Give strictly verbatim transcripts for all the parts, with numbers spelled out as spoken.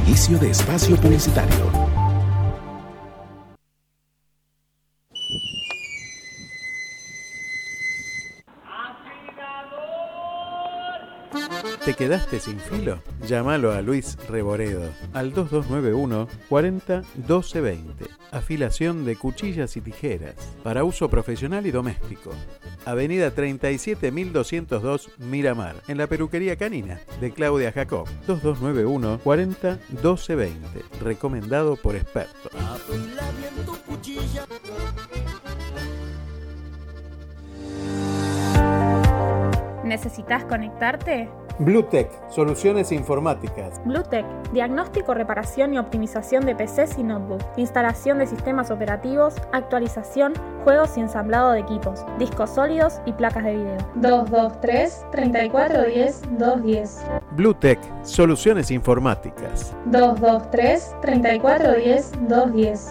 Inicio de espacio publicitario. ¿Te quedaste sin filo? Llámalo a Luis Reboredo al dos dos nueve uno cuarenta doce veinte. Afilación de cuchillas y tijeras para uso profesional y doméstico. Avenida treinta y siete mil doscientos dos Miramar, en la peluquería canina de Claudia Jacob. dos dos nueve uno cuarenta doce veinte. Recomendado por expertos. ¿Necesitas conectarte? Bluetech, soluciones informáticas. Bluetech, diagnóstico, reparación y optimización de P Cs y notebooks, instalación de sistemas operativos, actualización, juegos y ensamblado de equipos, discos sólidos y placas de video. dos dos tres, treinta y cuatro diez, doscientos diez. Bluetech, soluciones informáticas. dos dos tres, treinta y cuatro diez, doscientos diez.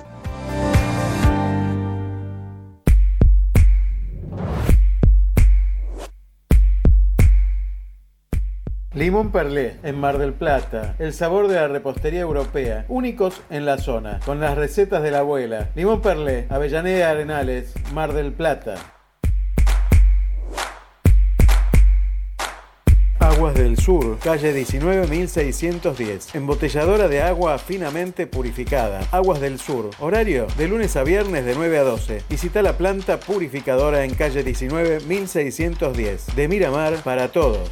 Limón Perlé, en Mar del Plata. El sabor de la repostería europea. Únicos en la zona, con las recetas de la abuela. Limón Perlé, Avellaneda Arenales, Mar del Plata. Aguas del Sur, calle diecinueve mil seiscientos diez. Embotelladora de agua finamente purificada. Aguas del Sur. Horario de lunes a viernes de nueve a doce. Visita la planta purificadora en calle diecinueve mil seiscientos diez. De Miramar para todos.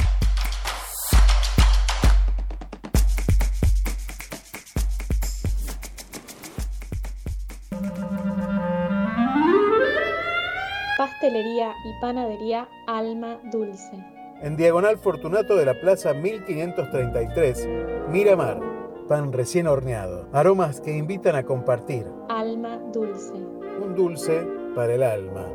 Pastelería y panadería Alma Dulce. En Diagonal Fortunato de la Plaza mil quinientos treinta y tres, Miramar. Pan recién horneado. Aromas que invitan a compartir. Alma Dulce. Un dulce para el alma.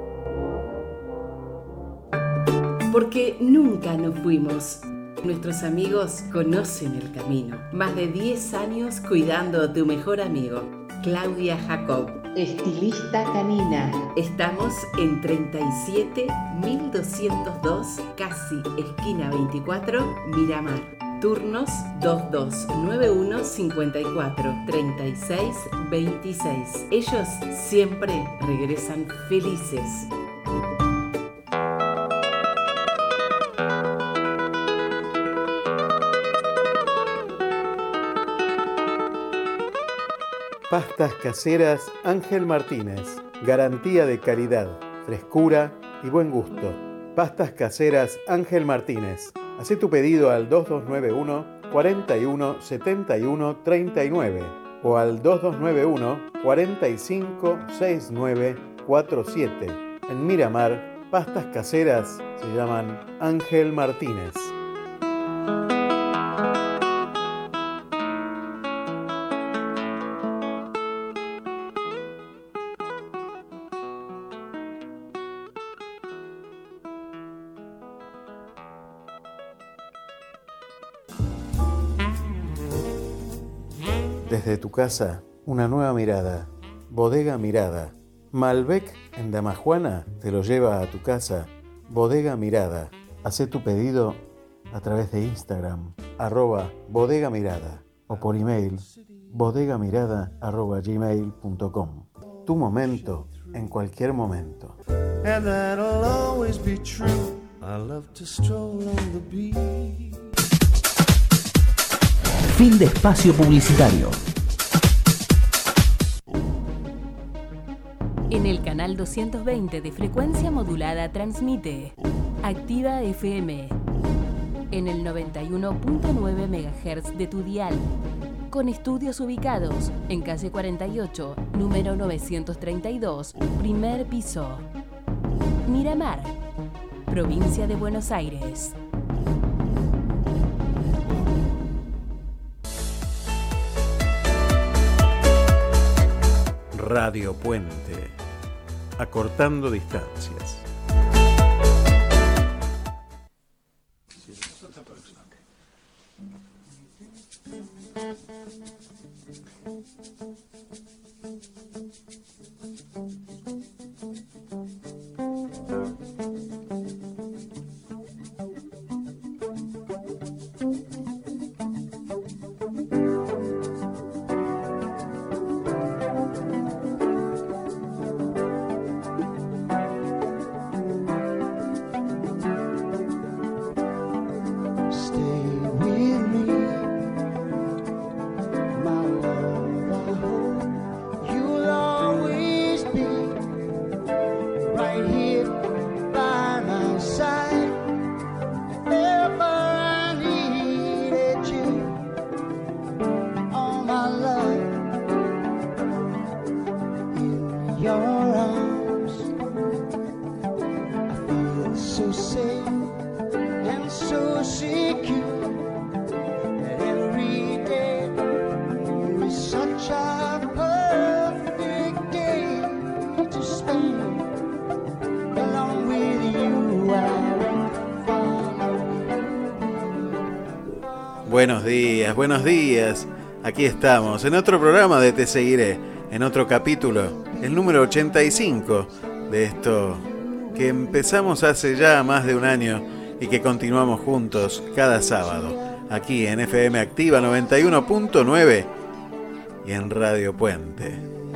Porque nunca nos fuimos. Nuestros amigos conocen el camino. Más de diez años cuidando a tu mejor amigo. Claudia Jacob. Estilista canina. Estamos en treinta y siete mil doscientos dos, casi esquina veinticuatro, Miramar. Turnos dos dos nueve uno cincuenta y cuatro treinta y seis veintiséis. Ellos siempre regresan felices. Pastas caseras Ángel Martínez. Garantía de calidad, frescura y buen gusto. Pastas caseras Ángel Martínez. Hacé tu pedido al dos dos nueve uno cuarenta y uno setenta y uno treinta y nueve o al dos dos nueve uno cuarenta y cinco sesenta y nueve cuarenta y siete. En Miramar, pastas caseras se llaman Ángel Martínez. Desde tu casa, una nueva mirada. Bodega Mirada. Malbec en Damajuana te lo lleva a tu casa. Bodega Mirada. Hacé tu pedido a través de Instagram, arroba Bodega Mirada, o por email, bodegamirada arroba gmail punto com. Tu momento, en cualquier momento. And that'll always be true. I love to stroll on the beach. Fin de espacio publicitario. En el canal doscientos veinte de frecuencia modulada transmite Activa F M. En el noventa y uno punto nueve megahertz de tu dial. Con estudios ubicados en calle cuarenta y ocho, número novecientos treinta y dos, primer piso. Miramar, provincia de Buenos Aires. Radio Puente, acortando distancias. seek you every day. It's such a perfect day to spend along with you. Buenos días, buenos días. Aquí estamos, en otro programa de Te Seguiré, en otro capítulo, el número ochenta y cinco de esto que empezamos hace ya más de un año y que continuamos juntos cada sábado, aquí en F M Activa noventa y uno punto nueve y en Radio Puente.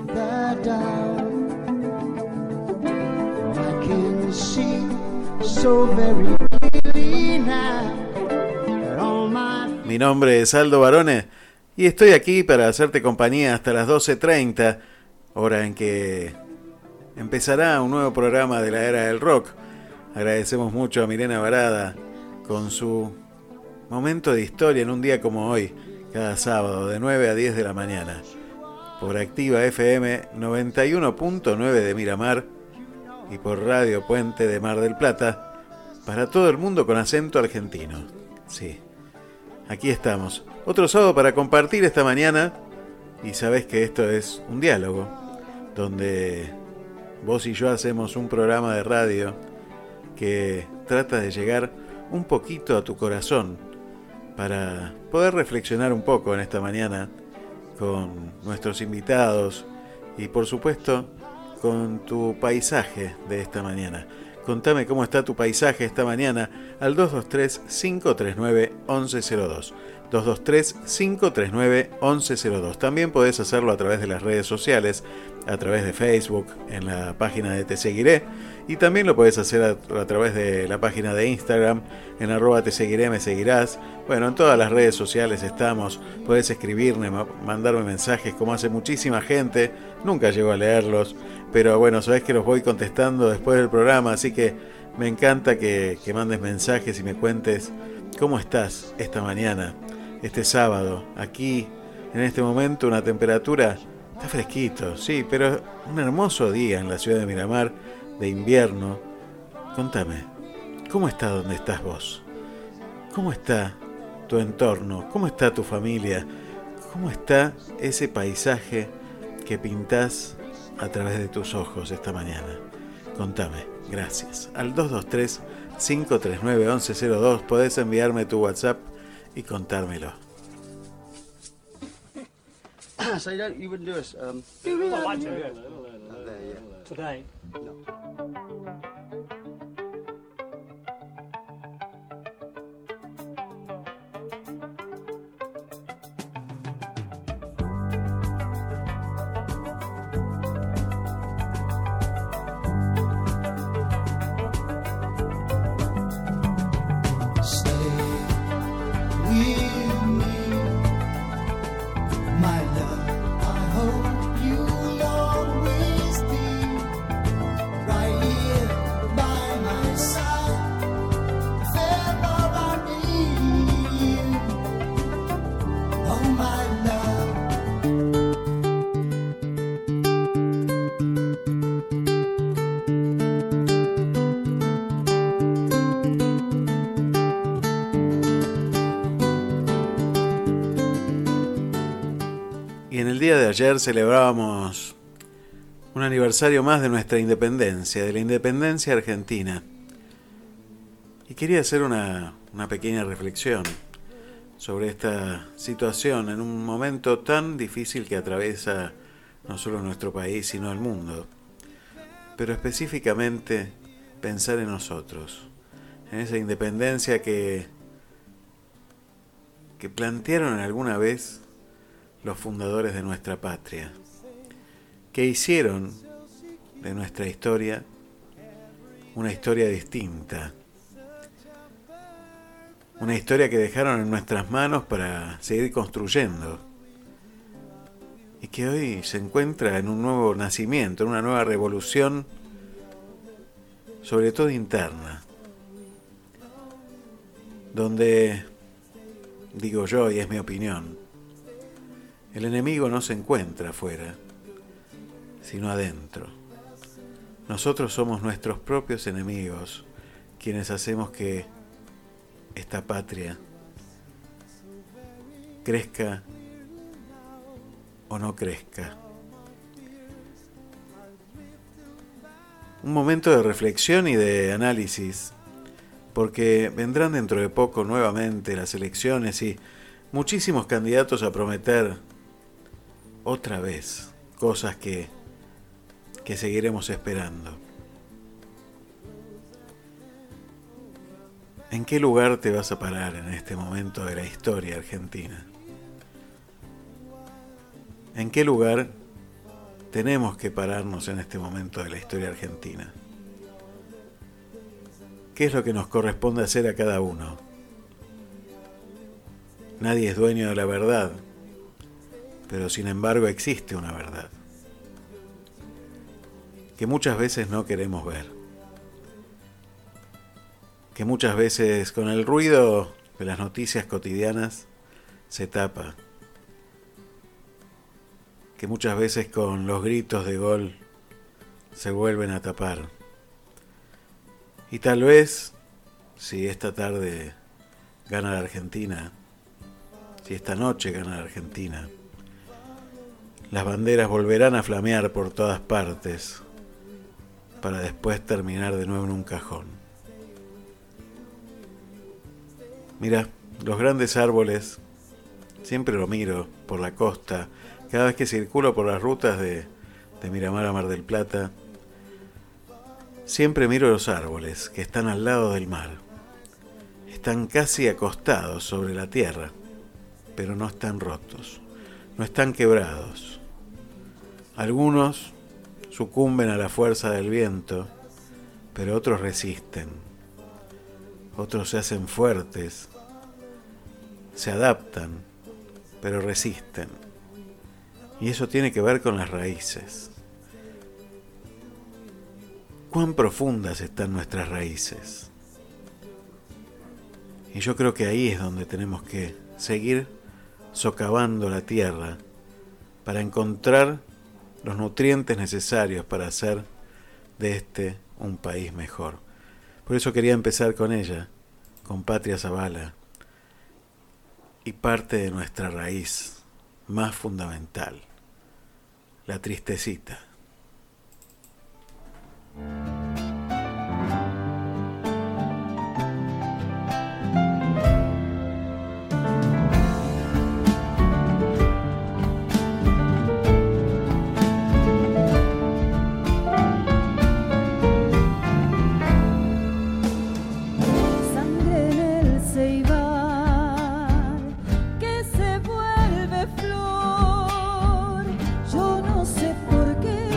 Mi nombre es Aldo Barone y estoy aquí para hacerte compañía hasta las doce treinta, hora en que empezará un nuevo programa de la era del rock. Agradecemos mucho a Milena Varada con su momento de historia en un día como hoy, cada sábado de nueve a diez de la mañana, por Activa F M noventa y uno punto nueve de Miramar y por Radio Puente de Mar del Plata, para todo el mundo con acento argentino. Sí, aquí estamos, otro sábado para compartir esta mañana, y sabés que esto es un diálogo, donde vos y yo hacemos un programa de radio que trata de llegar un poquito a tu corazón para poder reflexionar un poco en esta mañana con nuestros invitados y por supuesto con tu paisaje de esta mañana. Contame cómo está tu paisaje esta mañana al dos dos tres, cinco tres nueve, once cero dos. dos dos tres, cinco tres nueve, once cero dos. También podés hacerlo a través de las redes sociales, a través de Facebook, en la página de Te Seguiré, y también lo podés hacer a, a través de la página de Instagram, en arroba Te Seguiré, me seguirás. Bueno, en todas las redes sociales estamos, podés escribirme, mandarme mensajes, como hace muchísima gente, nunca llego a leerlos, pero bueno, sabés que los voy contestando después del programa, así que me encanta que, que mandes mensajes y me cuentes cómo estás esta mañana, este sábado, aquí, en este momento, una temperatura. Está fresquito, sí, pero un hermoso día en la ciudad de Miramar, de invierno. Contame, ¿cómo está donde estás vos? ¿Cómo está tu entorno? ¿Cómo está tu familia? ¿Cómo está ese paisaje que pintás a través de tus ojos esta mañana? Contame, gracias. Al dos dos tres, cinco tres nueve, once cero dos podés enviarme tu WhatsApp y contármelo. So you don't, you wouldn't do us. Um, do we? I'd like to, yeah. Up there, yeah. Today? No. Ayer celebrábamos un aniversario más de nuestra independencia, de la independencia argentina. Y quería hacer una, una pequeña reflexión sobre esta situación en un momento tan difícil que atraviesa no solo nuestro país, sino el mundo. Pero específicamente pensar en nosotros, en esa independencia que, que plantearon alguna vez los fundadores de nuestra patria, que hicieron de nuestra historia una historia distinta, una historia que dejaron en nuestras manos para seguir construyendo y que hoy se encuentra en un nuevo nacimiento, en una nueva revolución, sobre todo interna, donde, digo yo y es mi opinión, el enemigo no se encuentra afuera, sino adentro. Nosotros somos nuestros propios enemigos, quienes hacemos que esta patria, crezca o no crezca. Un momento de reflexión y de análisis, porque vendrán dentro de poco nuevamente las elecciones y muchísimos candidatos a prometer otra vez cosas que, que seguiremos esperando. ¿En qué lugar te vas a parar en este momento de la historia argentina? ¿En qué lugar tenemos que pararnos en este momento de la historia argentina? ¿Qué es lo que nos corresponde hacer a cada uno? Nadie es dueño de la verdad, pero sin embargo existe una verdad que muchas veces no queremos ver, que muchas veces con el ruido de las noticias cotidianas se tapa, que muchas veces con los gritos de gol se vuelven a tapar. Y tal vez, si esta tarde gana la Argentina, si esta noche gana la Argentina, las banderas volverán a flamear por todas partes para después terminar de nuevo en un cajón. Mira, los grandes árboles, siempre lo miro por la costa, cada vez que circulo por las rutas de, de Miramar a Mar del Plata, siempre miro los árboles que están al lado del mar. Están casi acostados sobre la tierra, pero no están rotos, no están quebrados. Algunos sucumben a la fuerza del viento, pero otros resisten. Otros se hacen fuertes, se adaptan, pero resisten. Y eso tiene que ver con las raíces. ¿Cuán profundas están nuestras raíces? Y yo creo que ahí es donde tenemos que seguir socavando la tierra para encontrar los nutrientes necesarios para hacer de este un país mejor. Por eso quería empezar con ella, con Patria Zavala, y parte de nuestra raíz más fundamental, la tristecita. Yo no sé por qué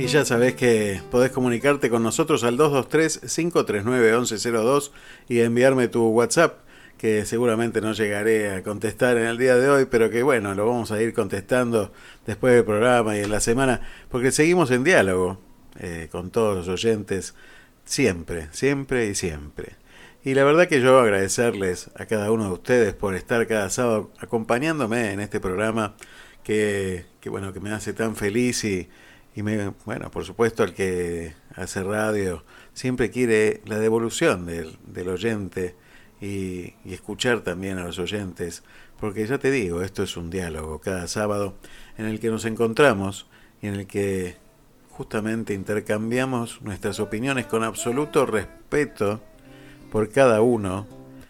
ya sabés que podés comunicarte con nosotros al dos dos tres, cinco tres nueve, once cero dos y enviarme tu WhatsApp, que seguramente no llegaré a contestar en el día de hoy, pero que bueno, lo vamos a ir contestando después del programa y en la semana, porque seguimos en diálogo eh, con todos los oyentes, siempre, siempre y siempre. Y la verdad que yo agradecerles a cada uno de ustedes por estar cada sábado acompañándome en este programa que, que bueno, que me hace tan feliz y Y me, bueno, por supuesto, el que hace radio siempre quiere la devolución del, del oyente y, y escuchar también a los oyentes, porque ya te digo, esto es un diálogo cada sábado en el que nos encontramos y en el que justamente intercambiamos nuestras opiniones con absoluto respeto por cada uno,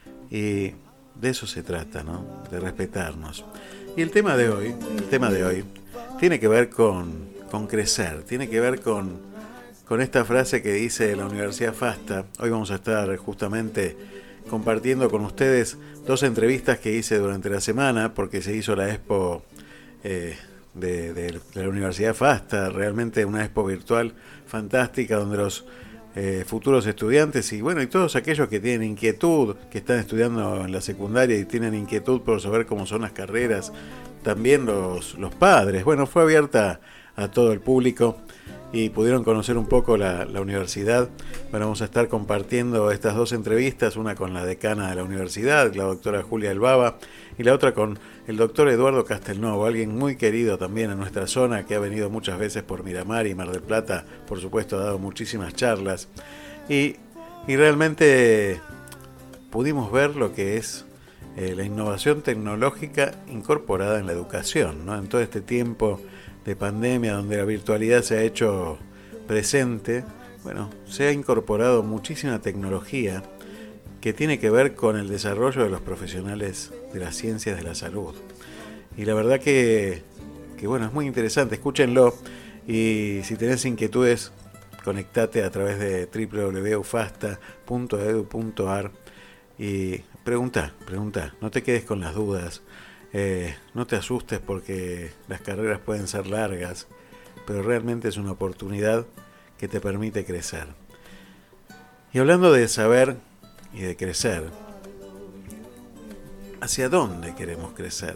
y de eso se trata, ¿no? De respetarnos. Y el tema de hoy, el tema de hoy tiene que ver con con crecer, tiene que ver con, con esta frase que dice la Universidad FASTA. Hoy vamos a estar justamente compartiendo con ustedes dos entrevistas que hice durante la semana, porque se hizo la expo eh, de, de, de la Universidad FASTA, realmente una expo virtual fantástica, donde los eh, futuros estudiantes y bueno, y todos aquellos que tienen inquietud, que están estudiando en la secundaria y tienen inquietud por saber cómo son las carreras, también los, los padres, bueno, fue abierta a todo el público y pudieron conocer un poco la, la universidad. Bueno, vamos a estar compartiendo estas dos entrevistas, una con la decana de la universidad, la doctora Julia Elbaba, y la otra con el doctor Eduardo Castelnovo, alguien muy querido también en nuestra zona, que ha venido muchas veces por Miramar y Mar del Plata, por supuesto ha dado muchísimas charlas, y, y realmente pudimos ver lo que es eh, la innovación tecnológica incorporada en la educación, ¿no? En todo este tiempo de pandemia, donde la virtualidad se ha hecho presente, bueno, se ha incorporado muchísima tecnología que tiene que ver con el desarrollo de los profesionales de las ciencias de la salud. Y la verdad que, que bueno, es muy interesante, escúchenlo, y si tenés inquietudes, conectate a través de doble u doble u doble u punto fasta punto edu punto ar y pregunta, pregunta, no te quedes con las dudas. Eh, no te asustes porque las carreras pueden ser largas, pero realmente es una oportunidad que te permite crecer. Y hablando de saber y de crecer, ¿hacia dónde queremos crecer?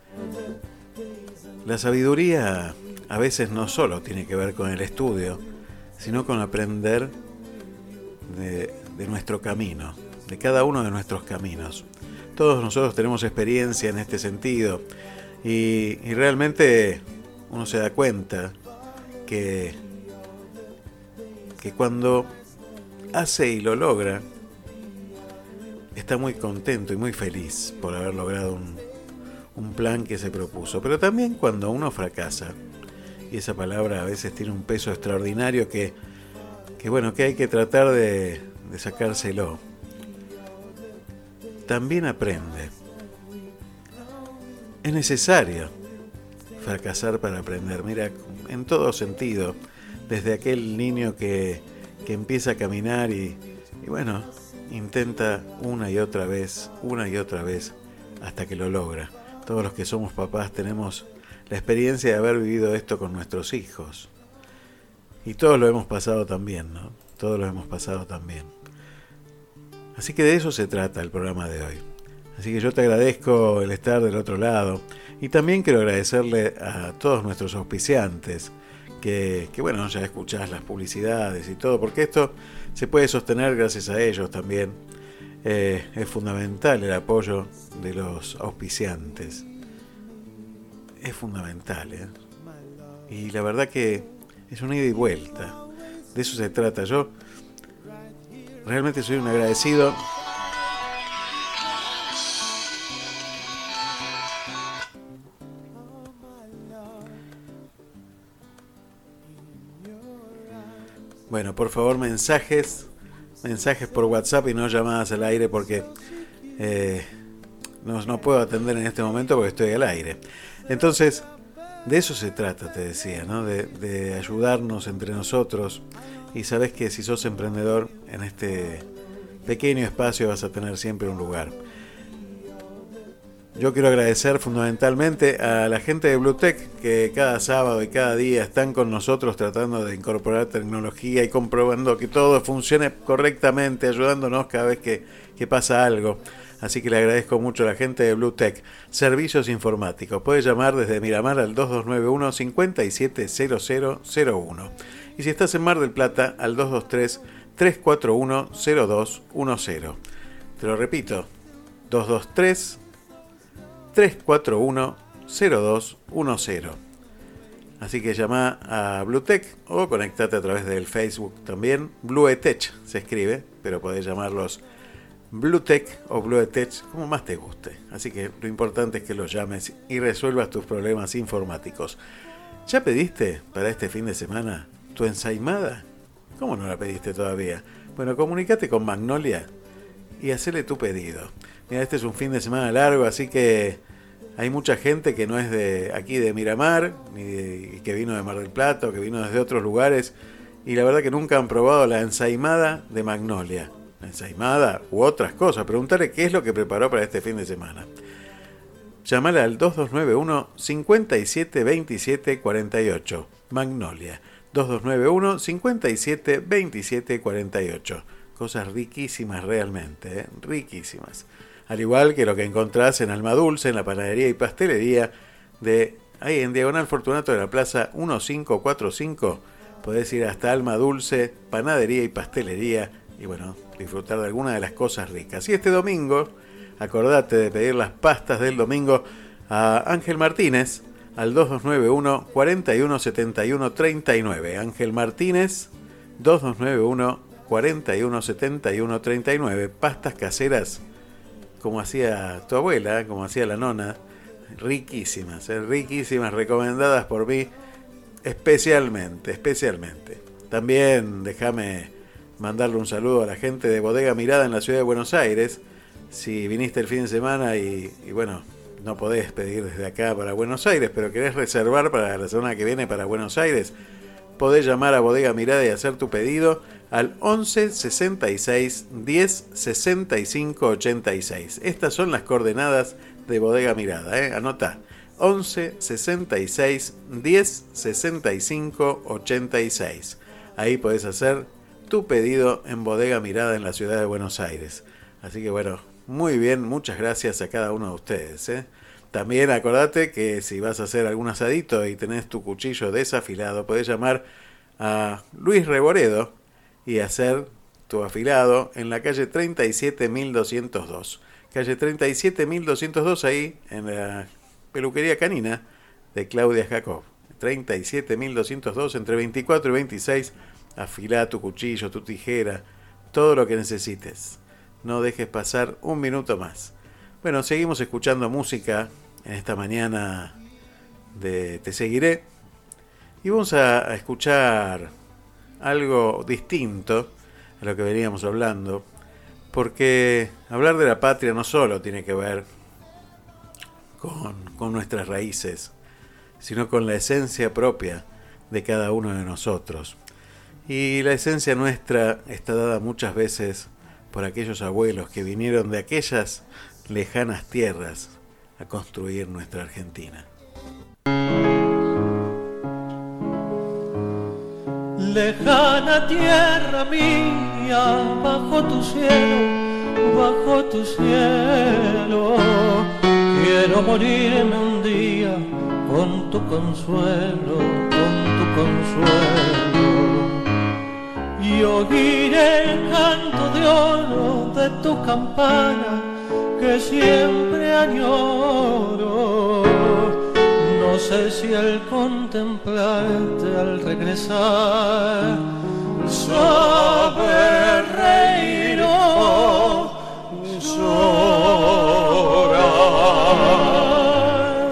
La sabiduría a veces no solo tiene que ver con el estudio, sino con aprender de, de nuestro camino, de cada uno de nuestros caminos. Todos nosotros tenemos experiencia en este sentido y, y realmente uno se da cuenta que, que cuando hace y lo logra, está muy contento y muy feliz por haber logrado un, un plan que se propuso. Pero también cuando uno fracasa, y esa palabra a veces tiene un peso extraordinario que, que bueno, que hay que tratar de, de sacárselo. También aprende. Es necesario fracasar para aprender. Mira, en todo sentido, desde aquel niño que, que empieza a caminar y, y bueno, intenta una y otra vez, una y otra vez, hasta que lo logra. Todos los que somos papás tenemos la experiencia de haber vivido esto con nuestros hijos. Y todos lo hemos pasado también, ¿no? Todos lo hemos pasado también. Así que de eso se trata el programa de hoy. Así que yo te agradezco el estar del otro lado. Y también quiero agradecerle a todos nuestros auspiciantes, que, que bueno, ya escuchás las publicidades y todo, porque esto se puede sostener gracias a ellos también. Eh, es fundamental el apoyo de los auspiciantes. Es fundamental, ¿eh? Y la verdad que es una ida y vuelta. De eso se trata. Yo realmente soy un agradecido. Bueno, por favor, mensajes, mensajes por WhatsApp y no llamadas al aire porque eh, no, no puedo atender en este momento porque estoy al aire. Entonces, de eso se trata, te decía, ¿no? De, de ayudarnos entre nosotros. Y sabes que si sos emprendedor, en este pequeño espacio vas a tener siempre un lugar. yo quiero agradecer fundamentalmente a la gente de Bluetech que cada sábado y cada día están con nosotros tratando de incorporar tecnología y comprobando que todo funcione correctamente, ayudándonos cada vez que, que pasa algo. Así que le agradezco mucho a la gente de Bluetech. Servicios informáticos. Puede llamar desde Miramar al dos dos nueve uno, cinco siete cero cero cero uno. Y si estás en Mar del Plata, al dos dos tres, tres cuatro uno, cero dos uno cero. Te lo repito, dos dos tres, tres cuatro uno, cero dos uno cero. Así que llama a Bluetech o conectate a través del Facebook también. Bluetech se escribe, pero podés llamarlos Bluetech o Bluetech, como más te guste. Así que lo importante es que los llames y resuelvas tus problemas informáticos. ¿Ya pediste para este fin de semana tu ensaimada? ¿Cómo no la pediste todavía? Bueno, comunícate con Magnolia y hacele tu pedido. Mira, este es un fin de semana largo, así que hay mucha gente que no es de aquí de Miramar, ni de, que vino de Mar del Plata o que vino desde otros lugares, y la verdad que nunca han probado la ensaimada de Magnolia. La ensaimada u otras cosas. Preguntarle qué es lo que preparó para este fin de semana. Llámala al dos dos nueve uno, cinco siete dos siete cuatro ocho. Magnolia. dos dos nueve uno, cinco siete dos siete cuatro ocho. Cosas riquísimas realmente, ¿eh? Riquísimas. Al igual que lo que encontrás en Alma Dulce, en la panadería y pastelería de ahí en Diagonal Fortunato de la Plaza quince cuarenta y cinco. Podés ir hasta Alma Dulce, panadería y pastelería y bueno, disfrutar de alguna de las cosas ricas. Y este domingo, acordate de pedir las pastas del domingo a Ángel Martínez al dos dos nueve uno, cuatro uno siete uno tres nueve. Ángel Martínez, dos dos nueve uno, cuatro uno siete uno tres nueve. Pastas caseras, como hacía tu abuela, como hacía la nona. Riquísimas, ¿eh? riquísimas, recomendadas por mí especialmente, especialmente. También déjame mandarle un saludo a la gente de Bodega Mirada en la ciudad de Buenos Aires. Si viniste el fin de semana y, y bueno, no podés pedir desde acá para Buenos Aires, pero querés reservar para la semana que viene para Buenos Aires, podés llamar a Bodega Mirada y hacer tu pedido al once sesenta y seis diez sesenta y cinco ochenta y seis. Estas son las coordenadas de Bodega Mirada, ¿eh? Anota, once sesenta y seis diez sesenta y cinco ochenta y seis. Ahí podés hacer tu pedido en Bodega Mirada en la ciudad de Buenos Aires. Así que bueno, muy bien, muchas gracias a cada uno de ustedes, ¿eh? También acordate que si vas a hacer algún asadito y tenés tu cuchillo desafilado, podés llamar a Luis Reboredo y hacer tu afilado en la calle treinta y siete mil doscientos dos. Calle treinta y siete mil doscientos dos, ahí en la peluquería canina de Claudia Jacob. treinta y siete mil doscientos dos, entre veinticuatro y veintiséis. Afilá tu cuchillo, tu tijera, todo lo que necesites. No dejes pasar un minuto más. Bueno, seguimos escuchando música en esta mañana de Te Seguiré. Y vamos a escuchar algo distinto a lo que veníamos hablando. Porque hablar de la patria no solo tiene que ver con, con nuestras raíces, sino con la esencia propia de cada uno de nosotros. Y la esencia nuestra está dada muchas veces por aquellos abuelos que vinieron de aquellas lejanas tierras a construir nuestra Argentina. Lejana tierra mía, bajo tu cielo, bajo tu cielo, quiero morirme un día con tu consuelo, con tu consuelo. Y oír el canto de oro de tu campana que siempre añoro. No sé si al contemplarte al regresar saber reír o llorar.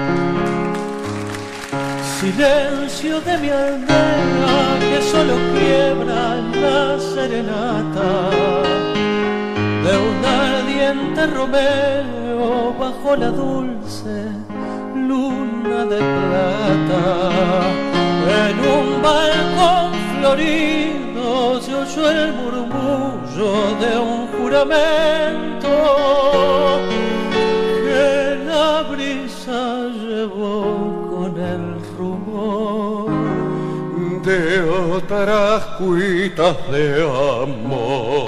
Silencio de mi aldea que solo quiebra la serenata de un ardiente romero bajo la dulce luna de plata. En un balcón florido se oyó el murmullo de un juramento que de otras cuitas de amor.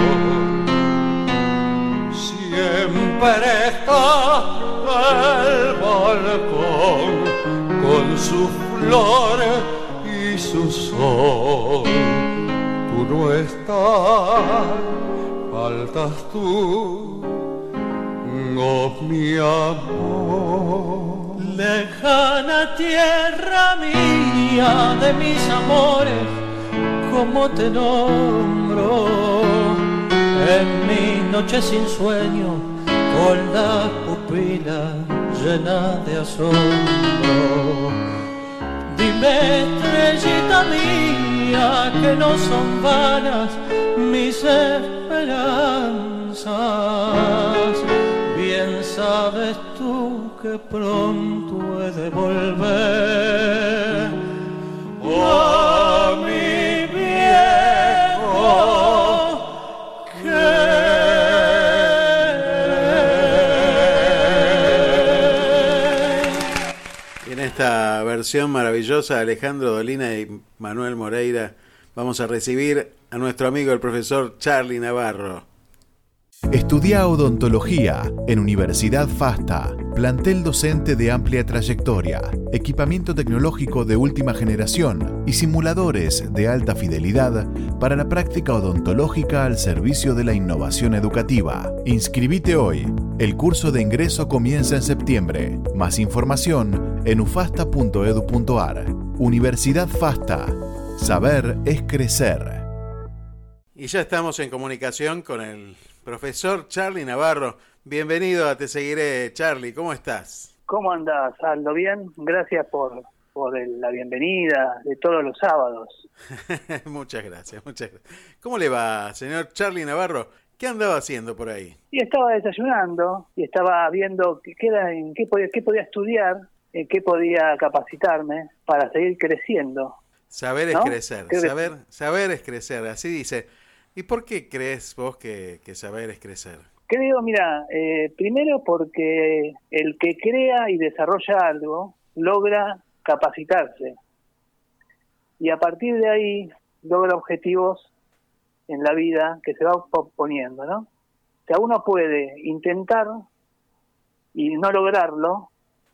Siempre está el balcón con su flor y su sol. Tú no estás, faltas tú, oh mi amor. Lejana tierra mía de mis amores, como te nombro en mi noche sin sueño, con la pupila llena de asombro. Dime, estrellita mía, que no son vanas mis esperanzas. Bien sabes tú que pronto he de volver a mi viejo querer. Y en esta versión maravillosa de Alejandro Dolina y Manuel Moreira vamos a recibir a nuestro amigo el profesor Charly Navarro. Estudia odontología en Universidad FASTA, plantel docente de amplia trayectoria, equipamiento tecnológico de última generación y simuladores de alta fidelidad para la práctica odontológica al servicio de la innovación educativa. Inscribite hoy. El curso de ingreso comienza en septiembre. Más información en ufasta punto edu punto ar. Universidad FASTA. Saber es crecer. Y ya estamos en comunicación con el profesor Charly Navarro. Bienvenido a Te Seguiré, Charly. ¿Cómo estás? ¿Cómo andás, Aldo? ¿Bien? Gracias por, por el, la bienvenida de todos los sábados. Muchas gracias, muchas gracias. ¿Cómo le va, señor Charly Navarro? ¿Qué andaba haciendo por ahí? Y estaba desayunando y estaba viendo qué, qué, era, en qué, podía, qué podía estudiar, en qué podía capacitarme para seguir creciendo. Saber es ¿no? crecer, saber, saber es crecer, así dice. ¿Y por qué crees vos que, que saber es crecer? Creo, mira, eh, primero porque el que crea y desarrolla algo logra capacitarse y a partir de ahí logra objetivos en la vida que se va poniendo, ¿no? O sea, uno puede intentar y no lograrlo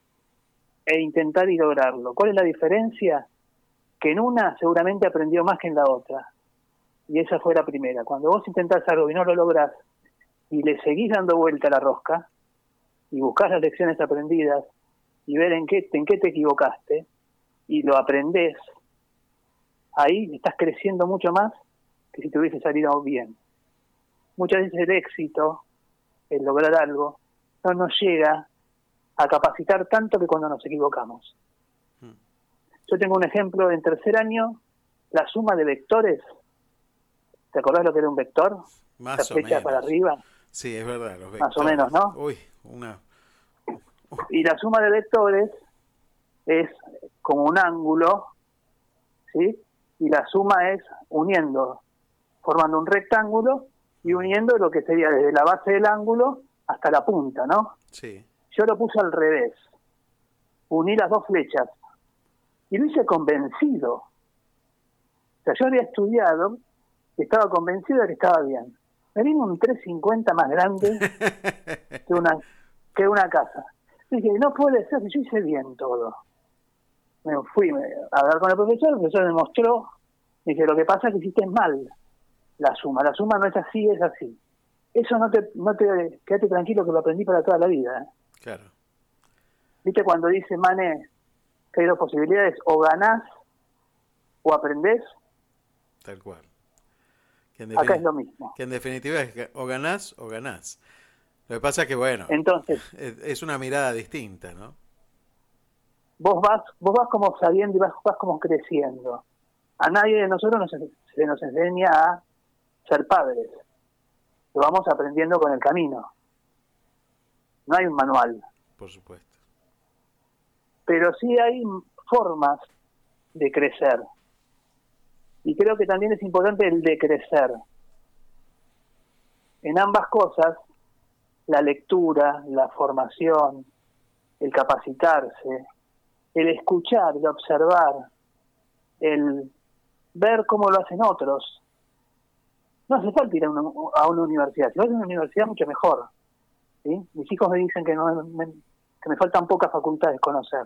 e intentar y lograrlo. ¿Cuál es la diferencia? Que en una seguramente aprendió más que en la otra. Y esa fue la primera. Cuando vos intentás algo y no lo lográs, y le seguís dando vuelta a la rosca, y buscás las lecciones aprendidas, y ver en qué, en qué te equivocaste, y lo aprendés, ahí estás creciendo mucho más que si te hubiese salido bien. Muchas veces el éxito, el lograr algo, no nos llega a capacitar tanto que cuando nos equivocamos. Yo tengo un ejemplo, en tercer año, la suma de vectores, ¿te acordás lo que era un vector? Más Esa o flecha menos. para arriba. Sí, es verdad, los vectores. Más o menos, ¿no? Uy, una... Y la suma de vectores es como un ángulo, ¿sí? Y la suma es uniendo, formando un rectángulo y uniendo lo que sería desde la base del ángulo hasta la punta, ¿no? Sí. Yo lo puse al revés. Uní las dos flechas. Y lo hice convencido. O sea, yo había estudiado y estaba convencido de que estaba bien. Me vino un trescientos cincuenta más grande que una que una casa. Dije, no puede ser, yo hice bien todo. Me fui a hablar con el profesor, el profesor me mostró, dije, lo que pasa es que hiciste mal la suma. La suma no es así, es así. Eso no te, no te, quédate tranquilo que lo aprendí para toda la vida. ¿eh? Claro. ¿Viste cuando dice Mane que hay dos posibilidades? O ganás o aprendés. Tal cual. Que Acá defin- es lo mismo. Que en definitiva es o ganás o ganás. Lo que pasa es que, bueno, entonces es, es una mirada distinta, ¿no? Vos vas vos vas como sabiendo y vas, vas como creciendo. A nadie de nosotros nos, se nos enseña a ser padres. Lo vamos aprendiendo con el camino. No hay un manual. Por supuesto. Pero sí hay formas de crecer. Y creo que también es importante el de crecer. En ambas cosas, la lectura, la formación, el capacitarse, el escuchar, el observar, el ver cómo lo hacen otros. No hace falta ir a una, a una universidad, si vas a una universidad mucho mejor. ¿Sí? Mis hijos me dicen que, no, me, que me faltan pocas facultades conocer,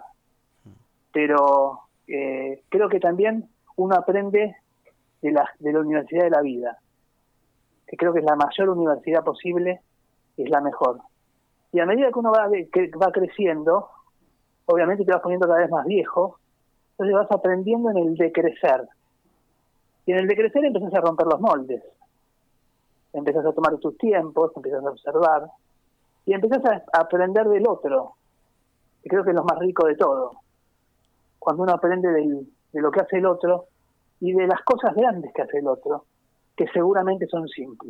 pero eh, creo que también uno aprende de la, de la universidad de la vida, que creo que es la mayor universidad posible, es la mejor. Y a medida que uno va, que va creciendo, obviamente te vas poniendo cada vez más viejo, entonces vas aprendiendo en el decrecer. Y en el decrecer empezás a romper los moldes. Empezás a tomar tus tiempos, empezás a observar, y empezás a aprender del otro, que creo que es lo más rico de todo. Cuando uno aprende del, de lo que hace el otro, y de las cosas grandes que hace el otro, que seguramente son simples.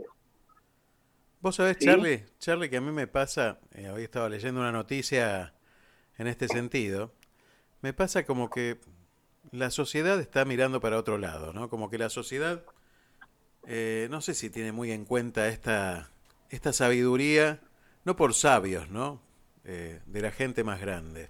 Vos sabés, ¿Sí? Charlie, Charlie, que a mí me pasa, eh, hoy estaba leyendo una noticia en este sentido, me pasa como que la sociedad está mirando para otro lado, ¿no? Como que la sociedad, eh, no sé si tiene muy en cuenta esta, esta sabiduría, no por sabios, ¿no? Eh, de la gente más grande.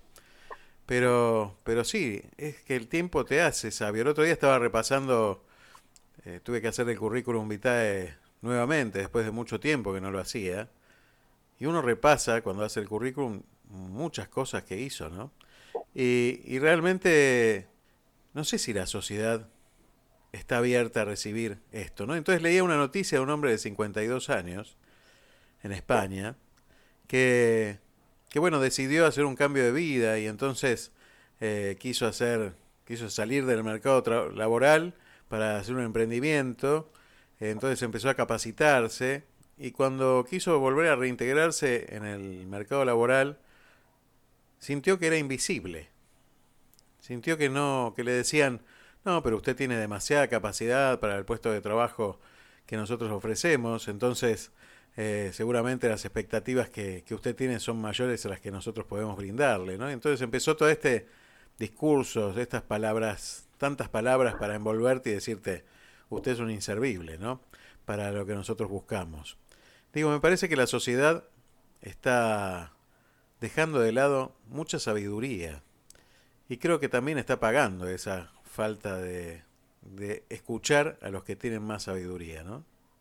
Pero, pero sí, es que el tiempo te hace sabio. El otro día estaba repasando, eh, tuve que hacer el currículum vitae nuevamente, después de mucho tiempo que no lo hacía, y uno repasa cuando hace el currículum muchas cosas que hizo, ¿no? Y, y realmente no sé si la sociedad está abierta a recibir esto, ¿no? Entonces leía una noticia de un hombre de cincuenta y dos años en España que, que bueno, decidió hacer un cambio de vida y entonces eh, quiso hacer, quiso salir del mercado tra- laboral para hacer un emprendimiento. Entonces empezó a capacitarse y cuando quiso volver a reintegrarse en el mercado laboral, sintió que era invisible. Sintió que no, que le decían, no, pero usted tiene demasiada capacidad para el puesto de trabajo que nosotros ofrecemos, entonces eh, seguramente las expectativas que, que usted tiene son mayores a las que nosotros podemos brindarle, ¿no? Entonces empezó todo este discurso, estas palabras, tantas palabras para envolverte y decirte, usted es un inservible, ¿no? Para lo que nosotros buscamos. Digo, me parece que la sociedad está dejando de lado mucha sabiduría y creo que también está pagando esa falta de, de escuchar a los que tienen más sabiduría, ¿no?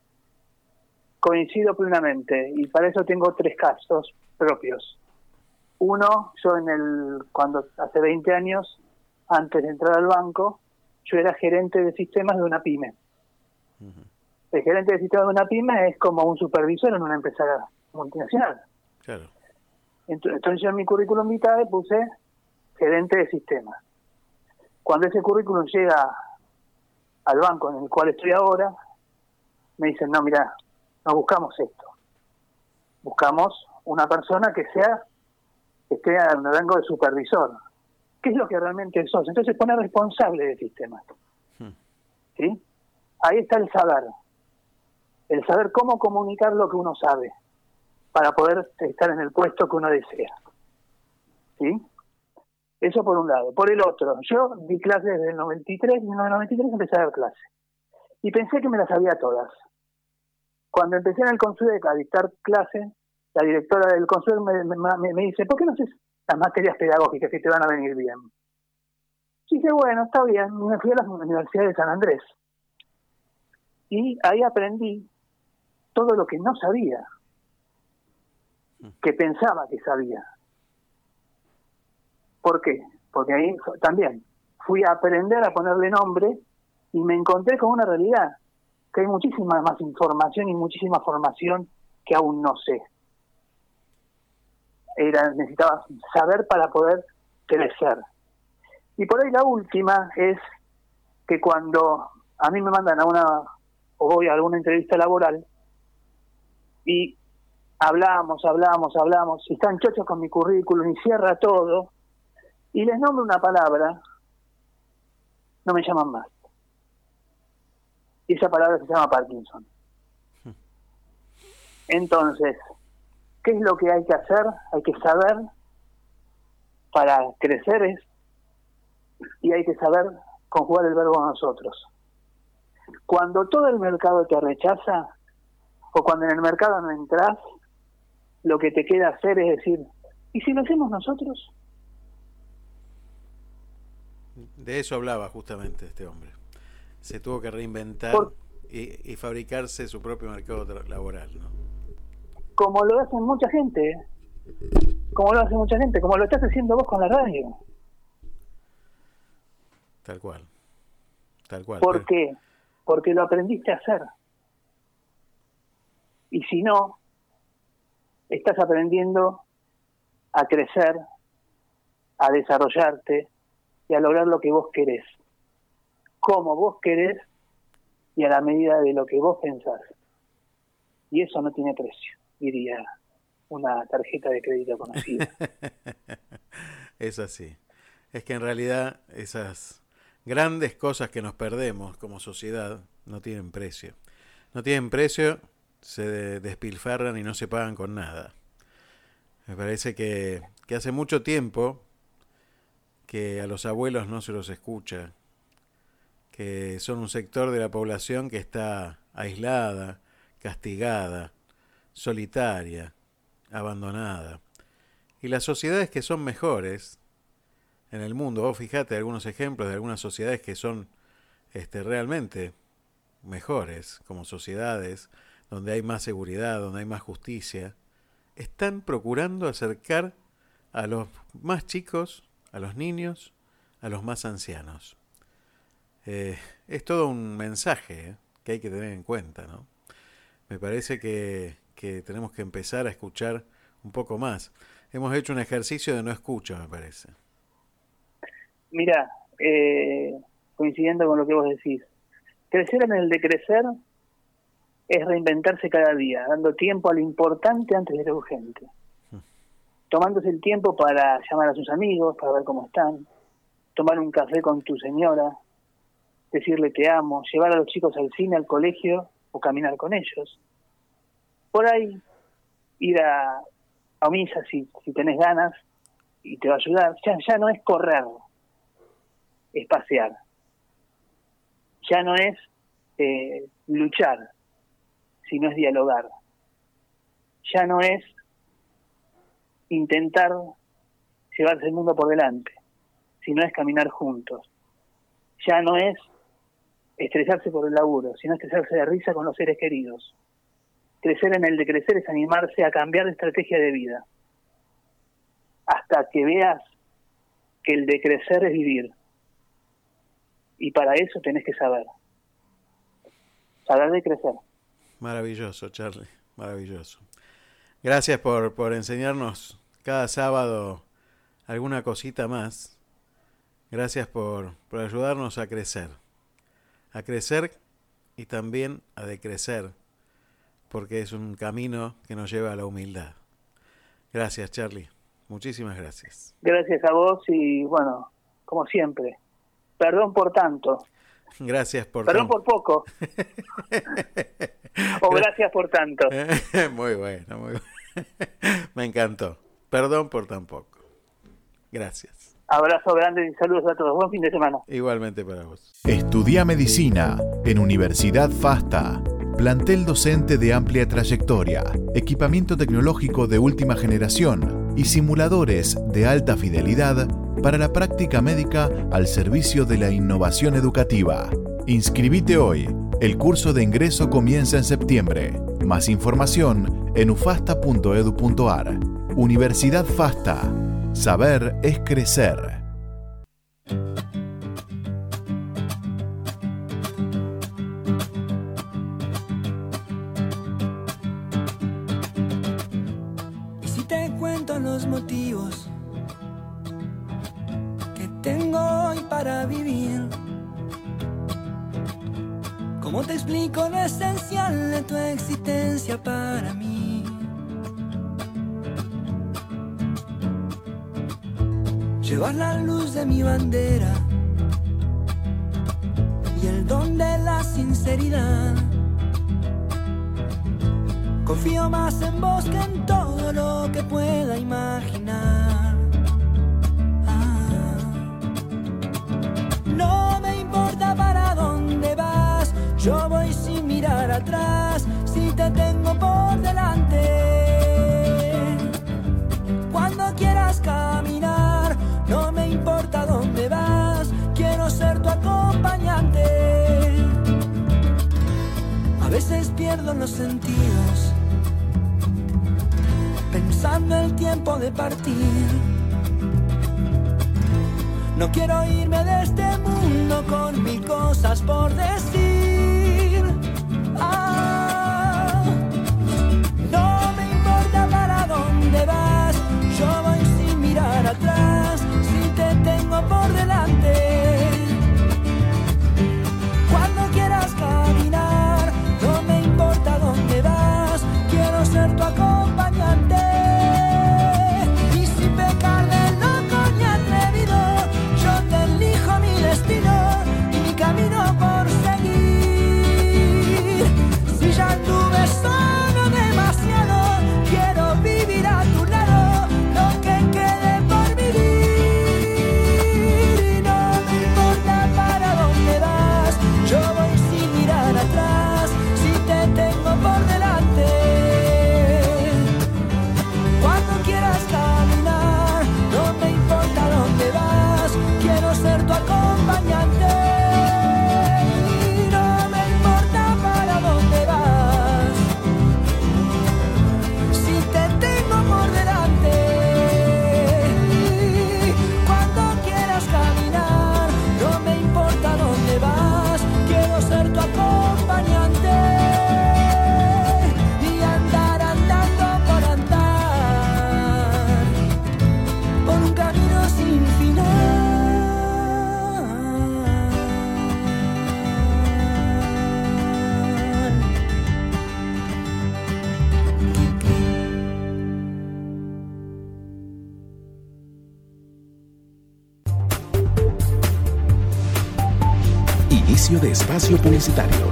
Coincido plenamente, y para eso tengo tres casos propios. Uno, yo en el cuando hace veinte años, antes de entrar al banco, yo era gerente de sistemas de una pyme. Uh-huh. El gerente de sistemas de una pyme es como un supervisor en una empresa multinacional. Claro. Entonces yo en mi currículum vitae puse gerente de sistemas. Cuando ese currículum llega al banco en el cual estoy ahora, me dicen, no, mira, no buscamos esto. Buscamos una persona que sea, que esté en el rango de supervisor. ¿Qué es lo que realmente sos? Entonces pone responsable de sistemas. Hmm. ¿Sí? Ahí está el saber. El saber cómo comunicar lo que uno sabe para poder estar en el puesto que uno desea. ¿Sí? Eso por un lado. Por el otro, yo di clases desde el noventa y tres, y en el noventa y tres empecé a dar clases. Y pensé que me las sabía todas. Cuando empecé en el Consuec a dictar clases, la directora del Consuec me, me, me dice, ¿por qué no haces las materias pedagógicas que te van a venir bien? Y dije, bueno, está bien. Y me fui a la Universidad de San Andrés. Y ahí aprendí todo lo que no sabía, que pensaba que sabía. ¿Por qué? Porque ahí también fui a aprender a ponerle nombre y me encontré con una realidad, que hay muchísima más información y muchísima formación que aún no sé. Era, necesitaba saber para poder crecer. Y por ahí la última es que cuando a mí me mandan a una, o voy a alguna entrevista laboral, y hablamos, hablamos, hablamos, y están chochos con mi currículum y cierra todo, y les nombro una palabra, no me llaman más. Y esa palabra se llama Parkinson. Entonces, ¿qué es lo que hay que hacer? Hay que saber para crecer es, y hay que saber conjugar el verbo nosotros. Cuando todo el mercado te rechaza, o cuando en el mercado no entras, lo que te queda hacer es decir, ¿y si lo hacemos nosotros? De eso hablaba justamente este hombre. se tuvo que reinventar Por, y, y fabricarse su propio mercado laboral, ¿no? Como lo hace mucha gente, como lo hace mucha gente, como lo estás haciendo vos con la radio. Tal cual, tal cual. ¿Por pero... qué? Porque lo aprendiste a hacer. Y si no, estás aprendiendo a crecer, a desarrollarte y a lograr lo que vos querés, como vos querés y a la medida de lo que vos pensás. Y eso no tiene precio, diría una tarjeta de crédito conocida. Es así. Es que en realidad esas grandes cosas que nos perdemos como sociedad no tienen precio. No tienen precio, se despilfarran y no se pagan con nada. Me parece que, que hace mucho tiempo que a los abuelos no se los escucha, que son un sector de la población que está aislada, castigada, solitaria, abandonada. Y las sociedades que son mejores en el mundo, vos fijate algunos ejemplos de algunas sociedades que son este, realmente mejores como sociedades, donde hay más seguridad, donde hay más justicia, están procurando acercar a los más chicos, a los niños, a los más ancianos. Eh, es todo un mensaje eh, que hay que tener en cuenta, ¿no? Me parece que, que tenemos que empezar a escuchar un poco más. Hemos hecho un ejercicio de no escucha, me parece. Mira, eh, coincidiendo con lo que vos decís, crecer en el decrecer es reinventarse cada día, dando tiempo a lo importante antes de lo urgente. Tomándose el tiempo para llamar a sus amigos, para ver cómo están, tomar un café con tu señora, decirle te amo, llevar a los chicos al cine, al colegio o caminar con ellos. Por ahí, ir a, a misa si, si tenés ganas y te va a ayudar. Ya, ya no es correr, es pasear. Ya no es eh, luchar, sino es dialogar. Ya no es intentar llevarse el mundo por delante, sino es caminar juntos. Ya no es estresarse por el laburo, sino estresarse de risa con los seres queridos. Crecer en el decrecer es animarse a cambiar de estrategia de vida, hasta que veas que el decrecer es vivir. Y para eso tenés que saber. Saber de crecer. Maravilloso, Charlie, maravilloso. Gracias por, por enseñarnos cada sábado alguna cosita más. Gracias por, por ayudarnos a crecer. A crecer y también a decrecer, porque es un camino que nos lleva a la humildad. Gracias, Charlie. Muchísimas gracias. Gracias a vos y, bueno, como siempre, perdón por tanto. Gracias por Perdón tanto. por poco. O gracias por tanto. Muy bueno, muy bueno. Me encantó. Perdón por tan poco. Gracias. Abrazo grande y saludos a todos. Buen fin de semana. Igualmente para vos. Estudia Medicina en Universidad FASTA. Plantel docente de amplia trayectoria, equipamiento tecnológico de última generación y simuladores de alta fidelidad para la práctica médica al servicio de la innovación educativa. Inscribite hoy. El curso de ingreso comienza en septiembre. Más información en ufasta punto edu punto ar. Universidad FASTA. Saber es crecer. Y si te cuento los motivos que tengo hoy para vivir, ¿cómo te explico lo esencial de tu existencia para mí? Llevar la luz de mi bandera y el don de la sinceridad. Confío más en vos que en todo lo que pueda imaginar. Ah. No me importa para dónde vas, yo voy sin mirar atrás, si te tengo por delante. Cuando quieras caminar, no me importa dónde vas, quiero ser tu acompañante. pierdo los sentidos, pensando el tiempo de partir. No quiero irme de este mundo con mil cosas por decir. Ah, no me importa para dónde vas, yo voy sin mirar atrás, si te tengo por delante. Cuando quieras caminar, no me importa dónde vas, quiero ser tu acompañante. Y si pecar de loco y atrevido, yo te elijo mi destino y mi camino por seguir. Si ya anduve solo demasiado, quiero vivir a tu lado lo que quede por vivir. Y no me importa para dónde vas, yo voy sin mirar atrás, si te tengo por delante. Cuando quieras caminar, no me importa dónde vas, quiero ser tu acompañante. Y no me importa para dónde vas, si te tengo por delante. Cuando quieras caminar, no me importa dónde vas, quiero ser tu acompañante. Y andar andando por andar, por un camino sin final. Inicio de espacio publicitario.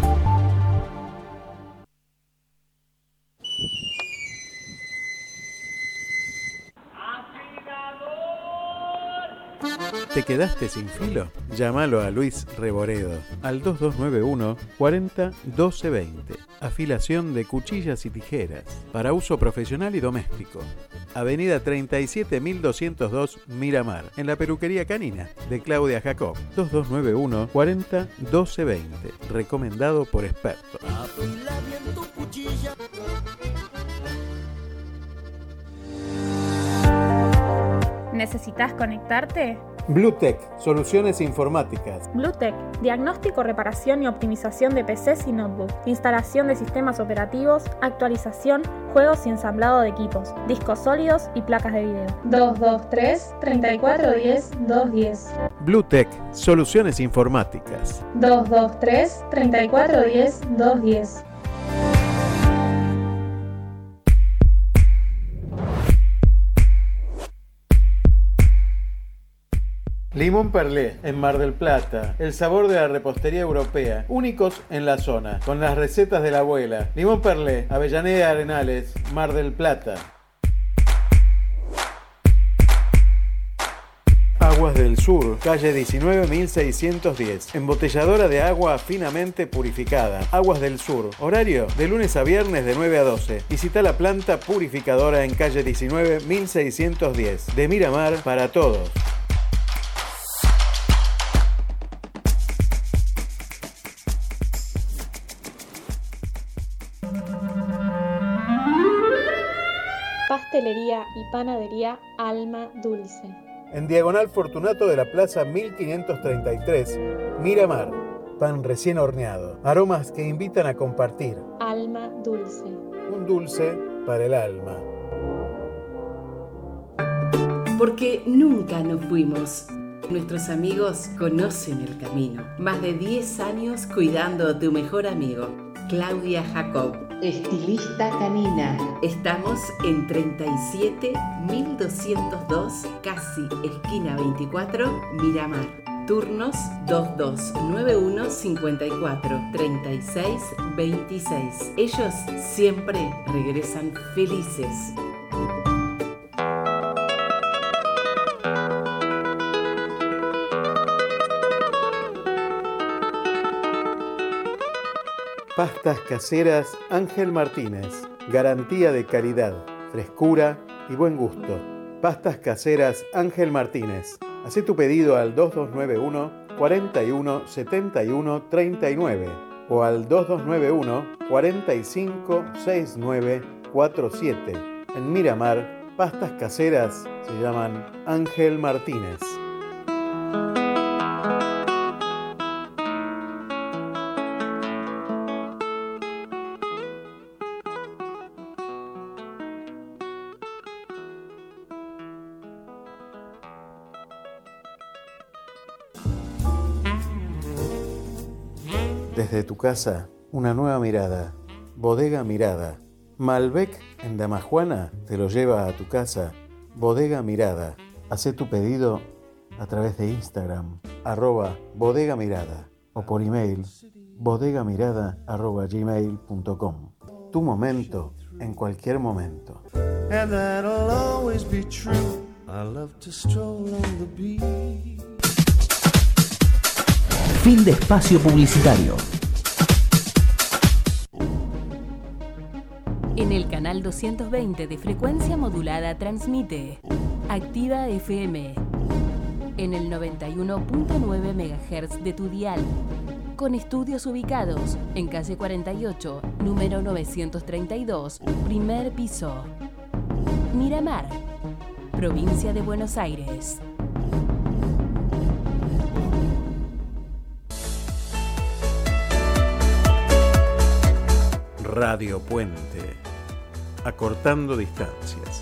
¿Te quedaste sin filo? Llámalo a Luis Reboredo al dos dos nueve uno cuarenta doce veinte. Afilación de cuchillas y tijeras para uso profesional y doméstico. Avenida treinta y siete mil doscientos dos Miramar, en la peluquería canina de Claudia Jacob. dos dos nueve uno cuarenta doce veinte. Recomendado por expertos. Afila bien tu cuchilla. ¿Necesitas conectarte? Bluetech, soluciones informáticas. Bluetech, diagnóstico, reparación y optimización de P Cs y notebooks, instalación de sistemas operativos, actualización, juegos y ensamblado de equipos, discos sólidos y placas de video. dos dos tres, treinta y cuatro diez, doscientos diez. Bluetech, soluciones informáticas. dos dos tres, treinta y cuatro diez, doscientos diez. Limón Perlé, en Mar del Plata. El sabor de la repostería europea. Únicos en la zona, con las recetas de la abuela. Limón Perlé, Avellaneda Arenales, Mar del Plata. Aguas del Sur, calle diecinueve mil seiscientos diez. Embotelladora de agua finamente purificada. Aguas del Sur. Horario de lunes a viernes de nueve a doce. Visita la planta purificadora en calle diecinueve mil seiscientos diez. De Miramar para todos. Pastelería y panadería Alma Dulce. En Diagonal Fortunato de la Plaza mil quinientos treinta y tres, Miramar. Pan recién horneado. Aromas que invitan a compartir. Alma Dulce. Un dulce para el alma. Porque nunca nos fuimos. Nuestros amigos conocen el camino. Más de diez años cuidando a tu mejor amigo. Claudia Jacob. Estilista canina. Estamos en treinta y siete mil doscientos dos, casi esquina veinticuatro, Miramar. Turnos dos dos nueve uno cincuenta y cuatro, treinta y seis, veintiséis. Ellos siempre regresan felices. Pastas caseras Ángel Martínez. Garantía de calidad, frescura y buen gusto. Pastas caseras Ángel Martínez. Hacé tu pedido al dos dos nueve uno cuarenta y uno setenta y uno treinta y nueve. o al dos dos nueve uno, cuatro cinco seis nueve cuatro siete. En Miramar, pastas caseras se llaman Ángel Martínez. Desde tu casa, una nueva mirada. Bodega Mirada. Malbec en Damajuana te lo lleva a tu casa. Bodega Mirada. Hacé tu pedido a través de Instagram, arroba Bodega Mirada, o por email, bodegamirada arroba gmail punto com. Tu momento en cualquier momento. And that'll always be true. I love to stroll on the beach. Fin de espacio publicitario. En el canal doscientos veinte de frecuencia modulada transmite Activa F M en el noventa y uno punto nueve megahertz de tu dial, con estudios ubicados en calle cuarenta y ocho, número novecientos treinta y dos, primer piso. Miramar, provincia de Buenos Aires. Radio Puente, acortando distancias.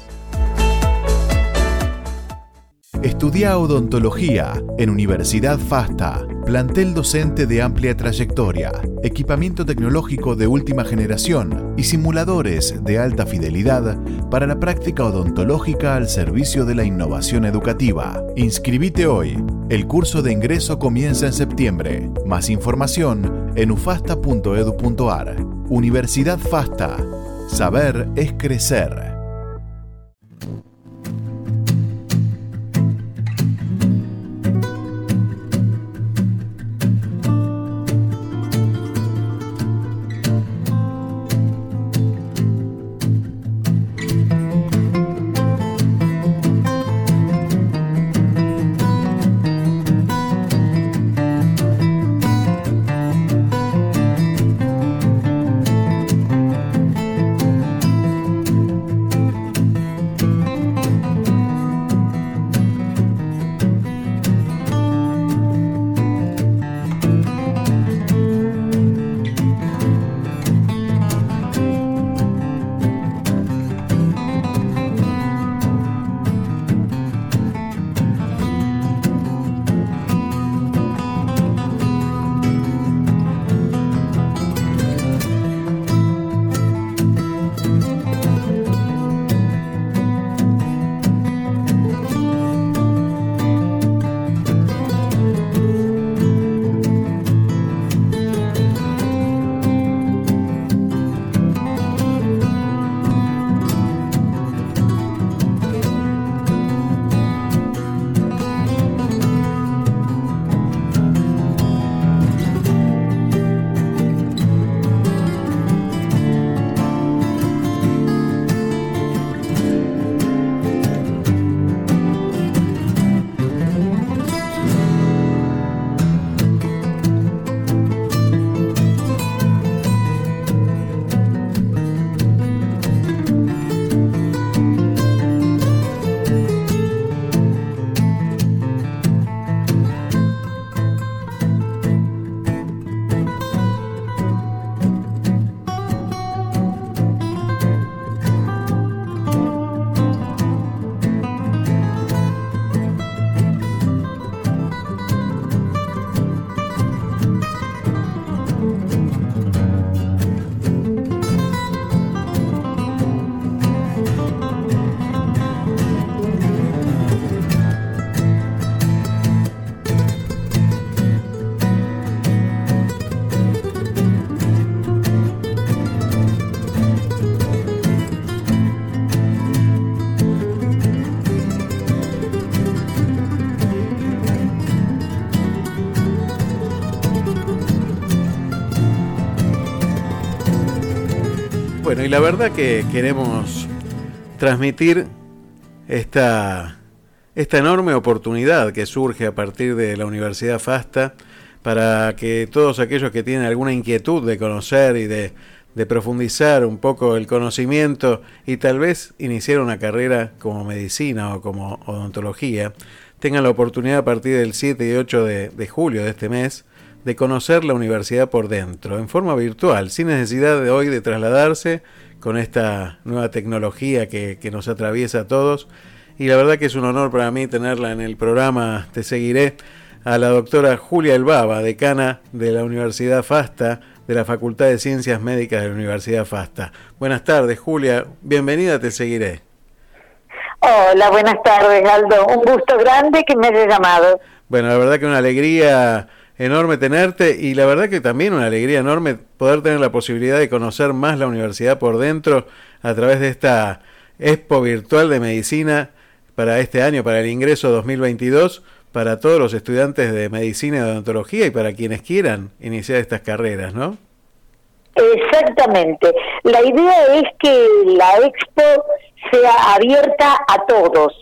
Estudia odontología en Universidad FASTA, plantel docente de amplia trayectoria, equipamiento tecnológico de última generación y simuladores de alta fidelidad para la práctica odontológica al servicio de la innovación educativa. Inscribite hoy. El curso de ingreso comienza en septiembre. Más información en ufasta punto edu punto ar. Universidad FASTA. Saber es crecer. Bueno, y la verdad que queremos transmitir esta, esta enorme oportunidad que surge a partir de la Universidad FASTA para que todos aquellos que tienen alguna inquietud de conocer y de, de profundizar un poco el conocimiento y tal vez iniciar una carrera como medicina o como odontología, tengan la oportunidad a partir del siete y ocho de, de julio de este mes de conocer la universidad por dentro, en forma virtual, sin necesidad de hoy de trasladarse con esta nueva tecnología que, que nos atraviesa a todos. Y la verdad que es un honor para mí tenerla en el programa Te Seguiré, a la doctora Julia Elbaba, decana de la Universidad FASTA, de la Facultad de Ciencias Médicas de la Universidad FASTA. Buenas tardes, Julia, bienvenida a Te Seguiré. Hola, buenas tardes, Aldo. Un gusto grande que me hayas llamado. Bueno, la verdad que una alegría enorme tenerte y la verdad que también una alegría enorme poder tener la posibilidad de conocer más la universidad por dentro a través de esta Expo Virtual de Medicina para este año, para el ingreso dos mil veintidós, para todos los estudiantes de Medicina y Odontología y para quienes quieran iniciar estas carreras, ¿no? Exactamente. La idea es que la Expo sea abierta a todos,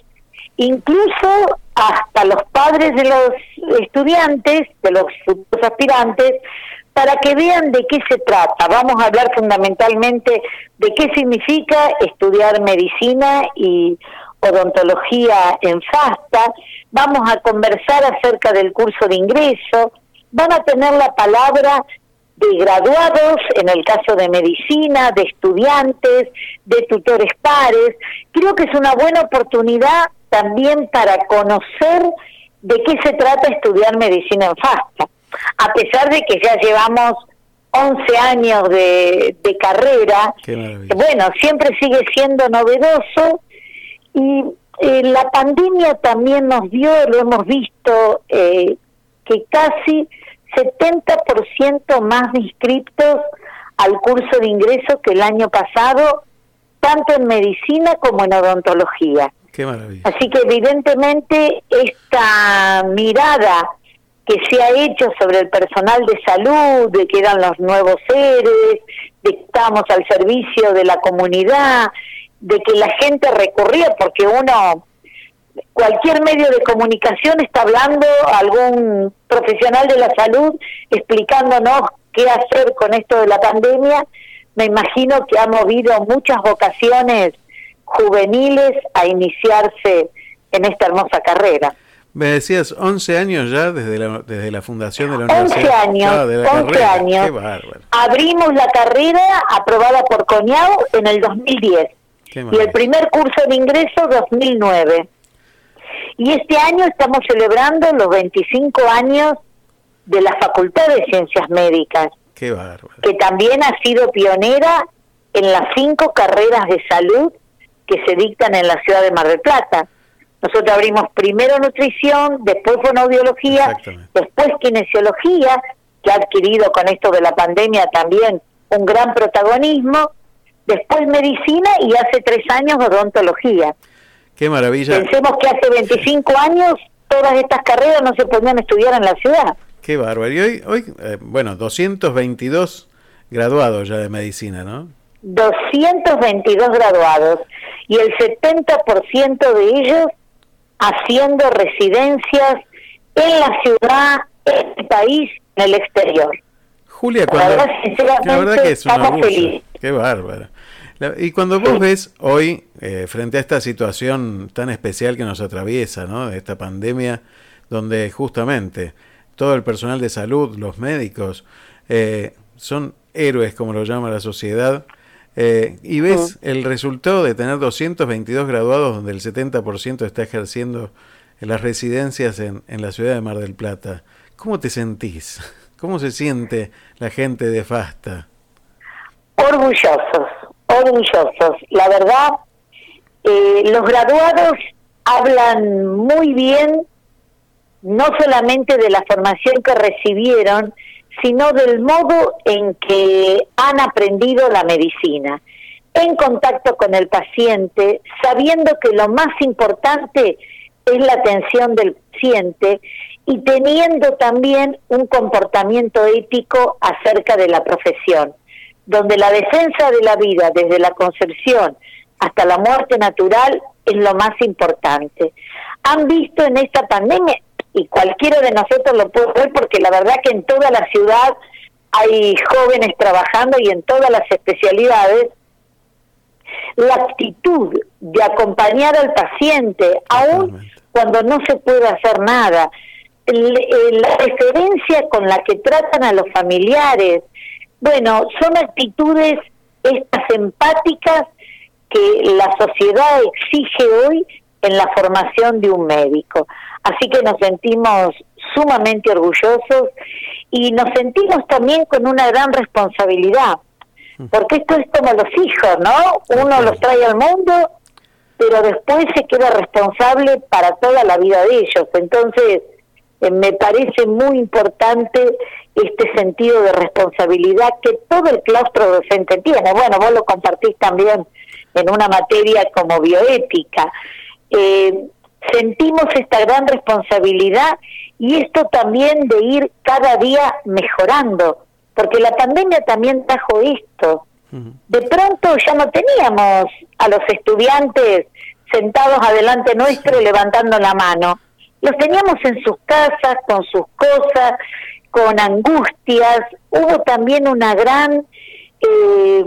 incluso hasta los padres de los estudiantes, de los futuros aspirantes, para que vean de qué se trata. Vamos a hablar fundamentalmente de qué significa estudiar medicina y odontología en FASTA. Vamos a conversar acerca del curso de ingreso. Van a tener la palabra de graduados, en el caso de medicina, de estudiantes, de tutores pares. Creo que es una buena oportunidad también para conocer de qué se trata estudiar medicina en FASTA. A pesar de que ya llevamos once años de, de carrera, bueno, siempre sigue siendo novedoso y eh, la pandemia también nos dio, lo hemos visto, eh, que casi setenta por ciento más de inscriptos al curso de ingreso que el año pasado, tanto en medicina como en odontología. Qué maravilla. Así que evidentemente esta mirada que se ha hecho sobre el personal de salud, de que eran los nuevos seres, de que estábamos al servicio de la comunidad, de que la gente recurría, porque uno, cualquier medio de comunicación está hablando, algún profesional de la salud explicándonos qué hacer con esto de la pandemia. Me imagino que ha movido muchas vocaciones juveniles a iniciarse en esta hermosa carrera. Me decías, once años ya desde la, desde la fundación de la once universidad. Años, Ah, de la once carrera. años. Qué bárbaro. Abrimos la carrera aprobada por CONIAU en el dos mil diez Qué y el maravilla. primer curso de ingreso dos mil nueve. Y este año estamos celebrando los veinticinco años de la Facultad de Ciencias Médicas, Qué bárbaro. que también ha sido pionera en las cinco carreras de salud que se dictan en la ciudad de Mar del Plata. Nosotros abrimos primero nutrición, después fonoaudiología, después kinesiología, que ha adquirido con esto de la pandemia también un gran protagonismo, después medicina y hace tres años odontología. Qué maravilla. Pensemos que hace veinticinco años todas estas carreras no se podían estudiar en la ciudad. Qué bárbaro. Y hoy, hoy eh, bueno, doscientos veintidós graduados ya de medicina, ¿no? doscientos veintidós graduados y el setenta por ciento de ellos haciendo residencias en la ciudad, en el país, en el exterior. Julia, La cuando, verdad, sinceramente, la verdad que es un estamos orgullo. felices. Qué bárbaro. La- Y cuando vos ves hoy, eh, frente a esta situación tan especial que nos atraviesa, ¿no? Esta pandemia, donde justamente todo el personal de salud, los médicos, eh, son héroes, como lo llama la sociedad, eh, y ves el resultado de tener doscientos veintidós graduados, donde el setenta por ciento está ejerciendo en las residencias en, en la ciudad de Mar del Plata. ¿Cómo te sentís? ¿Cómo se siente la gente de FASTA? Orgullosos, orgullosos. La verdad, eh, los graduados hablan muy bien, no solamente de la formación que recibieron, sino del modo en que han aprendido la medicina, en contacto con el paciente, sabiendo que lo más importante es la atención del paciente y teniendo también un comportamiento ético acerca de la profesión, donde la defensa de la vida desde la concepción hasta la muerte natural es lo más importante. Han visto en esta pandemia, y cualquiera de nosotros lo puede ver porque la verdad que en toda la ciudad hay jóvenes trabajando y en todas las especialidades, la actitud de acompañar al paciente, aún cuando no se puede hacer nada, la referencia con la que tratan a los familiares, bueno, son actitudes estas empáticas que la sociedad exige hoy en la formación de un médico. Así que nos sentimos sumamente orgullosos y nos sentimos también con una gran responsabilidad, porque esto es como los hijos, ¿no? Uno los trae al mundo, pero después se queda responsable para toda la vida de ellos. Entonces, eh, me parece muy importante este sentido de responsabilidad que todo el claustro docente tiene. Bueno, vos lo compartís también en una materia como bioética. Eh, sentimos esta gran responsabilidad y esto también de ir cada día mejorando, porque la pandemia también trajo esto. De pronto ya no teníamos a los estudiantes sentados adelante nuestro levantando la mano. Los teníamos en sus casas, con sus cosas, con angustias. Hubo también una gran, eh,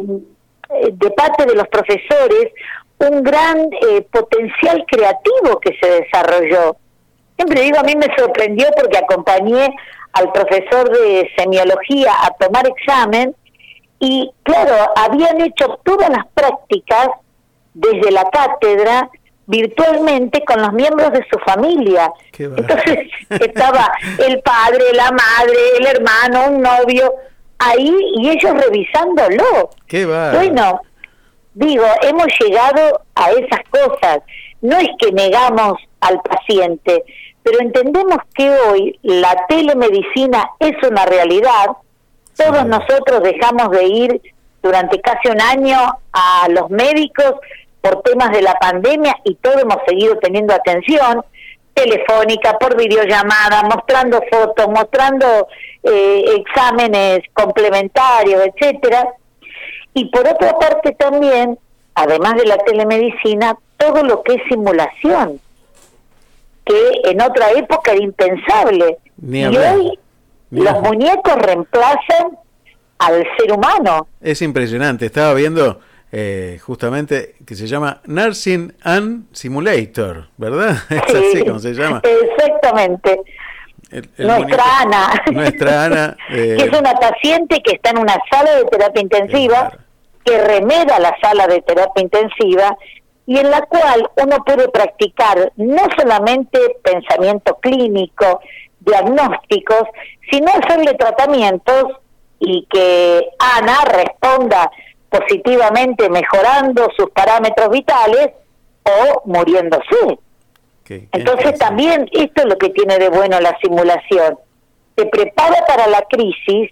de parte de los profesores, un gran eh, potencial creativo que se desarrolló. Siempre digo, a mí me sorprendió porque acompañé al profesor de semiología a tomar examen y, claro, habían hecho todas las prácticas desde la cátedra virtualmente con los miembros de su familia. Entonces estaba el padre, la madre, el hermano, un novio ahí y ellos revisándolo. Qué bueno, digo, hemos llegado a esas cosas. No es que negamos al paciente, pero entendemos que hoy la telemedicina es una realidad. Todos sí. Nosotros dejamos de ir durante casi un año a los médicos por temas de la pandemia y todos hemos seguido teniendo atención telefónica, por videollamada, mostrando fotos, mostrando eh, exámenes complementarios, etcétera. Y por otra parte también, además de la telemedicina, todo lo que es simulación, que en otra época era impensable. Ni y hablar. hoy Ni los hablar. muñecos reemplazan al ser humano. Es impresionante. Estaba viendo eh, justamente que se llama Nursing and Simulator, ¿verdad? Es Sí, así como se llama. Exactamente. El, el Nuestra muñeco- Ana. Nuestra Ana. eh, que es una paciente que está en una sala de terapia intensiva, que remeda la sala de terapia intensiva, y en la cual uno puede practicar no solamente pensamiento clínico, diagnósticos, sino hacerle tratamientos y que Ana responda positivamente mejorando sus parámetros vitales o muriéndose. que- Entonces también esto es lo que tiene de bueno la simulación. Te prepara para la crisis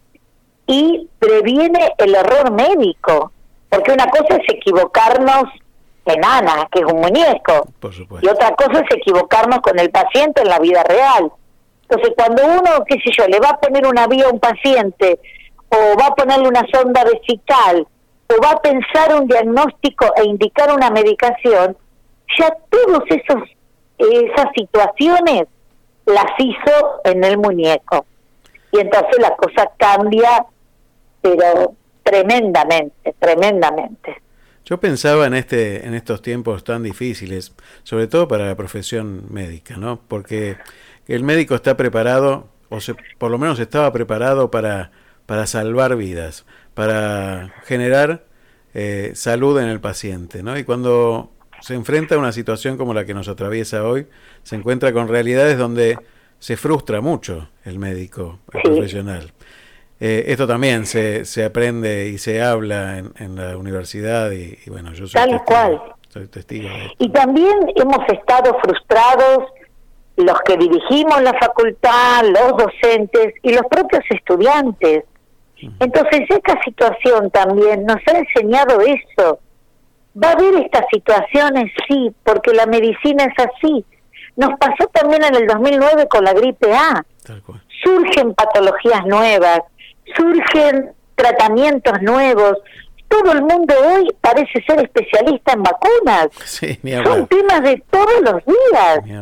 y previene el error médico. Porque una cosa es equivocarnos en Ana, que es un muñeco, Por supuesto. y otra cosa es equivocarnos con el paciente en la vida real. Entonces cuando uno, qué sé yo, le va a poner una vía a un paciente, o va a ponerle una sonda vesical, o va a pensar un diagnóstico e indicar una medicación, ya todos esos esas situaciones las hizo en el muñeco. Y entonces la cosa cambia, pero tremendamente, tremendamente. Yo pensaba en este en estos tiempos tan difíciles, sobre todo para la profesión médica, ¿no? Porque el médico está preparado, o se, por lo menos estaba preparado para, para salvar vidas, para generar eh, salud en el paciente, ¿no? Y cuando se enfrenta a una situación como la que nos atraviesa hoy, se encuentra con realidades donde se frustra mucho el médico, el Sí. profesional. Eh, esto también se, se aprende y se habla en, en la universidad y, y bueno, yo soy Tal testigo, cual. soy testigo de esto. Y también hemos estado frustrados los que dirigimos la facultad, los docentes y los propios estudiantes. Entonces esta situación también nos ha enseñado eso. Va a haber estas situaciones, sí, porque la medicina es así. Nos pasó también en el dos mil nueve con la gripe A. Surgen patologías nuevas, surgen tratamientos nuevos. Todo el mundo hoy parece ser especialista en vacunas. Sí, ni Son hablar. temas de todos los días. Ni hablar.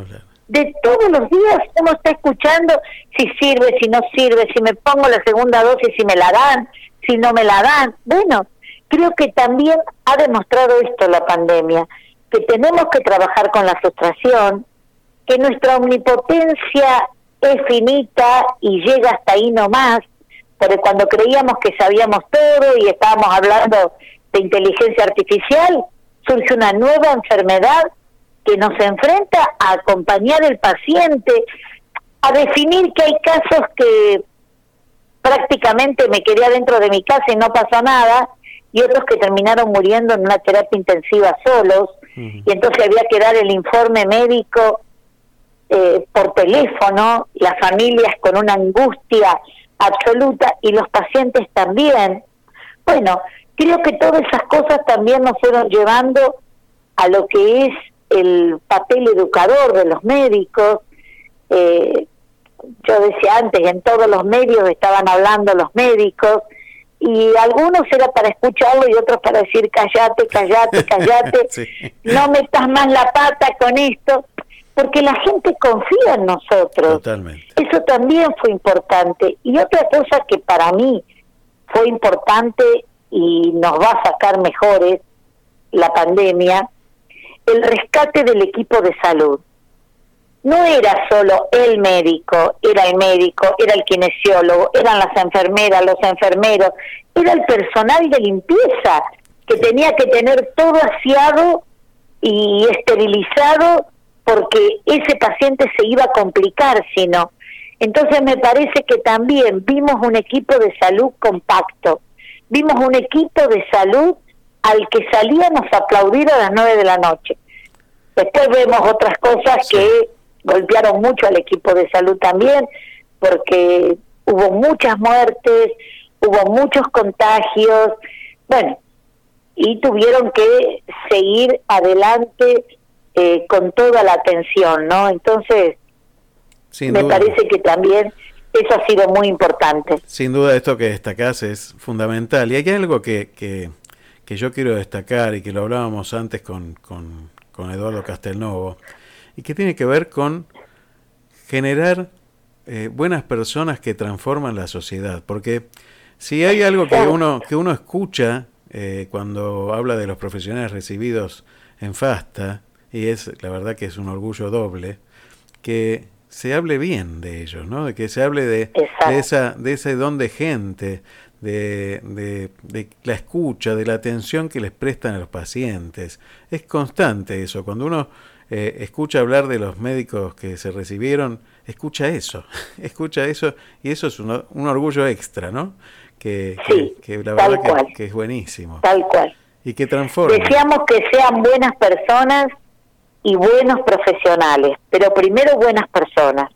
de todos los días uno está escuchando si sirve, si no sirve, si me pongo la segunda dosis, si me la dan, si no me la dan. Bueno, creo que también ha demostrado esto la pandemia, que tenemos que trabajar con la frustración, que nuestra omnipotencia es finita y llega hasta ahí nomás, porque cuando creíamos que sabíamos todo y estábamos hablando de inteligencia artificial, surge una nueva enfermedad que nos enfrenta a acompañar al paciente, a definir que hay casos que prácticamente me quedé adentro de mi casa y no pasó nada, y otros que terminaron muriendo en una terapia intensiva solos, uh-huh. y entonces había que dar el informe médico eh, por teléfono, las familias con una angustia absoluta y los pacientes también. Bueno, creo que todas esas cosas también nos fueron llevando a lo que es el papel educador de los médicos. Eh, yo decía antes, en todos los medios estaban hablando los médicos, y algunos era para escucharlo y otros para decir cállate, cállate, cállate, sí. no metas más la pata con esto, porque la gente confía en nosotros. Totalmente. Eso también fue importante. Y otra cosa que para mí fue importante y nos va a sacar mejores la pandemia, el rescate del equipo de salud. No era solo el médico, era el médico, era el kinesiólogo, eran las enfermeras, los enfermeros, era el personal de limpieza que tenía que tener todo aseado y esterilizado porque ese paciente se iba a complicar si no. Entonces me parece que también vimos un equipo de salud compacto, vimos un equipo de salud al que salíamos a aplaudir a las nueve de la noche. Después vemos otras cosas sí. que golpearon mucho al equipo de salud también, porque hubo muchas muertes, hubo muchos contagios, bueno, y tuvieron que seguir adelante eh, con toda la atención, ¿no? Entonces, Sin me duda. parece que también eso ha sido muy importante. Sin duda esto que destacás es fundamental. Y hay algo que, que, que yo quiero destacar y que lo hablábamos antes con, con, con Eduardo Castelnovo, y que tiene que ver con generar eh, buenas personas que transforman la sociedad. Porque si hay algo que uno, que uno escucha eh, cuando habla de los profesionales recibidos en FASTA, y es la verdad que es un orgullo doble, que se hable bien de ellos, ¿no? De que se hable de, de esa de ese don de gente, de, de, de la escucha, de la atención que les prestan a los pacientes. Es constante eso. Cuando uno eh, escucha hablar de los médicos que se recibieron, escucha eso, escucha eso, y eso es un, un orgullo extra, ¿no? Que, sí, que, que la verdad que, que es buenísimo. Tal cual. Y que transforma. Deseamos que sean buenas personas y buenos profesionales, pero primero buenas personas.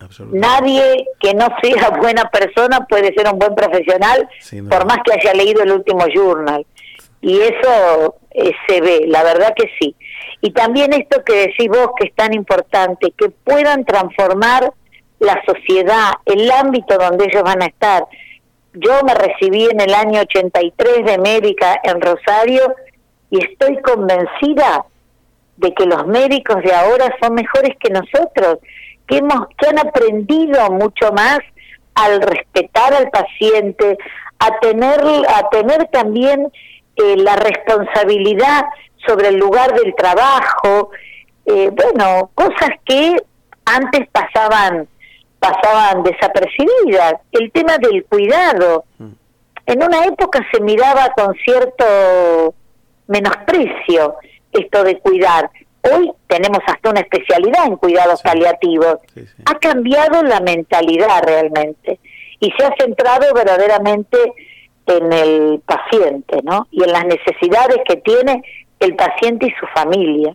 Nadie que no sea buena persona puede ser un buen profesional, por más que haya leído el último journal. Y eso eh, se ve, la verdad que sí. Y también esto que decís vos, que es tan importante, que puedan transformar la sociedad, el ámbito donde ellos van a estar. Yo me recibí en el año ochenta y tres de médica en Rosario y estoy convencida de que los médicos de ahora son mejores que nosotros, que hemos que han aprendido mucho más al respetar al paciente, a tener a tener también eh, la responsabilidad sobre el lugar del trabajo, eh, bueno, cosas que antes pasaban pasaban desapercibidas. El tema del cuidado, en una época se miraba con cierto menosprecio esto de cuidar. Hoy tenemos hasta una especialidad en cuidados sí. paliativos. Sí, sí. Ha cambiado la mentalidad realmente y se ha centrado verdaderamente en el paciente, ¿no? Y en las necesidades que tiene el paciente y su familia.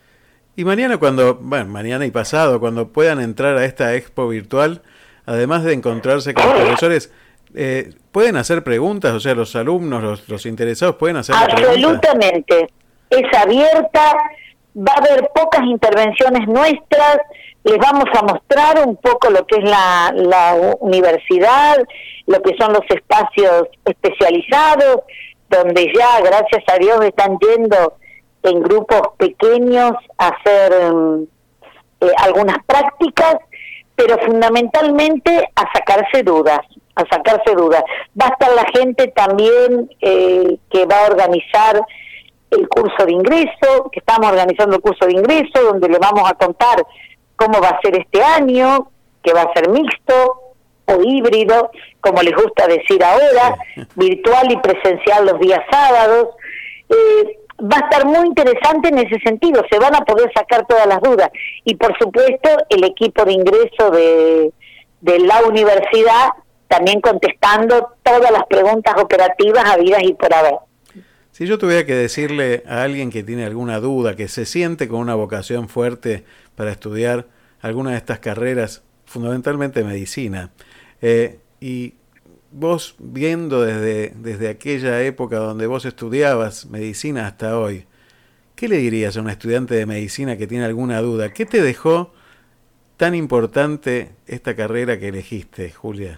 Y mañana cuando, bueno, mañana y pasado, cuando puedan entrar a esta expo virtual, además de encontrarse con los profesores, eh, ¿pueden hacer preguntas? O sea, los alumnos, los, los interesados, ¿pueden hacer preguntas? Absolutamente. Es abierta, va a haber pocas intervenciones nuestras, les vamos a mostrar un poco lo que es la, la universidad, lo que son los espacios especializados, donde ya, gracias a Dios, están yendo en grupos pequeños a hacer um, eh, algunas prácticas, pero fundamentalmente a sacarse dudas, a sacarse dudas. Va a estar la gente también eh, que va a organizar el curso de ingreso, que estamos organizando el curso de ingreso, donde le vamos a contar cómo va a ser este año, que va a ser mixto o híbrido, como les gusta decir ahora, virtual y presencial los días sábados. Eh, va a estar muy interesante en ese sentido, se van a poder sacar todas las dudas. Y por supuesto, el equipo de ingreso de, de la universidad también contestando todas las preguntas operativas habidas y por haber. Si yo tuviera que decirle a alguien que tiene alguna duda, que se siente con una vocación fuerte para estudiar alguna de estas carreras, fundamentalmente medicina, eh, y vos viendo desde, desde aquella época donde vos estudiabas medicina hasta hoy, ¿qué le dirías a un estudiante de medicina que tiene alguna duda? ¿Qué te dejó tan importante esta carrera que elegiste, Julia?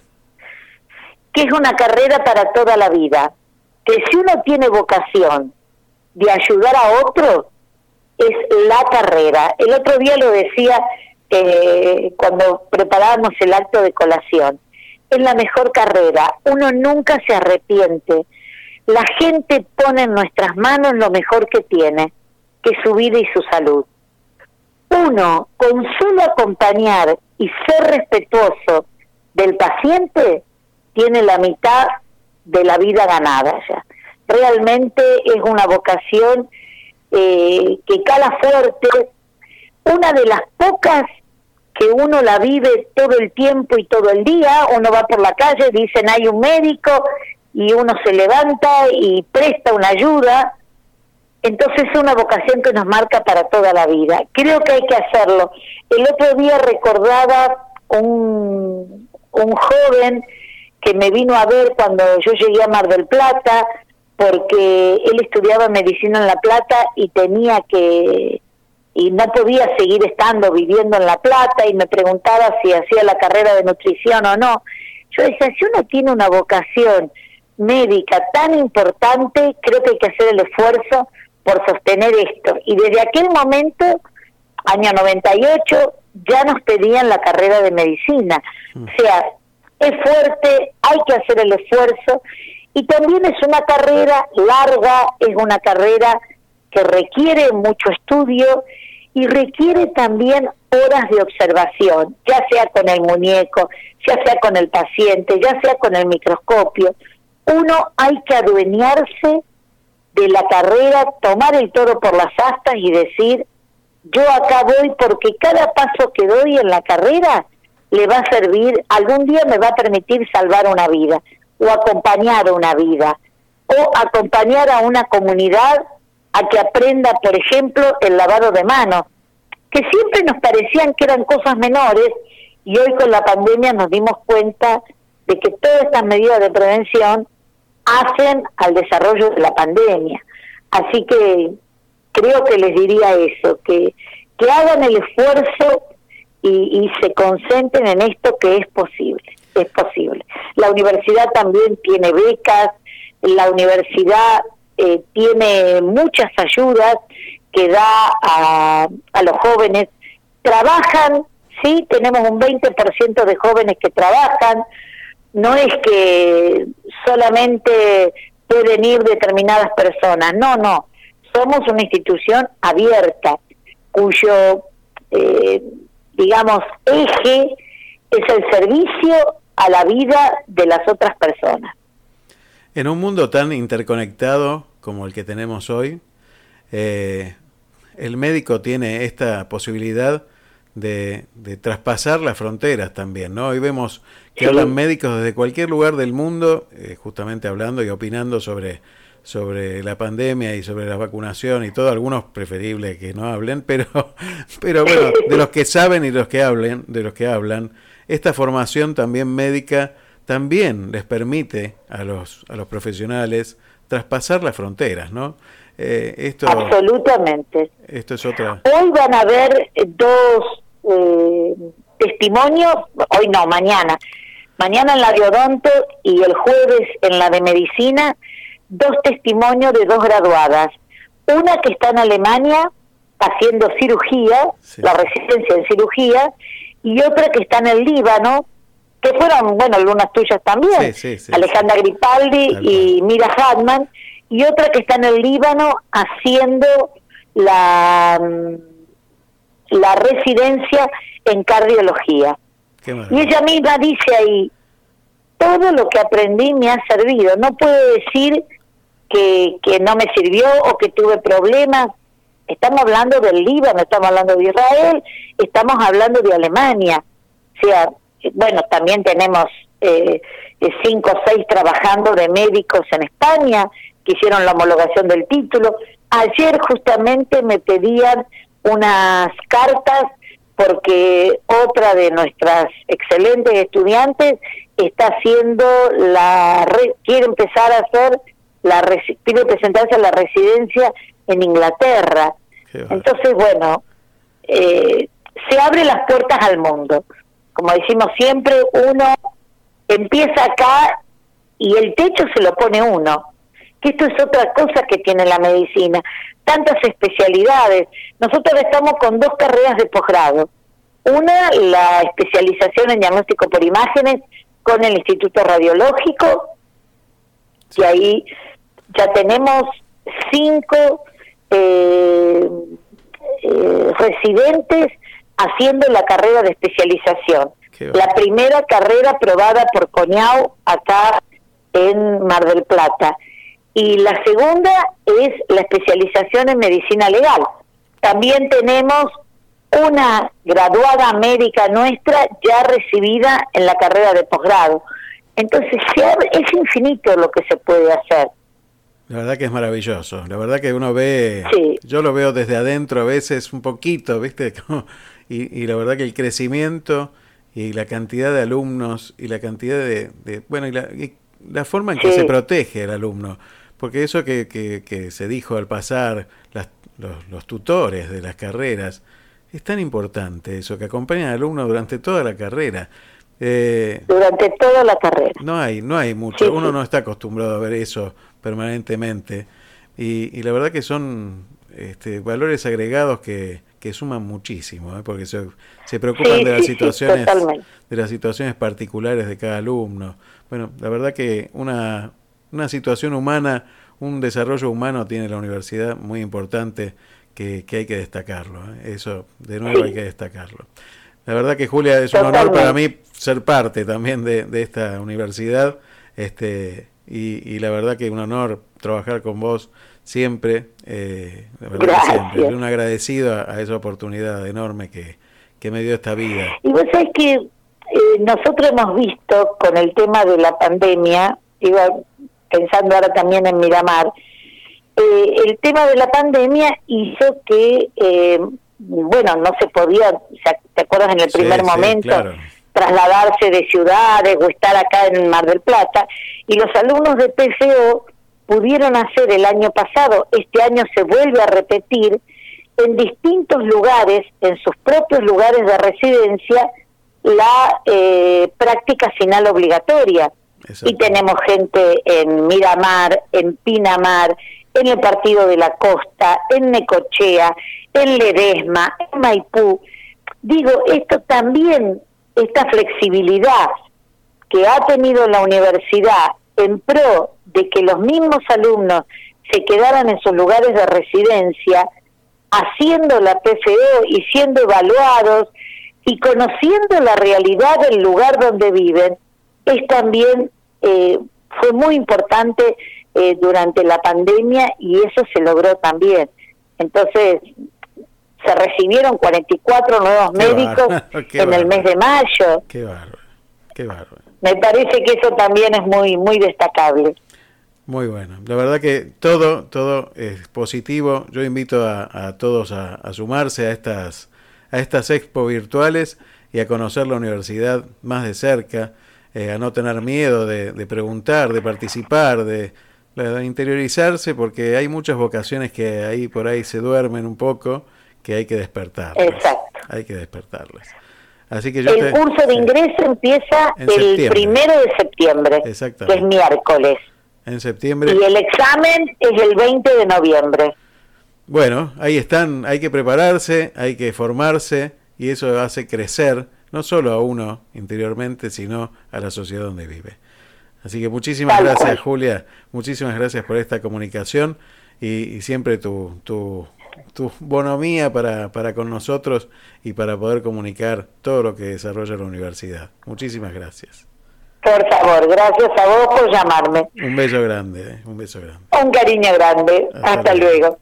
Que es una carrera para toda la vida, que si uno tiene vocación de ayudar a otro, es la carrera. El otro día lo decía eh, cuando preparábamos el acto de colación, es la mejor carrera, uno nunca se arrepiente, la gente pone en nuestras manos lo mejor que tiene, que es su vida y su salud. Uno, con solo acompañar y ser respetuoso del paciente, tiene la mitad de la vida ganada ya. Realmente es una vocación eh, que cala fuerte, una de las pocas que uno la vive todo el tiempo y todo el día. Uno va por la calle, dicen hay un médico y uno se levanta y presta una ayuda. Entonces es una vocación que nos marca para toda la vida. Creo que hay que hacerlo. El otro día recordaba un, un joven que me vino a ver cuando yo llegué a Mar del Plata, porque él estudiaba medicina en La Plata y tenía que, y no podía seguir estando viviendo en La Plata, y me preguntaba si hacía la carrera de nutrición o no. Yo decía, si uno tiene una vocación médica tan importante, creo que hay que hacer el esfuerzo por sostener esto. Y desde aquel momento, año noventa y ocho, ya nos pedían la carrera de medicina. Mm. O sea, es fuerte, hay que hacer el esfuerzo, y también es una carrera larga, es una carrera que requiere mucho estudio y requiere también horas de observación, ya sea con el muñeco, ya sea con el paciente, ya sea con el microscopio. Uno hay que adueñarse de la carrera, tomar el toro por las astas y decir, yo acá voy porque cada paso que doy en la carrera le va a servir, algún día me va a permitir salvar una vida, o acompañar una vida, o acompañar a una comunidad a que aprenda, por ejemplo, el lavado de manos, que siempre nos parecían que eran cosas menores, y hoy con la pandemia nos dimos cuenta de que todas estas medidas de prevención hacen al desarrollo de la pandemia. Así que creo que les diría eso, que, que hagan el esfuerzo y, y se concentren en esto, que es posible, es posible. La universidad también tiene becas, la universidad eh, tiene muchas ayudas que da a, a los jóvenes. Trabajan, sí, tenemos un veinte por ciento de jóvenes que trabajan, no es que solamente pueden ir determinadas personas, no, no, somos una institución abierta, cuyo, eh, digamos, eje es el servicio a la vida de las otras personas. En un mundo tan interconectado como el que tenemos hoy, eh, el médico tiene esta posibilidad de, de traspasar las fronteras también, ¿no? Hoy vemos que sí. Hablan médicos desde cualquier lugar del mundo, eh, justamente hablando y opinando sobre, sobre la pandemia y sobre la vacunación y todo, algunos preferibles que no hablen, pero, pero bueno, de los que saben y los que hablen, de los que hablan, esta formación también médica también les permite a los, a los profesionales traspasar las fronteras, ¿no? Eh, esto, Absolutamente. Esto es otra. Hoy van a haber dos eh, testimonios, hoy no, mañana. Mañana en la de odonto y el jueves en la de medicina, dos testimonios de dos graduadas. Una que está en Alemania haciendo cirugía, sí. la residencia en cirugía, y otra que está en el Líbano, que fueron, bueno, algunas tuyas también, sí, sí, sí, Alejandra sí. Gripaldi Tal y cual. Mira Hartman, y otra que está en el Líbano haciendo la, la residencia en cardiología. Y ella misma dice ahí, todo lo que aprendí me ha servido, no puedo decir que, que no me sirvió o que tuve problemas. Estamos hablando del Líbano, estamos hablando de Israel, estamos hablando de Alemania. O sea, bueno, también tenemos eh, cinco o seis trabajando de médicos en España que hicieron la homologación del título. Ayer justamente me pedían unas cartas porque otra de nuestras excelentes estudiantes está haciendo la, quiere empezar a hacer, la quiere presentarse a la residencia en Inglaterra. Entonces, bueno, eh, se abren las puertas al mundo. Como decimos siempre, uno empieza acá y el techo se lo pone uno. Que esto es otra cosa que tiene la medicina. Tantas especialidades. Nosotros estamos con dos carreras de posgrado. Una, la especialización en diagnóstico por imágenes con el Instituto Radiológico, y ahí ya tenemos cinco eh, eh, residentes haciendo la carrera de especialización. La primera carrera aprobada por CONIAU acá en Mar del Plata. Y la segunda es la especialización en medicina legal. También tenemos una graduada médica nuestra ya recibida en la carrera de posgrado. Entonces es infinito lo que se puede hacer. La verdad que es maravilloso. La verdad que uno ve, sí. yo lo veo desde adentro a veces un poquito, ¿viste? y, y la verdad que el crecimiento y la cantidad de alumnos y la cantidad de, de bueno, y la, y la forma en que sí. se protege el alumno. Porque eso que, que, que se dijo al pasar, las, los, los tutores de las carreras, es tan importante eso, que acompañan al alumno durante toda la carrera. Eh, durante toda la carrera. No hay, no hay mucho, sí, uno sí. no está acostumbrado a ver eso permanentemente. Y, y la verdad que son este, valores agregados que, que suman muchísimo, ¿eh? Porque se, se preocupan sí, de las sí, situaciones, sí, de las situaciones particulares de cada alumno. Bueno, la verdad que una, una situación humana, un desarrollo humano tiene la universidad muy importante que, que hay que destacarlo, ¿eh? Eso de nuevo sí. hay que destacarlo. La verdad que Julia, es un Totalmente. honor para mí ser parte también de, de esta universidad, este y, y la verdad que un honor trabajar con vos siempre, eh, la verdad Gracias. que siempre, soy un agradecido a, a esa oportunidad enorme que, que me dio esta vida. Y vos sabés que eh, nosotros hemos visto con el tema de la pandemia, iba pensando ahora también en Miramar, eh, el tema de la pandemia hizo que, eh, bueno, no se podía, ¿te acuerdas en el primer sí, momento? Sí, claro. Trasladarse de ciudades o estar acá en Mar del Plata, y los alumnos de P C O pudieron hacer el año pasado, este año se vuelve a repetir, en distintos lugares, en sus propios lugares de residencia, la eh, práctica final obligatoria. Exacto. Y tenemos gente en Miramar, en Pinamar, en el Partido de la Costa, en Necochea, en Ledesma, en Maipú. Digo, esto también, esta flexibilidad que ha tenido la universidad en pro de que los mismos alumnos se quedaran en sus lugares de residencia, haciendo la P F O y siendo evaluados y conociendo la realidad del lugar donde viven, es también, eh, fue muy importante eh, durante la pandemia, y eso se logró también. Entonces, se recibieron cuarenta y cuatro nuevos qué médicos en bárbaro. el mes de mayo. Qué bárbaro, qué bárbaro. Me parece que eso también es muy muy destacable. Muy bueno. La verdad que todo todo es positivo. Yo invito a, a todos a, a sumarse a estas a estas expo virtuales y a conocer la universidad más de cerca, eh, a no tener miedo de, de preguntar, de participar, de, de interiorizarse, porque hay muchas vocaciones que ahí por ahí se duermen un poco, que hay que despertarlas. Exacto. Hay que despertarlas. Así que yo el te, curso de ingreso sí. empieza en el septiembre. primero de septiembre, que es miércoles. En septiembre. Y el examen es el veinte de noviembre. bueno, ahí están, hay que prepararse, hay que formarse y eso hace crecer no solo a uno interiormente, sino a la sociedad donde vive. Así que muchísimas Tal gracias, cual. Julia, muchísimas gracias por esta comunicación y, y siempre tu, tu, tu bonomía para, para con nosotros y para poder comunicar todo lo que desarrolla la universidad. Muchísimas gracias. Por favor, gracias a vos por llamarme. Un beso grande, eh, un beso grande. Un cariño grande. Hasta Hasta, luego. luego.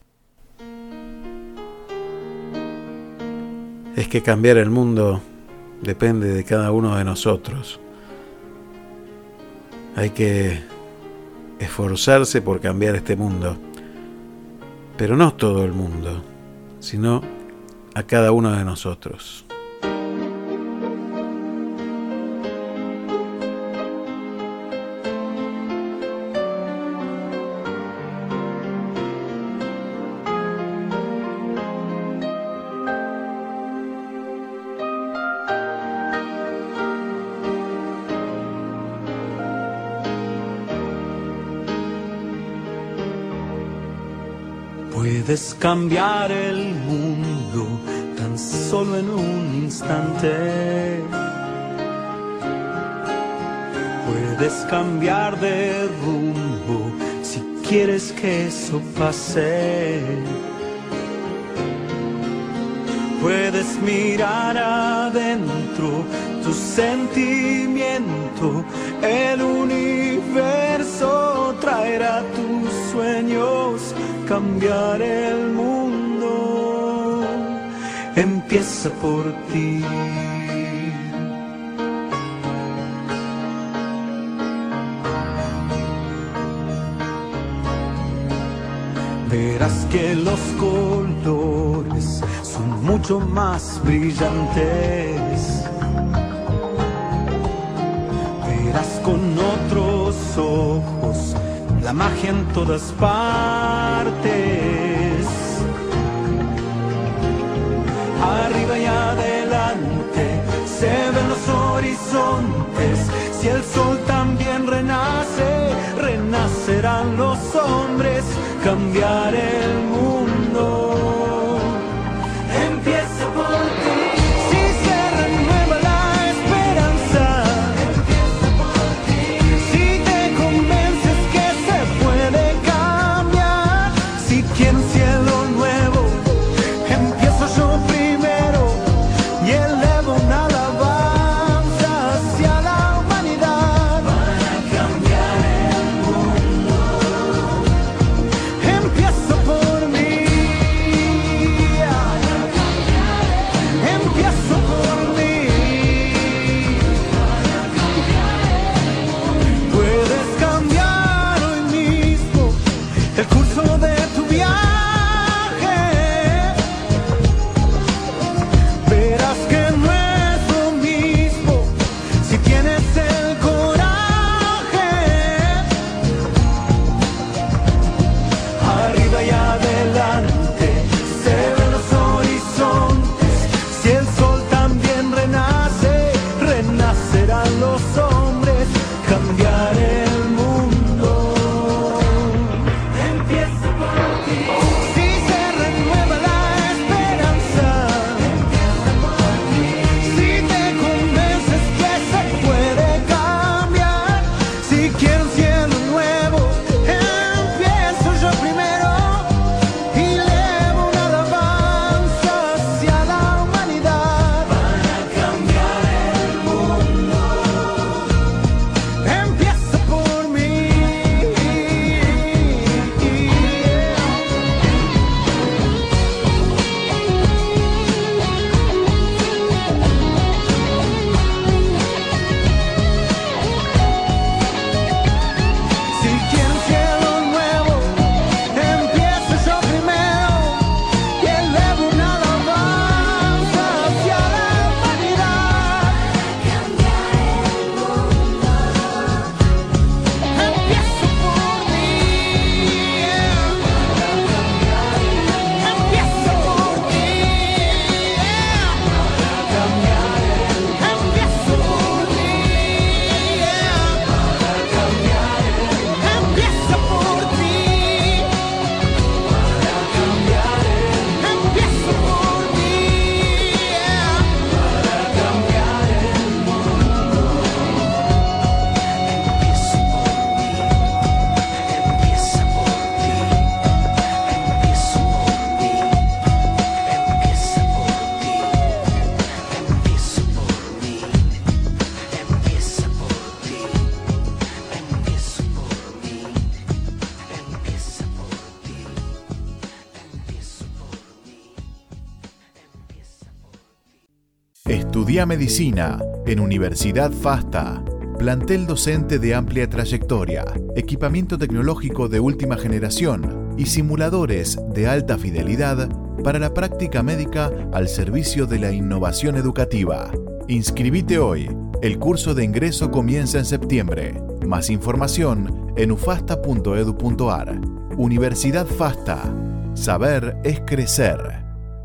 Es que cambiar el mundo depende de cada uno de nosotros. Hay que esforzarse por cambiar este mundo, pero no todo el mundo, sino a cada uno de nosotros. Puedes cambiar el mundo tan solo en un instante. Puedes cambiar de rumbo si quieres que eso pase. Puedes mirar adentro tu sentimiento, el universo traerá tus sueños. Cambiar el mundo empieza por ti. Verás que los colores son mucho más brillantes. Verás con otros ojos la magia en todas partes. Arriba y adelante se ven los horizontes. Si el sol también renace, renacerán los hombres. Cambiar el mundo empieza por ti. Si se renueva la esperanza, empieza por ti. Si te convences que se puede cambiar, si Estudia Medicina en Universidad FASTA. Plantel docente de amplia trayectoria, equipamiento tecnológico de última generación y simuladores de alta fidelidad para la práctica médica al servicio de la innovación educativa. Inscribite hoy. El curso de ingreso comienza en septiembre. Más información en ufasta punto edu punto ar. Universidad FASTA. Saber es crecer.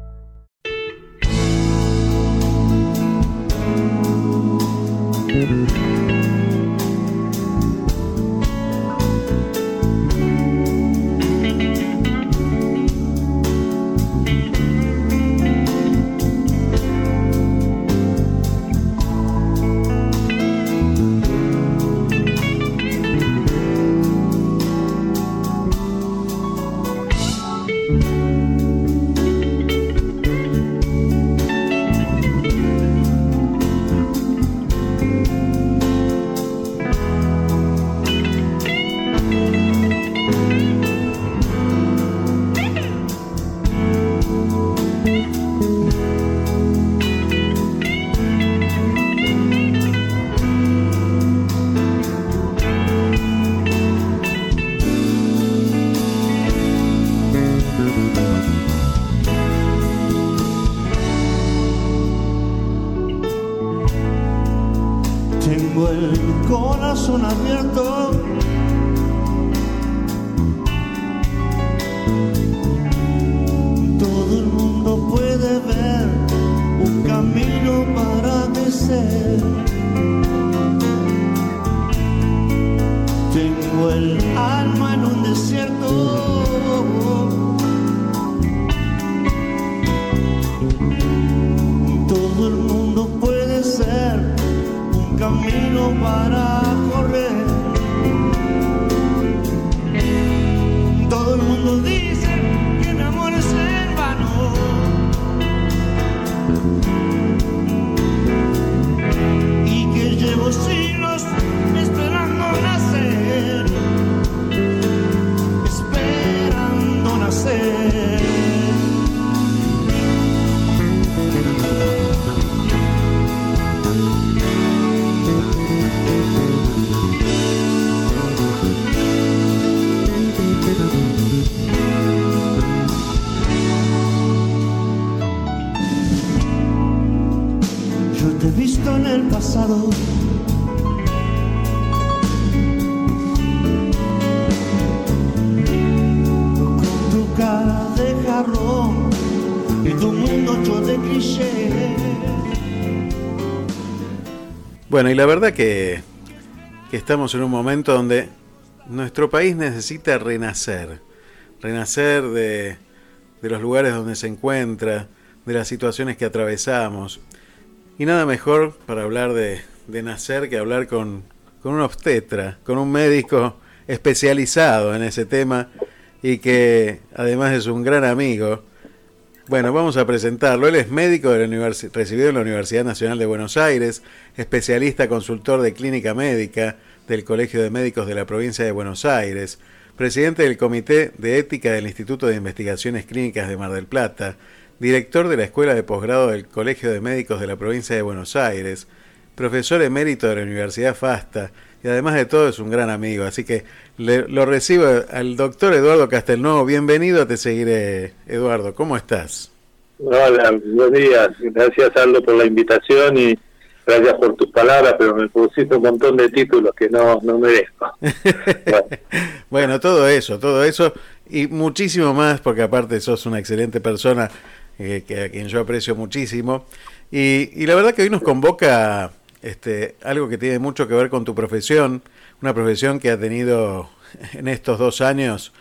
Bueno, y la verdad que, que estamos en un momento donde nuestro país necesita renacer, renacer de, de los lugares donde se encuentra, de las situaciones que atravesamos. Y nada mejor para hablar de, de nacer que hablar con, con un obstetra, con un médico especializado en ese tema y que además es un gran amigo. Bueno, vamos a presentarlo. Él es médico de la universi- recibido en la Universidad Nacional de Buenos Aires, especialista consultor de clínica médica del Colegio de Médicos de la Provincia de Buenos Aires, presidente del Comité de Ética del Instituto de Investigaciones Clínicas de Mar del Plata, director de la Escuela de Posgrado del Colegio de Médicos de la Provincia de Buenos Aires, profesor emérito de la Universidad FASTA y además de todo es un gran amigo. Así que le, lo recibo al doctor Eduardo Castelnuovo. Bienvenido a Te Seguiré, Eduardo. ¿Cómo estás? Hola, buenos días. Gracias, Aldo, por la invitación y gracias por tus palabras, pero me pusiste un montón de títulos que no, no merezco. Bueno. Bueno, todo eso, todo eso y muchísimo más, porque aparte sos una excelente persona eh, que a quien yo aprecio muchísimo. Y, y la verdad que hoy nos convoca este, algo que tiene mucho que ver con tu profesión, una profesión que ha tenido en estos dos años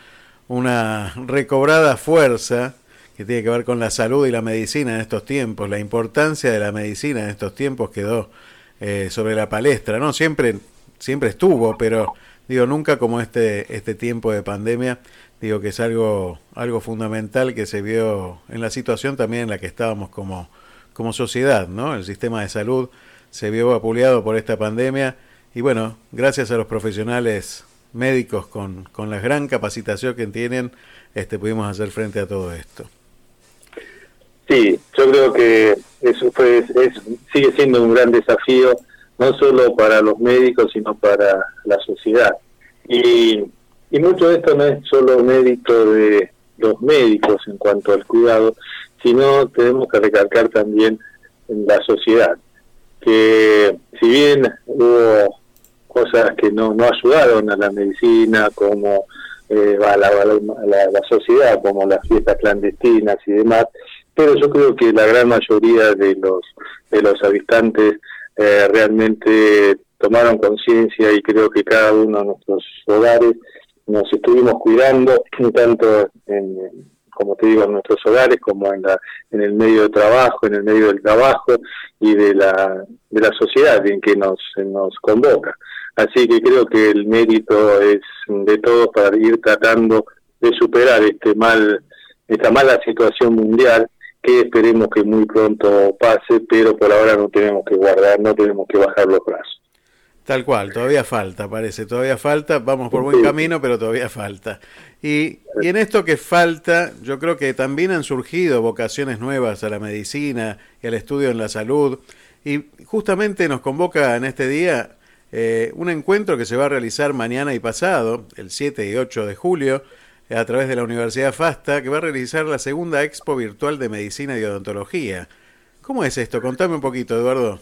una recobrada fuerza que tiene que ver con la salud y la medicina en estos tiempos. La importancia de la medicina en estos tiempos quedó eh, sobre la palestra, ¿no? Siempre, siempre estuvo, pero digo, nunca como este, este tiempo de pandemia. Digo que es algo, algo fundamental que se vio en la situación también en la que estábamos como, como sociedad, ¿no? El sistema de salud se vio vapuleado por esta pandemia y bueno, gracias a los profesionales médicos con, con la gran capacitación que tienen, este, pudimos hacer frente a todo esto. Sí, yo creo que eso fue, es, sigue siendo un gran desafío, no solo para los médicos, sino para la sociedad. Y, y mucho de esto no es solo mérito de los médicos en cuanto al cuidado, sino tenemos que recalcar también en la sociedad, que si bien hubo cosas que no, no ayudaron a la medicina, como eh, a la, a la, a la sociedad, como las fiestas clandestinas y demás, pero yo creo que la gran mayoría de los de los habitantes eh, realmente tomaron conciencia, y creo que cada uno de nuestros hogares nos estuvimos cuidando, tanto en, como te digo, en nuestros hogares, como en la en el medio de trabajo, en el medio del trabajo y de la de la sociedad en que nos nos convoca. Así que creo que el mérito es de todos para ir tratando de superar este mal esta mala situación mundial, que esperemos que muy pronto pase, pero por ahora no tenemos que guardar, no tenemos que bajar los brazos. Tal cual, todavía falta, parece, todavía falta, vamos por buen sí. camino, pero todavía falta. Y, y en esto que falta, yo creo que también han surgido vocaciones nuevas a la medicina y al estudio en la salud, y justamente nos convoca en este día eh, un encuentro que se va a realizar mañana y pasado, el siete y ocho de julio, a través de la Universidad FASTA, que va a realizar la segunda Expo Virtual de Medicina y Odontología. ¿Cómo es esto? Contame un poquito, Eduardo.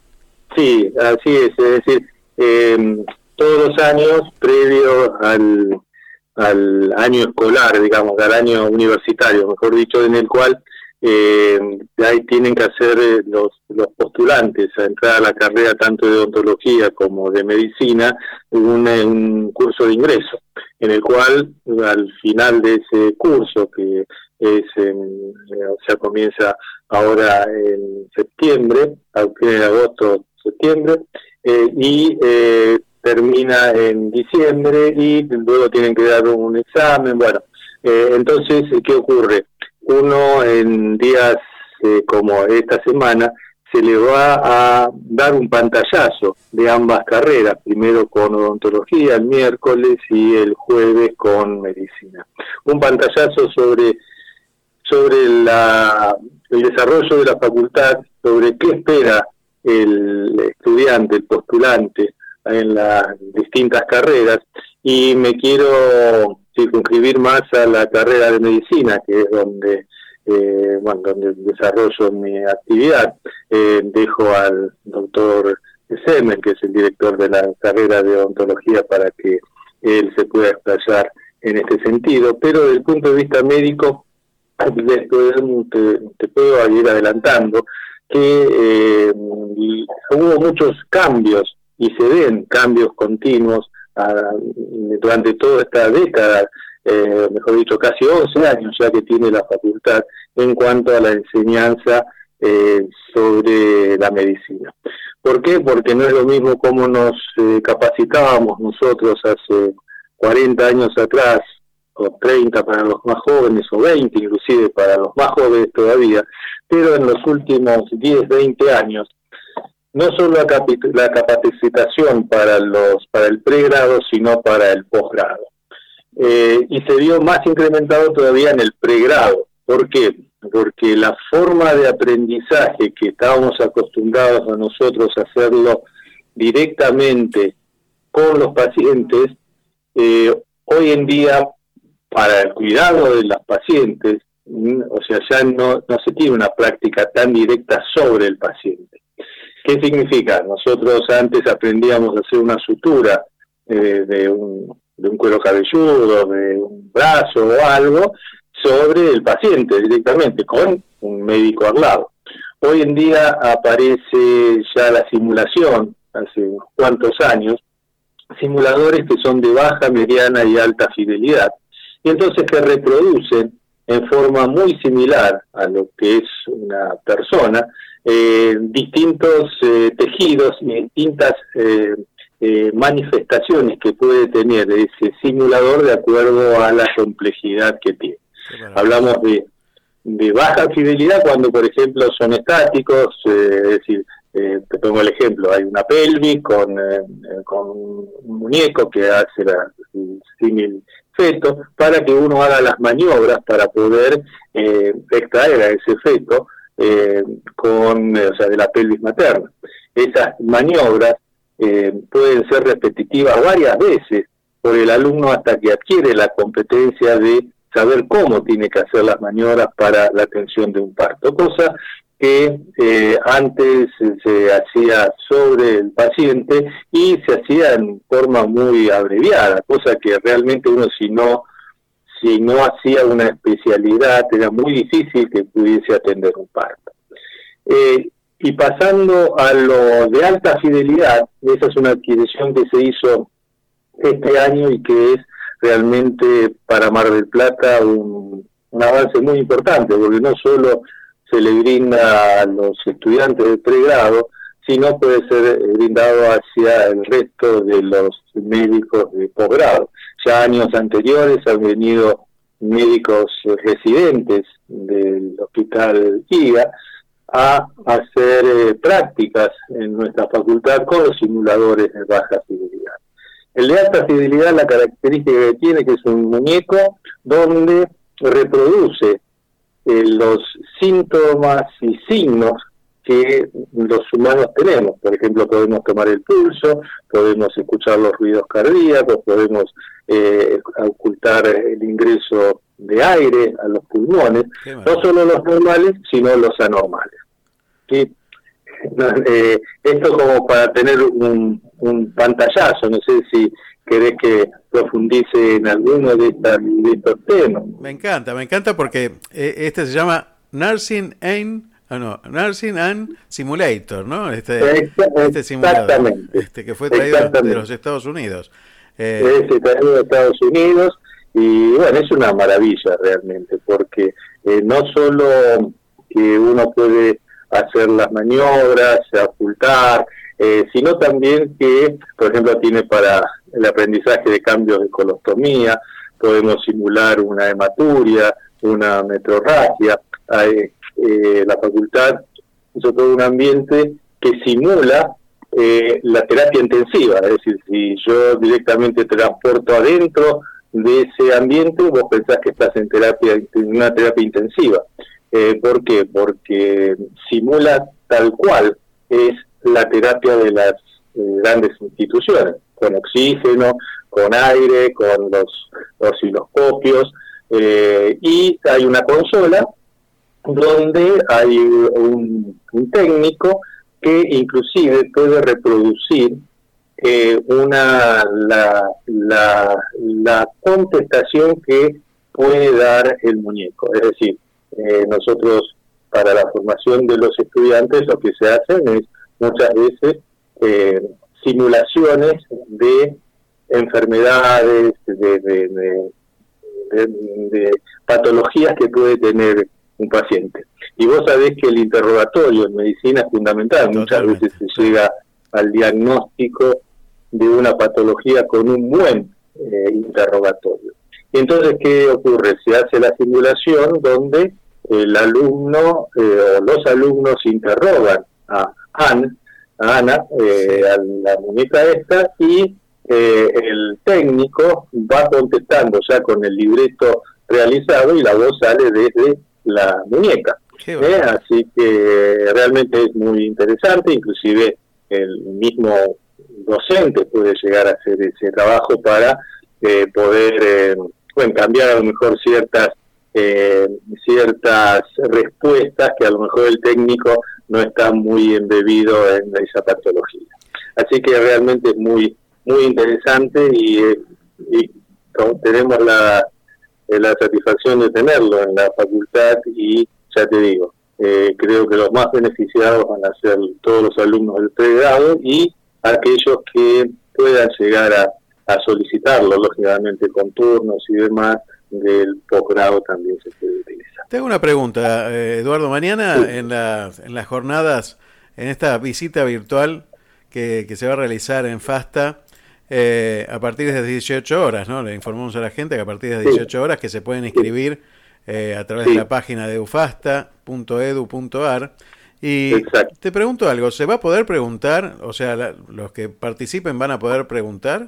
Sí, así es, es decir, eh, todos los años, previo al, al año escolar, digamos, al año universitario, mejor dicho, en el cual eh, ahí tienen que hacer los, los postulantes a entrar a la carrera tanto de odontología como de medicina, un, un curso de ingreso, en el cual al final de ese curso, que es en, o sea, comienza ahora en septiembre, a fines de agosto, septiembre, eh, y eh, termina en diciembre, y luego tienen que dar un examen. Bueno, eh, entonces, ¿qué ocurre? Uno en días eh, como esta semana se le va a dar un pantallazo de ambas carreras, primero con odontología el miércoles y el jueves con medicina. Un pantallazo sobre sobre la, el desarrollo de la facultad, sobre qué espera el estudiante, el postulante en las distintas carreras, y me quiero circunscribir más a la carrera de medicina, que es donde eh, bueno, donde desarrollo mi actividad. Eh, dejo al doctor Semer, que es el director de la carrera de odontología, para que él se pueda explayar en este sentido, pero desde el punto de vista médico, te, te puedo ir adelantando que eh, hubo muchos cambios, y se ven cambios continuos a, durante toda esta década, eh, mejor dicho, casi once años ya que tiene la facultad en cuanto a la enseñanza eh, sobre la medicina. ¿Por qué? Porque no es lo mismo como nos eh, capacitábamos nosotros hace cuarenta años atrás, o treinta para los más jóvenes, o veinte inclusive para los más jóvenes todavía, pero en los últimos diez, veinte años, no solo la, capi- la capacitación para los para el pregrado, sino para el posgrado. Eh, y se vio más incrementado todavía en el pregrado. ¿Por qué? Porque la forma de aprendizaje que estábamos acostumbrados a nosotros a hacerlo directamente con los pacientes, eh, hoy en día, para el cuidado de los pacientes, o sea, ya no, no se tiene una práctica tan directa sobre el paciente. ¿Qué significa? Nosotros antes aprendíamos a hacer una sutura eh, de, un, de un cuero cabelludo, de un brazo o algo, sobre el paciente directamente, con un médico al lado. Hoy en día aparece ya la simulación, hace unos cuantos años, simuladores que son de baja, mediana y alta fidelidad, y entonces que reproducen en forma muy similar a lo que es una persona, eh, distintos eh, tejidos y distintas eh, eh, manifestaciones que puede tener ese simulador de acuerdo a la complejidad que tiene. Hablamos de, de baja fidelidad cuando, por ejemplo, son estáticos, eh, es decir, eh, te pongo el ejemplo, hay una pelvis con, eh, con un muñeco que hace la, el símil feto, para que uno haga las maniobras para poder eh, extraer a ese feto eh, con, o sea, de la pelvis materna. Esas maniobras eh, pueden ser repetitivas varias veces por el alumno hasta que adquiere la competencia de saber cómo tiene que hacer las maniobras para la atención de un parto, cosa que eh, antes se hacía sobre el paciente y se hacía en forma muy abreviada, cosa que realmente uno si no si no hacía una especialidad era muy difícil que pudiese atender un parto. Eh, y pasando a lo de alta fidelidad, esa es una adquisición que se hizo este año y que es realmente para Mar del Plata un, un avance muy importante, porque no solo se le brinda a los estudiantes de pregrado, sino puede ser brindado hacia el resto de los médicos de posgrado. Ya años anteriores han venido médicos residentes del Hospital I G A a hacer eh, prácticas en nuestra facultad con los simuladores de baja fidelidad. El de alta fidelidad, la característica que tiene que es un muñeco donde reproduce eh, los síntomas y signos que los humanos tenemos. Por ejemplo, podemos tomar el pulso, podemos escuchar los ruidos cardíacos, podemos eh, ocultar el ingreso de aire a los pulmones, no solo los normales, sino los anormales. ¿Sí? Eh, esto como para tener un, un pantallazo, no sé si querés que profundice en alguno de, estas, de estos temas. Me encanta, me encanta porque eh, este se llama Nursing and, oh no, Nursing and Simulator, ¿no? Este, este simulador, este que fue traído de los Estados Unidos. Eh, es traído de Estados Unidos y bueno, es una maravilla realmente, porque eh, no solo que uno puede hacer las maniobras, ocultar, eh, sino también que, por ejemplo, tiene para el aprendizaje de cambios de colostomía, podemos simular una hematuria, una metrorragia. Eh, eh, la facultad hizo todo un ambiente que simula eh, la terapia intensiva, es decir, si yo directamente te transporto adentro de ese ambiente, vos pensás que estás en terapia, en una terapia intensiva. Eh, ¿Por qué? Porque simula tal cual es la terapia de las eh, grandes instituciones, con oxígeno, con aire, con los osciloscopios, eh, y hay una consola donde hay un, un técnico que inclusive puede reproducir eh, una la, la, la contestación que puede dar el muñeco. Es decir, eh, nosotros para la formación de los estudiantes lo que se hacen es muchas veces eh, simulaciones de enfermedades, de, de, de, de, de patologías que puede tener un paciente. Y vos sabés que el interrogatorio en medicina es fundamental. Muchas veces se llega al diagnóstico de una patología con un buen eh, interrogatorio. Y entonces, ¿qué ocurre? Se hace la simulación donde el alumno eh, o los alumnos interrogan a Anne, a Ana, eh, a la muñeca esta, y eh, el técnico va contestando ya con el libreto realizado y la voz sale desde la muñeca. Eh, así que realmente es muy interesante, inclusive el mismo docente puede llegar a hacer ese trabajo para eh, poder eh, bueno, cambiar a lo mejor ciertas eh, ciertas respuestas que a lo mejor el técnico no está muy embebido en esa patología. Así que realmente es muy muy interesante y, eh, y tenemos la la satisfacción de tenerlo en la facultad y ya te digo, eh, creo que los más beneficiados van a ser todos los alumnos del pregrado y aquellos que puedan llegar a, a solicitarlo, lógicamente con turnos y demás, del posgrado también se puede utilizar. Tengo una pregunta, eh, Eduardo. Mañana sí. en, la, en las jornadas, en esta visita virtual que, que se va a realizar en FASTA, Eh, a partir de las dieciocho horas, ¿no? Le informamos a la gente que a partir de las dieciocho horas que se pueden inscribir eh, a través sí. de la página de ufasta punto edu punto ar. Y Exacto. te pregunto algo, ¿se va a poder preguntar? O sea, la, los que participen van a poder preguntar.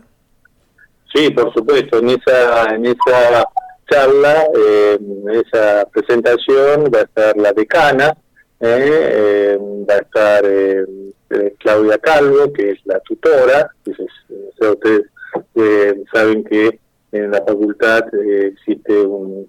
Sí, por supuesto. En esa en esa charla, eh, en esa presentación va a estar la decana, eh, va a estar eh, eh, Claudia Calvo, que es la tutora. Entonces, o sea, ustedes eh, saben que en la facultad eh, existe un,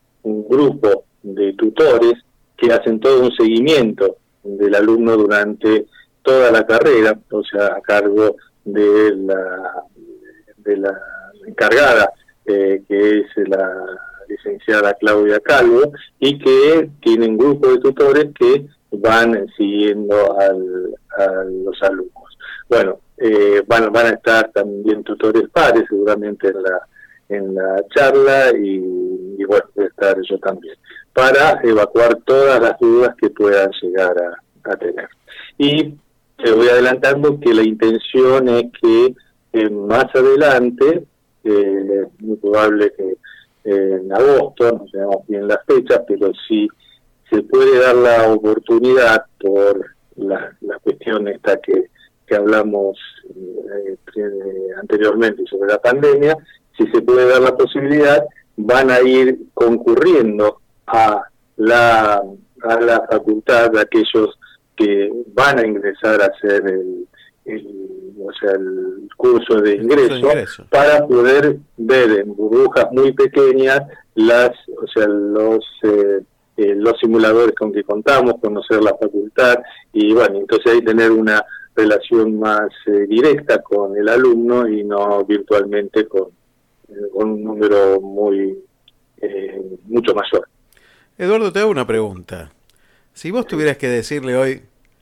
un grupo de tutores que hacen todo un seguimiento del alumno durante toda la carrera, o sea, a cargo de la, de la encargada, eh, que es la licenciada Claudia Calvo, y que tiene un grupo de tutores que van siguiendo al, a los alumnos. Bueno, eh, van, van a estar también tutores pares seguramente en la en la charla, y, y bueno, voy a estar yo también, para evacuar todas las dudas que puedan llegar a, a tener. Y te voy adelantando que la intención es que eh, más adelante, eh, es muy probable que eh, en agosto, no sabemos bien las fechas, pero sí se puede dar la oportunidad por la, la cuestión esta que, que hablamos eh, anteriormente sobre la pandemia. Si se puede dar la posibilidad, van a ir concurriendo a la, a la facultad de aquellos que van a ingresar a hacer el, el, o sea, el curso de ingreso, de ingreso, para poder ver en burbujas muy pequeñas las, o sea, los eh, eh, los simuladores con que contamos, conocer la facultad, y bueno, entonces ahí tener una relación más eh, directa con el alumno y no virtualmente con con un número muy eh, mucho mayor. Eduardo, te hago una pregunta. Si vos tuvieras que decirle hoy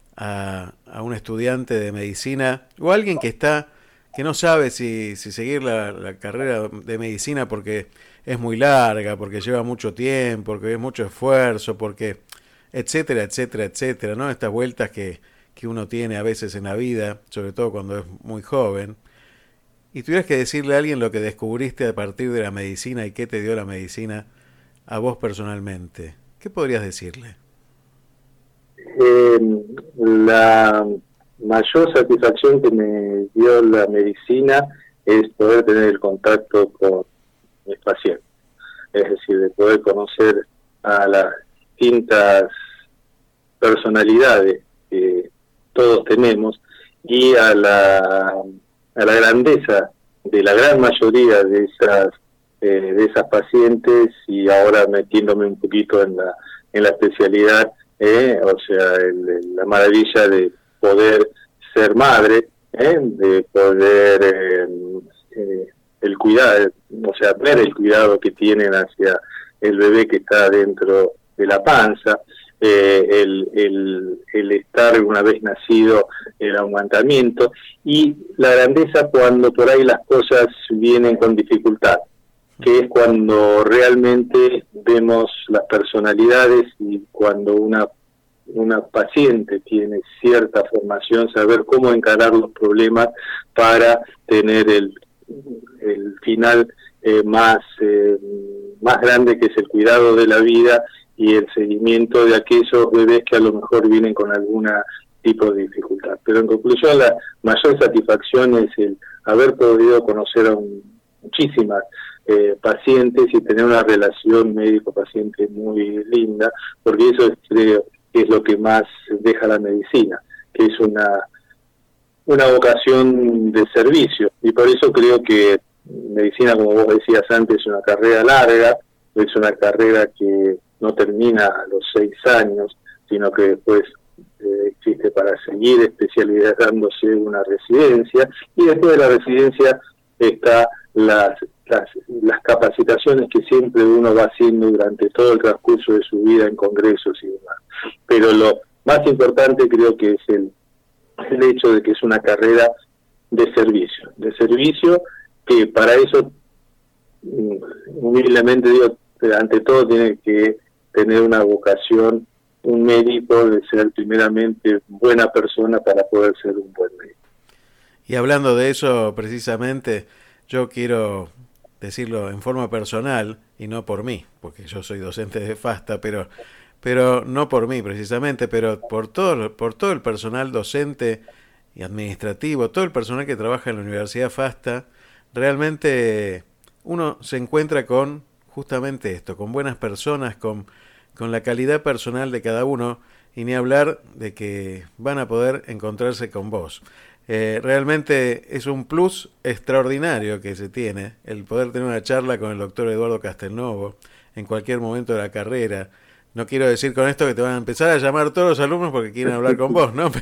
a, a un estudiante de medicina o a alguien que está que no sabe si, si seguir la, la carrera de medicina porque es muy larga, porque lleva mucho tiempo, porque es mucho esfuerzo, porque etcétera, etcétera, etcétera, ¿no? Estas vueltas que, que uno tiene a veces en la vida, sobre todo cuando es muy joven. Y tuvieras que decirle a alguien lo que descubriste a partir de la medicina y qué te dio la medicina a vos personalmente, ¿qué podrías decirle? Eh, la mayor satisfacción que me dio la medicina es poder tener el contacto con mis pacientes, es decir, de poder conocer a las distintas personalidades que todos tenemos y a la a la grandeza de la gran mayoría de esas eh, de esas pacientes, y ahora metiéndome un poquito en la en la especialidad, eh, o sea, el, el, la maravilla de poder ser madre, eh, de poder eh, eh, el cuidado, o sea, ver el cuidado que tienen hacia el bebé que está dentro de la panza, eh, el, el, el estar una vez nacido, el amamantamiento, y la grandeza cuando por ahí las cosas vienen con dificultad, que es cuando realmente vemos las personalidades, y cuando una una paciente tiene cierta formación, saber cómo encarar los problemas para tener el, el final eh, más eh, más grande, que es el cuidado de la vida y el seguimiento de aquellos bebés que a lo mejor vienen con algún tipo de dificultad. Pero en conclusión, la mayor satisfacción es el haber podido conocer a un, muchísimas eh, pacientes y tener una relación médico-paciente muy linda, porque eso es, creo, es lo que más deja la medicina, que es una una vocación de servicio, y por eso creo que medicina, como vos decías antes, es una carrera larga, es una carrera que no termina a los seis años, sino que después eh, existe para seguir especializándose una residencia, y después de la residencia está las, las, las capacitaciones que siempre uno va haciendo durante todo el transcurso de su vida en congresos y demás. Pero lo más importante creo que es el, el hecho de que es una carrera de servicio, de servicio que para eso, humildemente digo, ante todo tiene que tener una vocación, un médico, de ser primeramente buena persona para poder ser un buen médico. Y hablando de eso precisamente, yo quiero decirlo en forma personal y no por mí, porque yo soy docente de FASTA, pero pero no por mí precisamente, pero por todo por todo el personal docente y administrativo, todo el personal que trabaja en la Universidad FASTA. Realmente uno se encuentra con justamente esto, con buenas personas, con con la calidad personal de cada uno, y ni hablar de que van a poder encontrarse con vos. Eh, realmente es un plus extraordinario que se tiene el poder tener una charla con el doctor Eduardo Castelnuovo en cualquier momento de la carrera. No quiero decir con esto que te van a empezar a llamar todos los alumnos porque quieren hablar con vos, ¿no?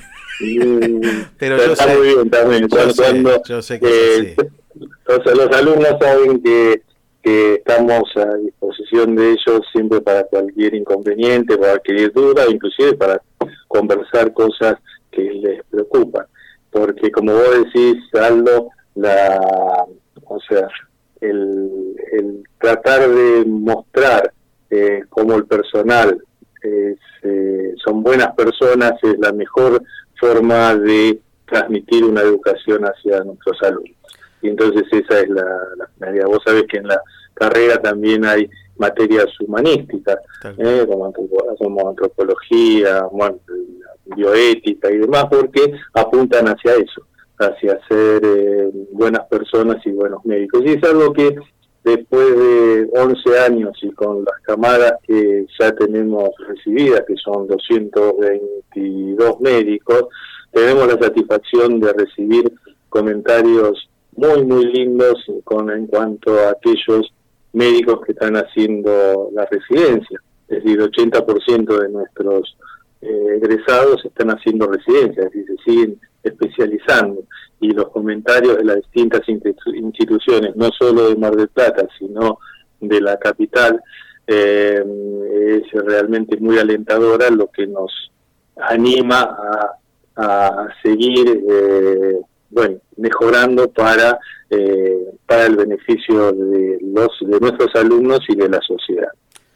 Pero yo está sé, muy bien también. yo, sé, Cuando, yo sé que eh, es así. Los, los alumnos saben que, que estamos a disposición de ellos siempre para cualquier inconveniente, para cualquier duda, inclusive para conversar cosas que les preocupan. Porque como vos decís, Aldo, la, o sea, el, el tratar de mostrar eh, cómo el personal es, eh, son buenas personas es la mejor forma de transmitir una educación hacia nuestros alumnos. Y entonces esa es la, la finalidad. Vos sabés que en la carrera también hay materias humanísticas, eh, como, como antropología, bueno, bioética y demás, porque apuntan hacia eso, hacia ser eh, buenas personas y buenos médicos. Y es algo que después de once años y con las camadas que ya tenemos recibidas, que son doscientos veintidós médicos, tenemos la satisfacción de recibir comentarios muy, muy lindos con en cuanto a aquellos médicos que están haciendo la residencia. Es decir, el ochenta por ciento de nuestros eh, egresados están haciendo residencia, es decir, se siguen especializando. Y los comentarios de las distintas instituciones, no solo de Mar del Plata, sino de la capital, eh, es realmente muy alentadora, lo que nos anima a, a seguir eh, bueno, mejorando para eh, para el beneficio de los de nuestros alumnos y de la sociedad.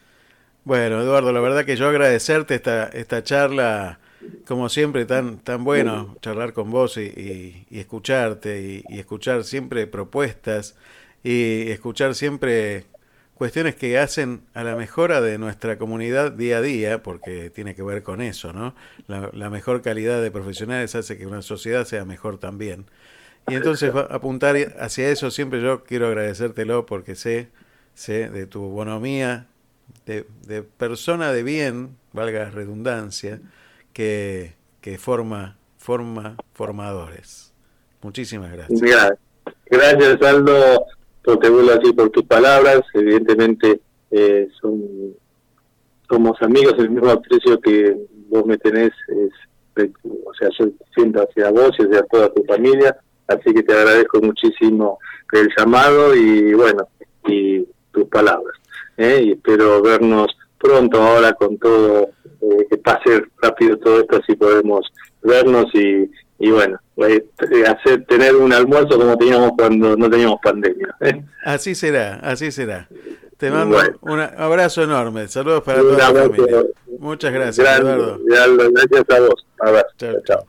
Bueno, Eduardo, la verdad que yo agradecerte esta esta charla, como siempre, tan tan bueno charlar con vos y, y, y escucharte y, y escuchar siempre propuestas y escuchar siempre cuestiones que hacen a la mejora de nuestra comunidad día a día, porque tiene que ver con eso, ¿no? La, la mejor calidad de profesionales hace que una sociedad sea mejor también. Y entonces va a apuntar hacia eso. Siempre yo quiero agradecértelo porque sé, sé de tu bonomía, de, de persona de bien, valga la redundancia, que, que forma, forma formadores. Muchísimas gracias. Gracias, gracias Aldo. Te vuelvo así por tus palabras, evidentemente eh, son, somos amigos, el mismo aprecio que vos me tenés, es, o sea, yo siento hacia vos y hacia toda tu familia, así que te agradezco muchísimo el llamado y bueno, y tus palabras, ¿eh? Y espero vernos pronto ahora con todo, eh, que pase rápido todo esto, así podemos vernos y y bueno, eh, hacer tener un almuerzo como teníamos cuando no teníamos pandemia. ¿eh? Así será, así será. Te mando bueno. un abrazo enorme. Saludos para un toda abrazo, la familia. Muchas gracias, grande, Eduardo. Grande, gracias a vos. Abrazo. Chao, chao.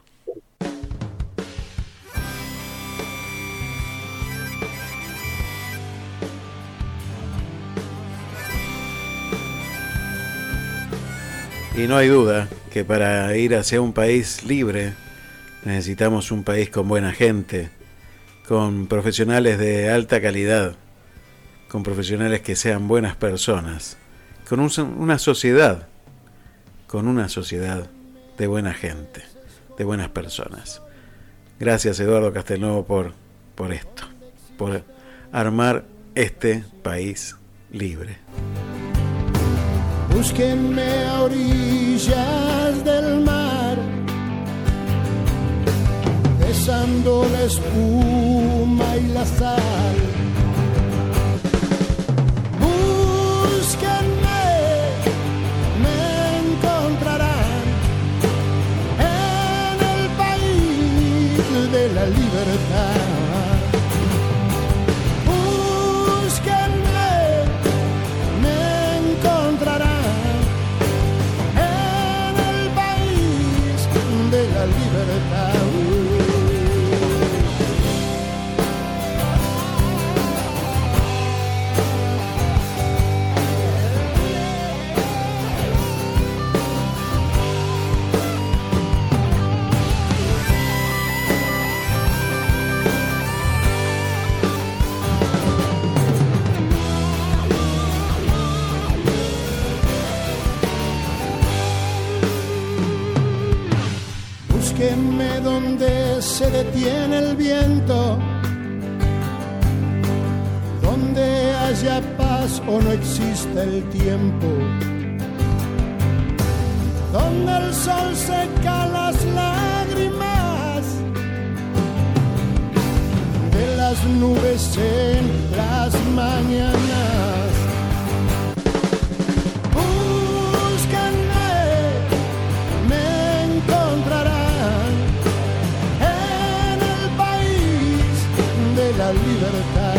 Y no hay duda que para ir hacia un país libre necesitamos un país con buena gente, con profesionales de alta calidad, con profesionales que sean buenas personas, con un, una sociedad, con una sociedad de buena gente, de buenas personas. Gracias, Eduardo Castelnuovo, por, por esto, por armar este país libre. Búsquenme a orillas del mar, besando la espuma y la sal. Búsquenme, me encontrarán en el país de la libertad. Búsquenme, me encontrarán en el país de la libertad. Búsquenme donde se detiene el viento, donde haya paz o no existe el tiempo, donde el sol seca las lágrimas de las nubes en las mañanas. Búsquenme, me encontrarán en el país de la libertad.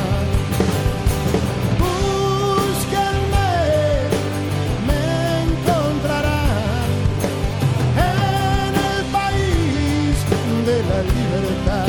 La libertad.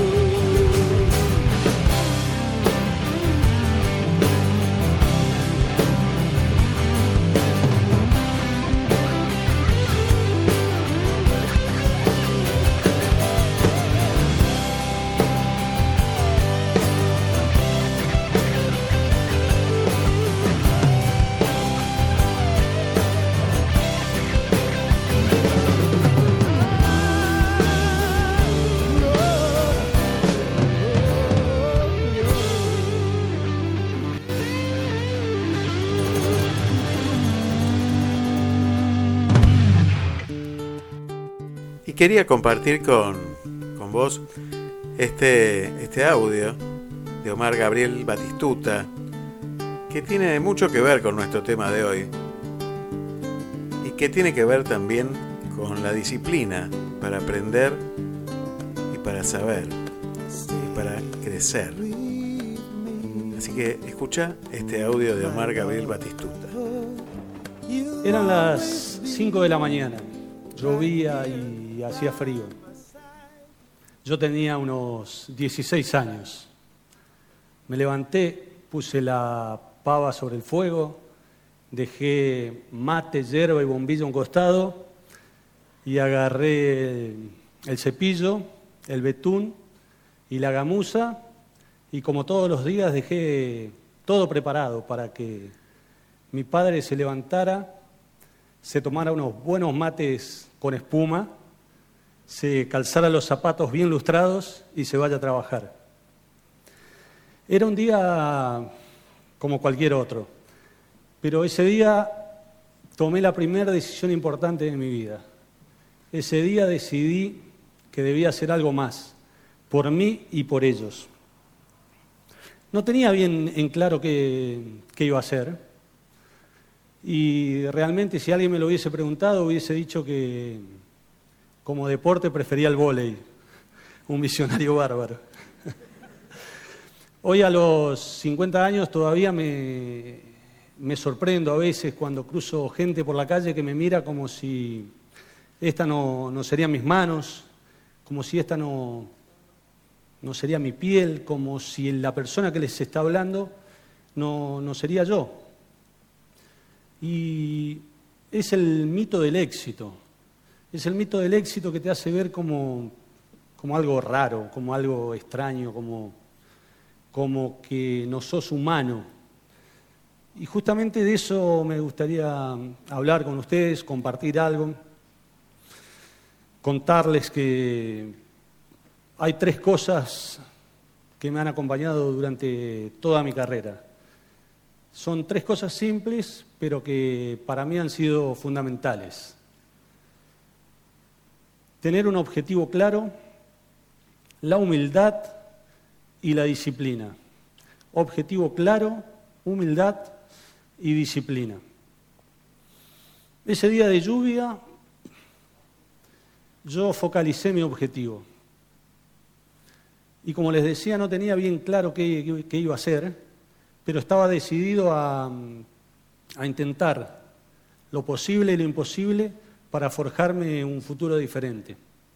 Quería compartir con, con vos este, este audio de Omar Gabriel Batistuta, que tiene mucho que ver con nuestro tema de hoy y que tiene que ver también con la disciplina para aprender y para saber y para crecer. Así que escucha este audio de Omar Gabriel Batistuta. Eran las cinco de la mañana, llovía y y hacía frío. Yo tenía unos dieciséis años. Me levanté, puse la pava sobre el fuego, dejé mate, yerba y bombilla a un costado y agarré el cepillo, el betún y la gamuza y como todos los días dejé todo preparado para que mi padre se levantara, se tomara unos buenos mates con espuma, se calzara los zapatos bien lustrados y se vaya a trabajar. Era un día como cualquier otro, pero ese día tomé la primera decisión importante de mi vida. Ese día decidí que debía hacer algo más, por mí y por ellos. No tenía bien en claro qué, qué iba a hacer, y realmente si alguien me lo hubiese preguntado hubiese dicho que como deporte prefería el vóley, un visionario bárbaro. Hoy a los cincuenta años todavía me, me sorprendo a veces cuando cruzo gente por la calle que me mira como si esta no, no serían mis manos, como si esta no, no sería mi piel, como si la persona que les está hablando no, no sería yo. Y es el mito del éxito. Es el mito del éxito que te hace ver como, como algo raro, como algo extraño, como, como que no sos humano. Y justamente de eso me gustaría hablar con ustedes, compartir algo, contarles que hay tres cosas que me han acompañado durante toda mi carrera. Son tres cosas simples, pero que para mí han sido fundamentales. Tener un objetivo claro, la humildad y la disciplina. Objetivo claro, humildad y disciplina. Ese día de lluvia, yo focalicé mi objetivo. Y como les decía, no tenía bien claro qué, qué iba a hacer, pero estaba decidido a, a intentar lo posible y lo imposible para forjarme un futuro diferente.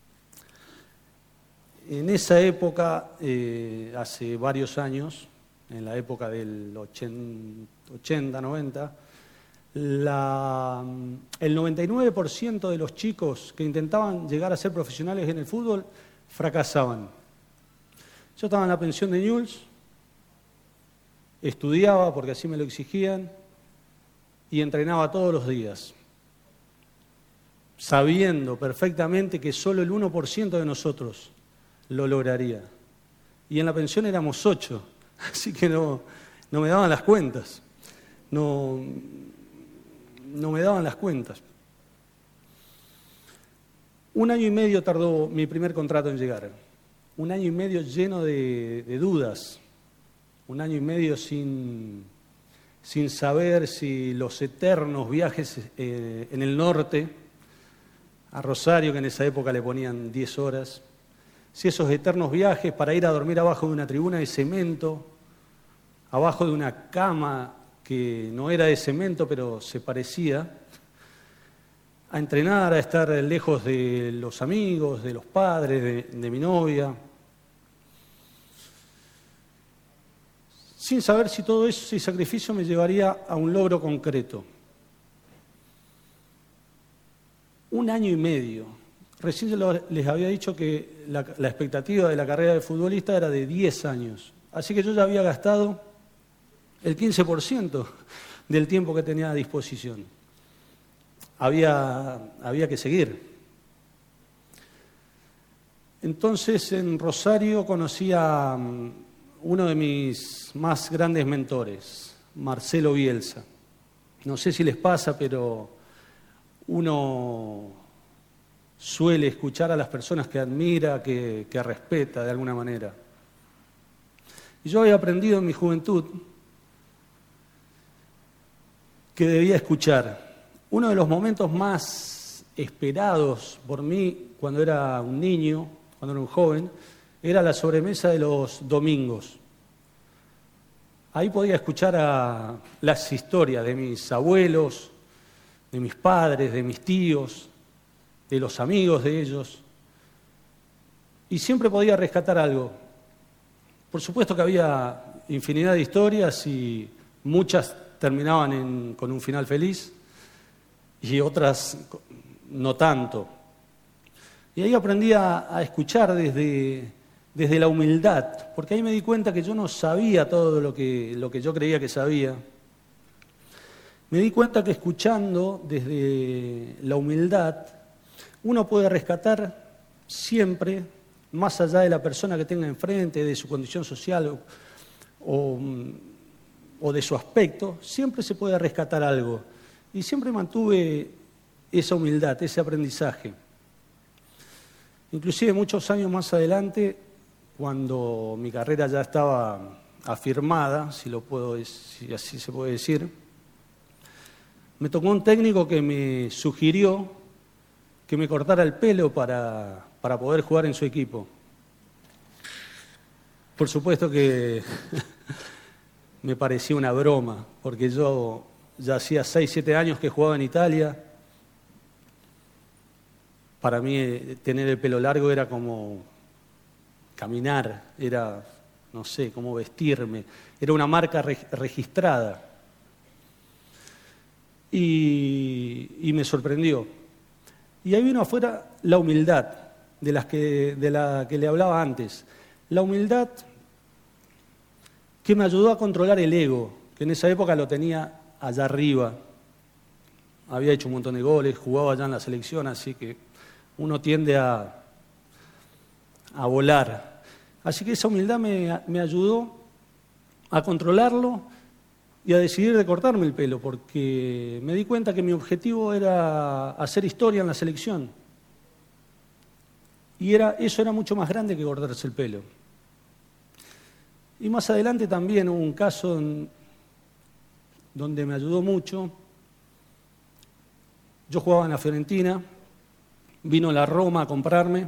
En esa época, eh, hace varios años, en la época del ochenta, noventa, la, el noventa y nueve por ciento de los chicos que intentaban llegar a ser profesionales en el fútbol fracasaban. Yo estaba en la pensión de Newell's, estudiaba porque así me lo exigían y entrenaba todos los días. sabiendo perfectamente que solo el uno por ciento de nosotros lo lograría. Y en la pensión éramos ocho, así que no, no me daban las cuentas. No, no me daban las cuentas. Un año y medio tardó mi primer contrato en llegar. Un año y medio lleno de, de dudas. Un año y medio sin, sin saber si los eternos viajes eh, en el norte, a Rosario, que en esa época le ponían diez horas, si esos eternos viajes para ir a dormir abajo de una tribuna de cemento, abajo de una cama que no era de cemento, pero se parecía, a entrenar, a estar lejos de los amigos, de los padres, de, de mi novia, sin saber si todo ese sacrificio me llevaría a un logro concreto. Un año y medio. Recién les había dicho que la, la expectativa de la carrera de futbolista era de diez años. Así que yo ya había gastado el quince por ciento del tiempo que tenía a disposición. Había, había que seguir. Entonces en Rosario conocí a uno de mis más grandes mentores, Marcelo Bielsa. No sé si les pasa, pero uno suele escuchar a las personas que admira, que, que respeta de alguna manera. Y yo había aprendido en mi juventud que debía escuchar. Uno de los momentos más esperados por mí cuando era un niño, cuando era un joven, era la sobremesa de los domingos. Ahí podía escuchar a las historias de mis abuelos, de mis padres, de mis tíos, de los amigos de ellos, y siempre podía rescatar algo. Por supuesto que había infinidad de historias y muchas terminaban en, con un final feliz, y otras no tanto. Y ahí aprendí a, a escuchar desde, desde la humildad, porque ahí me di cuenta que yo no sabía todo lo que, lo que yo creía que sabía. Me di cuenta que escuchando desde la humildad, uno puede rescatar siempre, más allá de la persona que tenga enfrente, de su condición social o, o, o de su aspecto, siempre se puede rescatar algo. Y siempre mantuve esa humildad, ese aprendizaje. Inclusive muchos años más adelante, cuando mi carrera ya estaba afirmada, si lo puedo, si así se puede decir, me tocó un técnico que me sugirió que me cortara el pelo para, para poder jugar en su equipo. Por supuesto que me parecía una broma, porque yo ya hacía seis, siete años que jugaba en Italia. Para mí tener el pelo largo era como caminar, era, no sé, como vestirme. Era una marca re- registrada. Y, y me sorprendió. Y ahí vino afuera la humildad de, las que, de la que le hablaba antes. La humildad que me ayudó a controlar el ego, que en esa época lo tenía allá arriba. Había hecho un montón de goles, jugaba allá en la selección, así que uno tiende a, a volar. Así que esa humildad me, me ayudó a controlarlo y a decidir de cortarme el pelo, porque me di cuenta que mi objetivo era hacer historia en la selección. Y era, eso era mucho más grande que cortarse el pelo. Y más adelante también hubo un caso en, donde me ayudó mucho. Yo jugaba en la Fiorentina, vino la Roma a comprarme.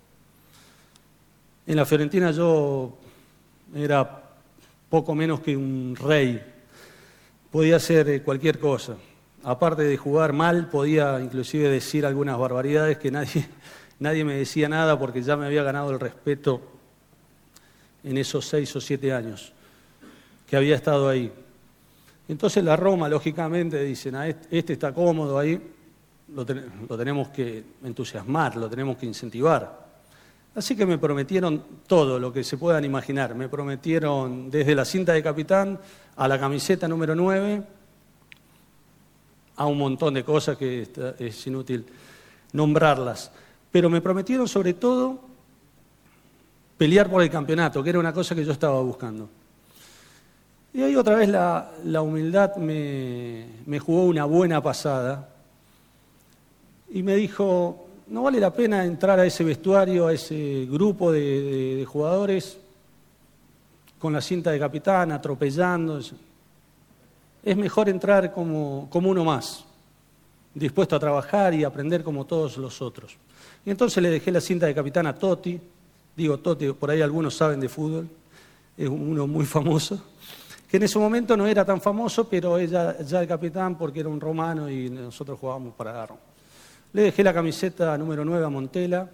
En la Fiorentina yo era poco menos que un rey. Podía hacer cualquier cosa. Aparte de jugar mal, podía inclusive decir algunas barbaridades que nadie, nadie me decía nada porque ya me había ganado el respeto en esos seis o siete años que había estado ahí. Entonces la Roma, lógicamente, dicen, ah, este está cómodo ahí, lo, ten- lo tenemos que entusiasmar, lo tenemos que incentivar. Así que me prometieron todo lo que se puedan imaginar. Me prometieron desde la cinta de capitán a la camiseta número nueve, a un montón de cosas que está, es inútil nombrarlas, pero me prometieron sobre todo pelear por el campeonato, que era una cosa que yo estaba buscando. Y ahí otra vez la, la humildad me, me jugó una buena pasada y me dijo, no vale la pena entrar a ese vestuario, a ese grupo de, de, de jugadores con la cinta de capitán, atropellando. Es mejor entrar como, como uno más, dispuesto a trabajar y aprender como todos los otros. Y entonces le dejé la cinta de capitán a Totti. Digo Totti, por ahí algunos saben de fútbol, es uno muy famoso, que en ese momento no era tan famoso, pero ella ya el capitán porque era un romano y nosotros jugábamos para Garro. Le dejé la camiseta número nueve a Montella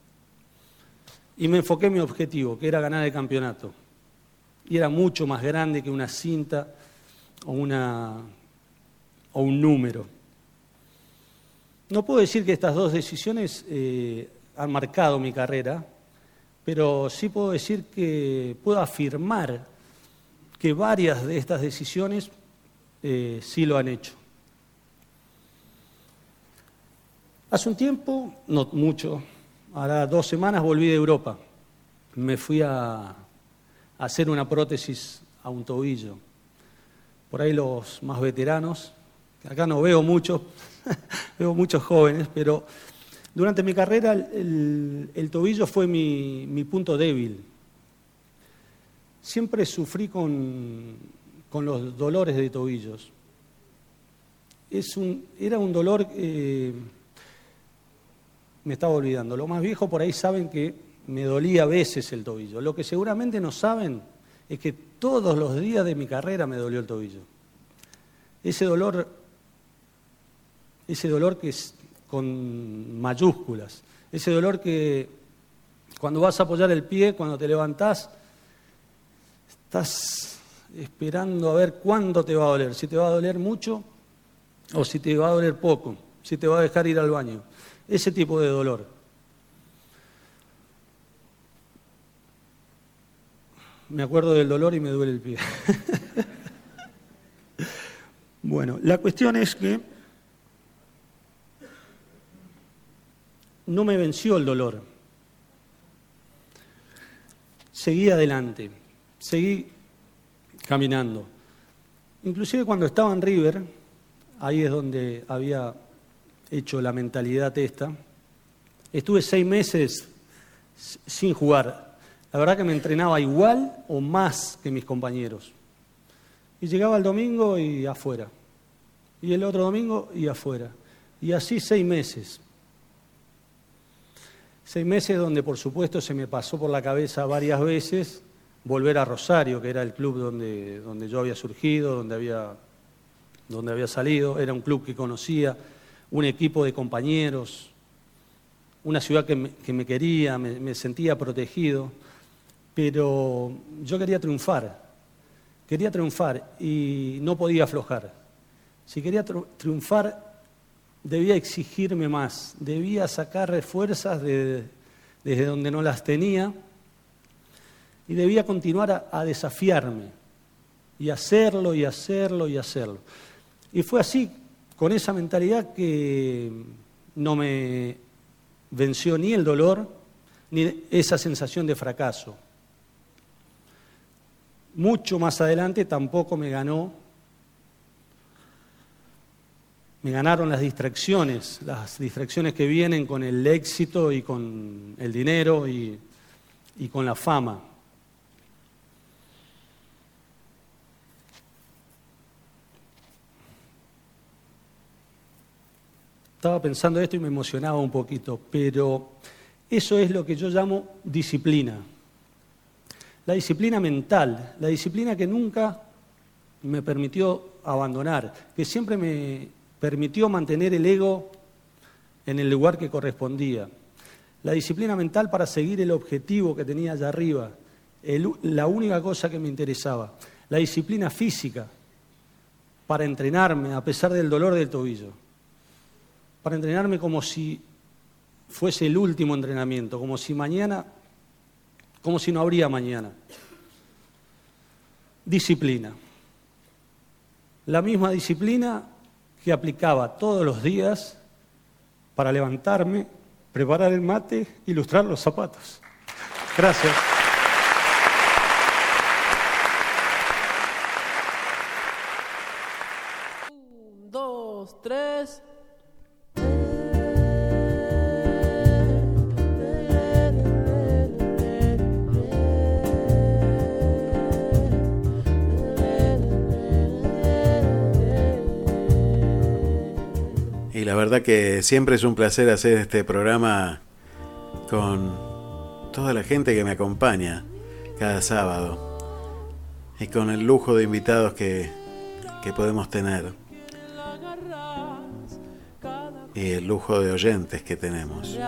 y me enfoqué en mi objetivo, que era ganar el campeonato. Y era mucho más grande que una cinta o, una, o un número. No puedo decir que estas dos decisiones eh, han marcado mi carrera, pero sí puedo decir que puedo afirmar que varias de estas decisiones eh, sí lo han hecho. Hace un tiempo, no mucho, ahora dos semanas volví de Europa. Me fui a, a hacer una prótesis a un tobillo. Por ahí los más veteranos, que acá no veo muchos, veo muchos jóvenes, pero durante mi carrera el, el tobillo fue mi, mi punto débil. Siempre sufrí con, con los dolores de tobillos. Es un, era un dolor, eh, me estaba olvidando, los más viejos por ahí saben que me dolía a veces el tobillo. Lo que seguramente no saben es que todos los días de mi carrera me dolió el tobillo. Ese dolor, ese dolor que es con mayúsculas, ese dolor que cuando vas a apoyar el pie, cuando te levantás, estás esperando a ver cuándo te va a doler, si te va a doler mucho o si te va a doler poco, si te va a dejar ir al baño, ese tipo de dolor. Me acuerdo del dolor y me duele el pie. Bueno, la cuestión es que no me venció el dolor. Seguí adelante, seguí caminando. Inclusive cuando estaba en River, ahí es donde había hecho la mentalidad esta, estuve seis meses sin jugar. La verdad que me entrenaba igual o más que mis compañeros. Y llegaba el domingo y afuera. Y el otro domingo y afuera. Y así seis meses. Seis meses donde, por supuesto, se me pasó por la cabeza varias veces volver a Rosario, que era el club donde, donde yo había surgido, donde había, donde había salido. Era un club que conocía, un equipo de compañeros, una ciudad que me, que me quería, me, me sentía protegido. Pero yo quería triunfar, quería triunfar y no podía aflojar. Si quería triunfar, debía exigirme más, debía sacar fuerzas de, desde donde no las tenía y debía continuar a, a desafiarme y hacerlo y hacerlo y hacerlo. Y fue así, con esa mentalidad, que no me venció ni el dolor ni esa sensación de fracaso. Mucho más adelante tampoco me ganó, me ganaron las distracciones, las distracciones que vienen con el éxito y con el dinero y, y con la fama. Estaba pensando esto y me emocionaba un poquito, pero eso es lo que yo llamo disciplina. La disciplina mental, la disciplina que nunca me permitió abandonar, que siempre me permitió mantener el ego en el lugar que correspondía. La disciplina mental para seguir el objetivo que tenía allá arriba, el, la única cosa que me interesaba. La disciplina física para entrenarme a pesar del dolor del tobillo, para entrenarme como si fuese el último entrenamiento, como si mañana... como si no habría mañana. Disciplina. La misma disciplina que aplicaba todos los días para levantarme, preparar el mate y lustrar los zapatos. Gracias. Un, dos, tres. Y la verdad que siempre es un placer hacer este programa con toda la gente que me acompaña cada sábado y con el lujo de invitados que, que podemos tener y el lujo de oyentes que tenemos.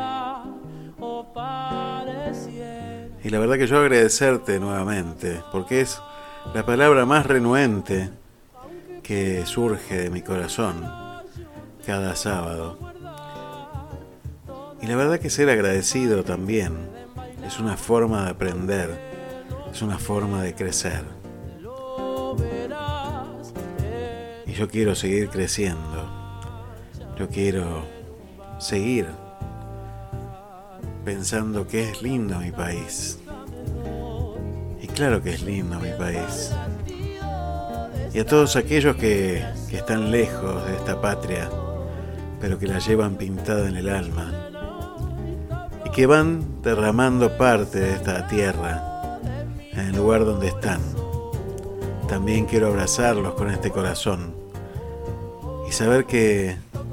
Y la verdad que yo agradecerte nuevamente, porque es la palabra más renuente que surge de mi corazón cada sábado. Y la verdad que ser agradecido también es una forma de aprender, es una forma de crecer. Y yo quiero seguir creciendo, yo quiero seguir pensando que es lindo mi país. Y claro que es lindo mi país. Y a todos aquellos que, que están lejos de esta patria, pero que la llevan pintada en el alma y que van derramando parte de esta tierra en el lugar donde están. También quiero abrazarlos con este corazón y saber que,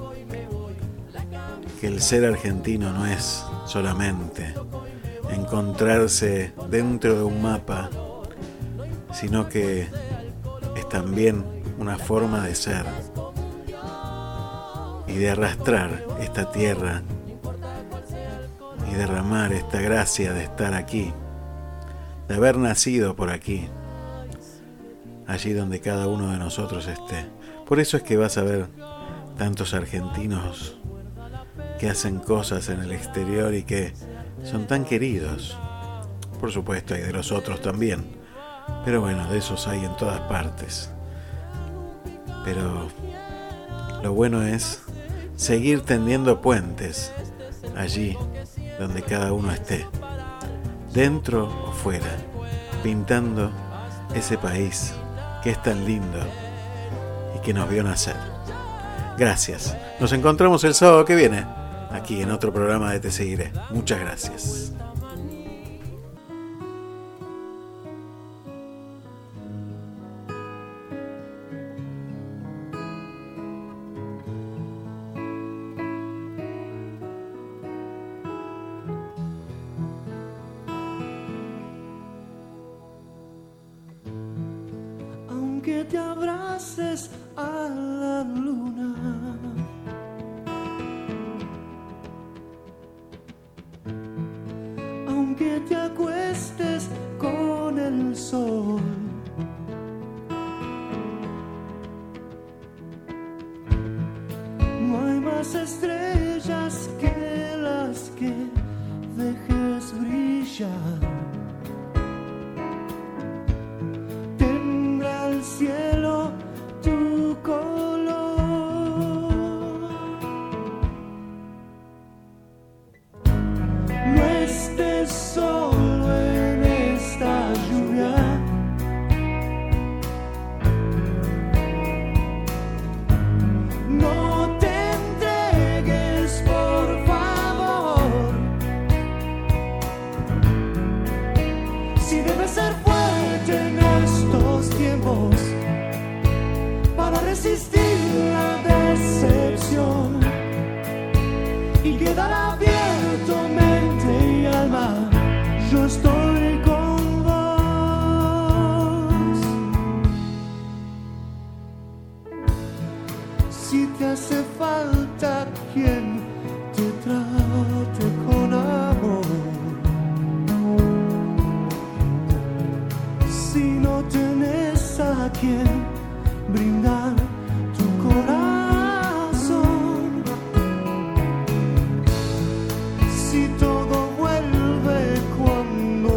que el ser argentino no es solamente encontrarse dentro de un mapa, sino que es también una forma de ser y de arrastrar esta tierra y derramar esta gracia de estar aquí, de haber nacido por aquí, allí donde cada uno de nosotros esté. Por eso es que vas a ver tantos argentinos que hacen cosas en el exterior y que son tan queridos. Por supuesto hay de los otros también, pero bueno, de esos hay en todas partes. Pero lo bueno es seguir tendiendo puentes allí donde cada uno esté, dentro o fuera, pintando ese país que es tan lindo y que nos vio nacer. Gracias. Nos encontramos el sábado que viene, aquí en otro programa de Te Seguiré. Muchas gracias. Que te abraces a la luna, aunque te acuestes con el sol, no hay más estrellas que las que dejes brillar. Cielo, tu color. No estés solo en esta lluvia. No te entregues, por favor. Si debes ser fuerte en estos tiempos para resistir la decepción y quedar abierto mente y alma, yo estoy con vos. Si te hace falta quien te trate con amor, si no tenés a quien brindar tu corazón, si todo vuelve cuando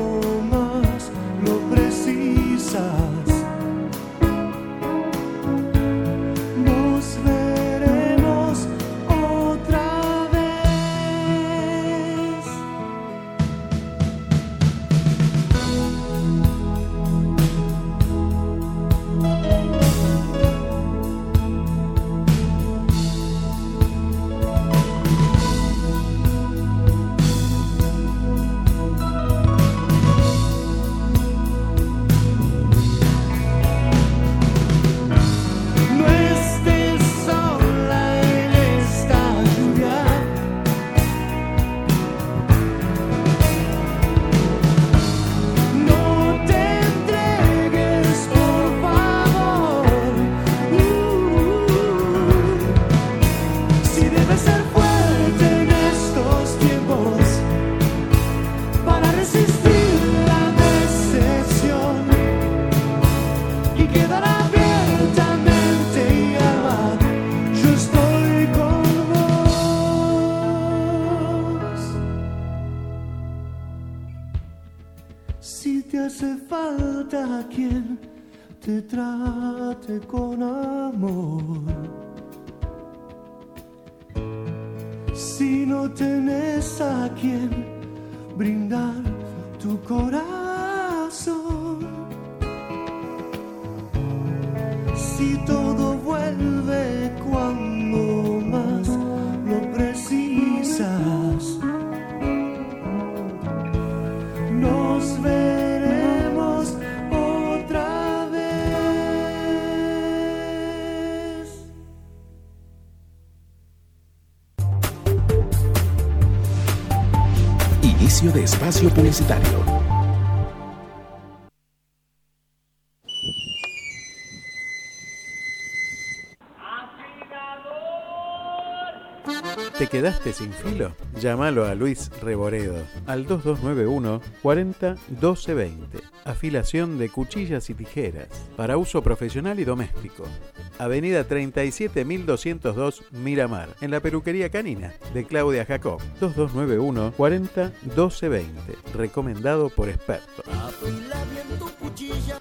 hace falta quien te trate con amor. Si no tenés a quien brindar tu corazón, si todo vuelve cuando más lo precisas, nos veremos otra vez. Inicio de espacio publicitario. ¿Te quedaste sin filo? Llámalo a Luis Reboredo al dos dos nueve uno cuarenta doce veinte. Afilación de cuchillas y tijeras para uso profesional y doméstico. Avenida treinta y siete mil doscientos dos, Miramar, en la peluquería canina de Claudia Jacob. dos dos nueve uno cuarenta doce veinte. Recomendado por expertos. Afila bien tu cuchilla.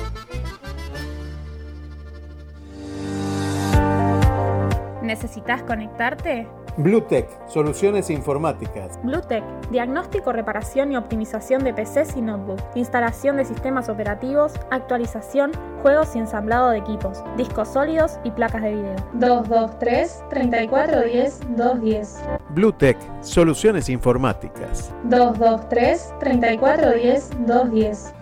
¿Necesitas conectarte? Bluetech, soluciones informáticas. Bluetech, diagnóstico, reparación y optimización de P Cs y notebooks, instalación de sistemas operativos, actualización, juegos y ensamblado de equipos, discos sólidos y placas de video. dos dos tres, treinta y cuatro diez, doscientos diez. Bluetech, soluciones informáticas. dos dos tres, treinta y cuatro diez, doscientos diez.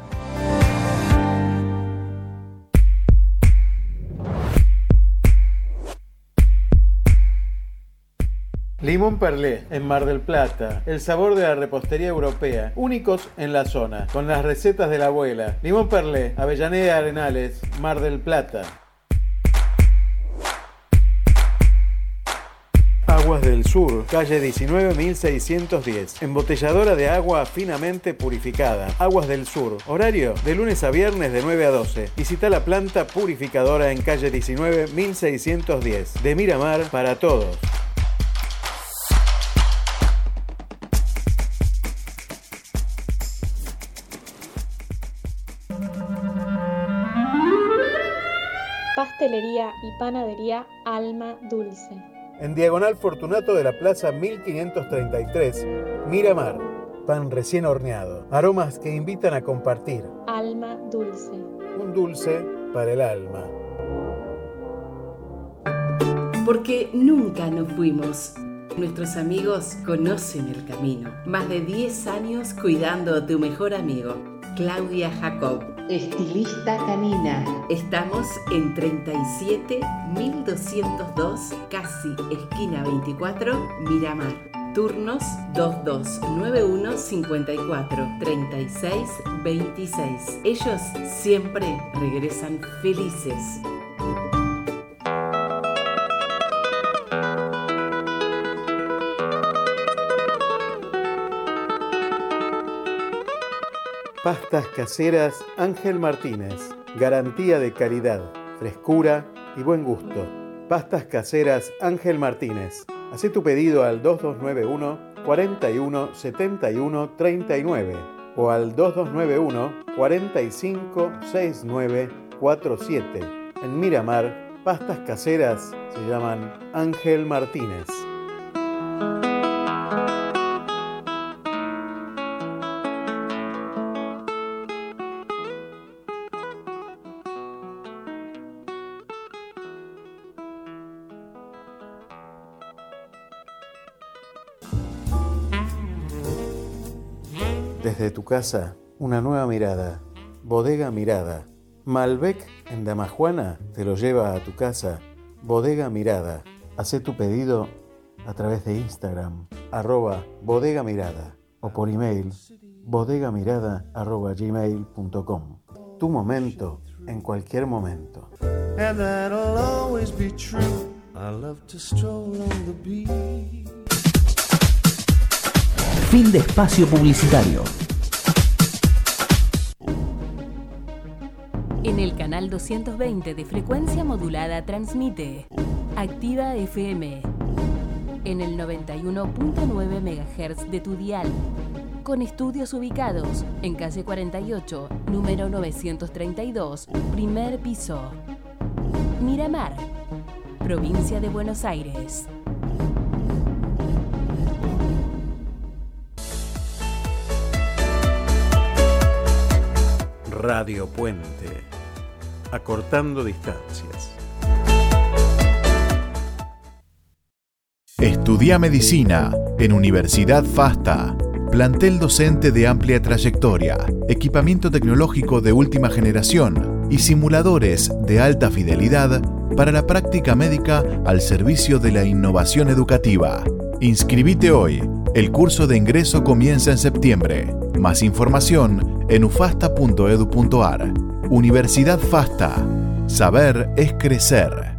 Limón Perlé, en Mar del Plata. El sabor de la repostería europea. Únicos en la zona, con las recetas de la abuela. Limón Perlé, Avellaneda Arenales, Mar del Plata. Aguas del Sur, calle diecinueve mil seiscientos diez. Embotelladora de agua finamente purificada. Aguas del Sur. Horario de lunes a viernes de nueve a doce. Visita la planta purificadora en calle diecinueve mil seiscientos diez. De Miramar para todos. Pastelería y panadería Alma Dulce. En Diagonal Fortunato de la Plaza mil quinientos treinta y tres, Miramar. Pan recién horneado. Aromas que invitan a compartir. Alma Dulce. Un dulce para el alma. Porque nunca nos fuimos. Nuestros amigos conocen el camino. Más de diez años cuidando a tu mejor amigo. Claudia Jacob. Estilista canina. Estamos en treinta y siete mil doscientos dos, casi esquina veinticuatro, Miramar. Turnos dos dos nueve uno cincuenta y cuatro, treinta y seis, veintiséis. Ellos siempre regresan felices. Pastas caseras Ángel Martínez. Garantía de calidad, frescura y buen gusto. Pastas caseras Ángel Martínez. Hacé tu pedido al dos dos nueve uno cuarenta y uno setenta y uno treinta y nueve o al dos dos nueve uno cuarenta y cinco sesenta y nueve cuarenta y siete. En Miramar, pastas caseras se llaman Ángel Martínez. Desde tu casa, una nueva mirada. Bodega Mirada. Malbec en Damajuana te lo lleva a tu casa. Bodega Mirada. Hacé tu pedido a través de Instagram, arroba Bodega Mirada, o por email, bodegamirada arroba gmail punto com. Tu momento en cualquier momento. And that'll always be true. I love to stroll on the beach. Fin de espacio publicitario. En el canal doscientos veinte de frecuencia modulada transmite Activa F M. En el noventa y uno punto nueve megahertz de tu dial. con estudios ubicados en calle cuarenta y ocho, número novecientos treinta y dos, primer piso. Miramar, provincia de Buenos Aires. Radio Puente, acortando distancias. Estudia Medicina en Universidad FASTA. Plantel docente de amplia trayectoria, equipamiento tecnológico de última generación y simuladores de alta fidelidad para la práctica médica al servicio de la innovación educativa. Inscribite hoy. El curso de ingreso comienza en septiembre. Más información en ufasta punto edu punto ar. Universidad FASTA. Saber es crecer.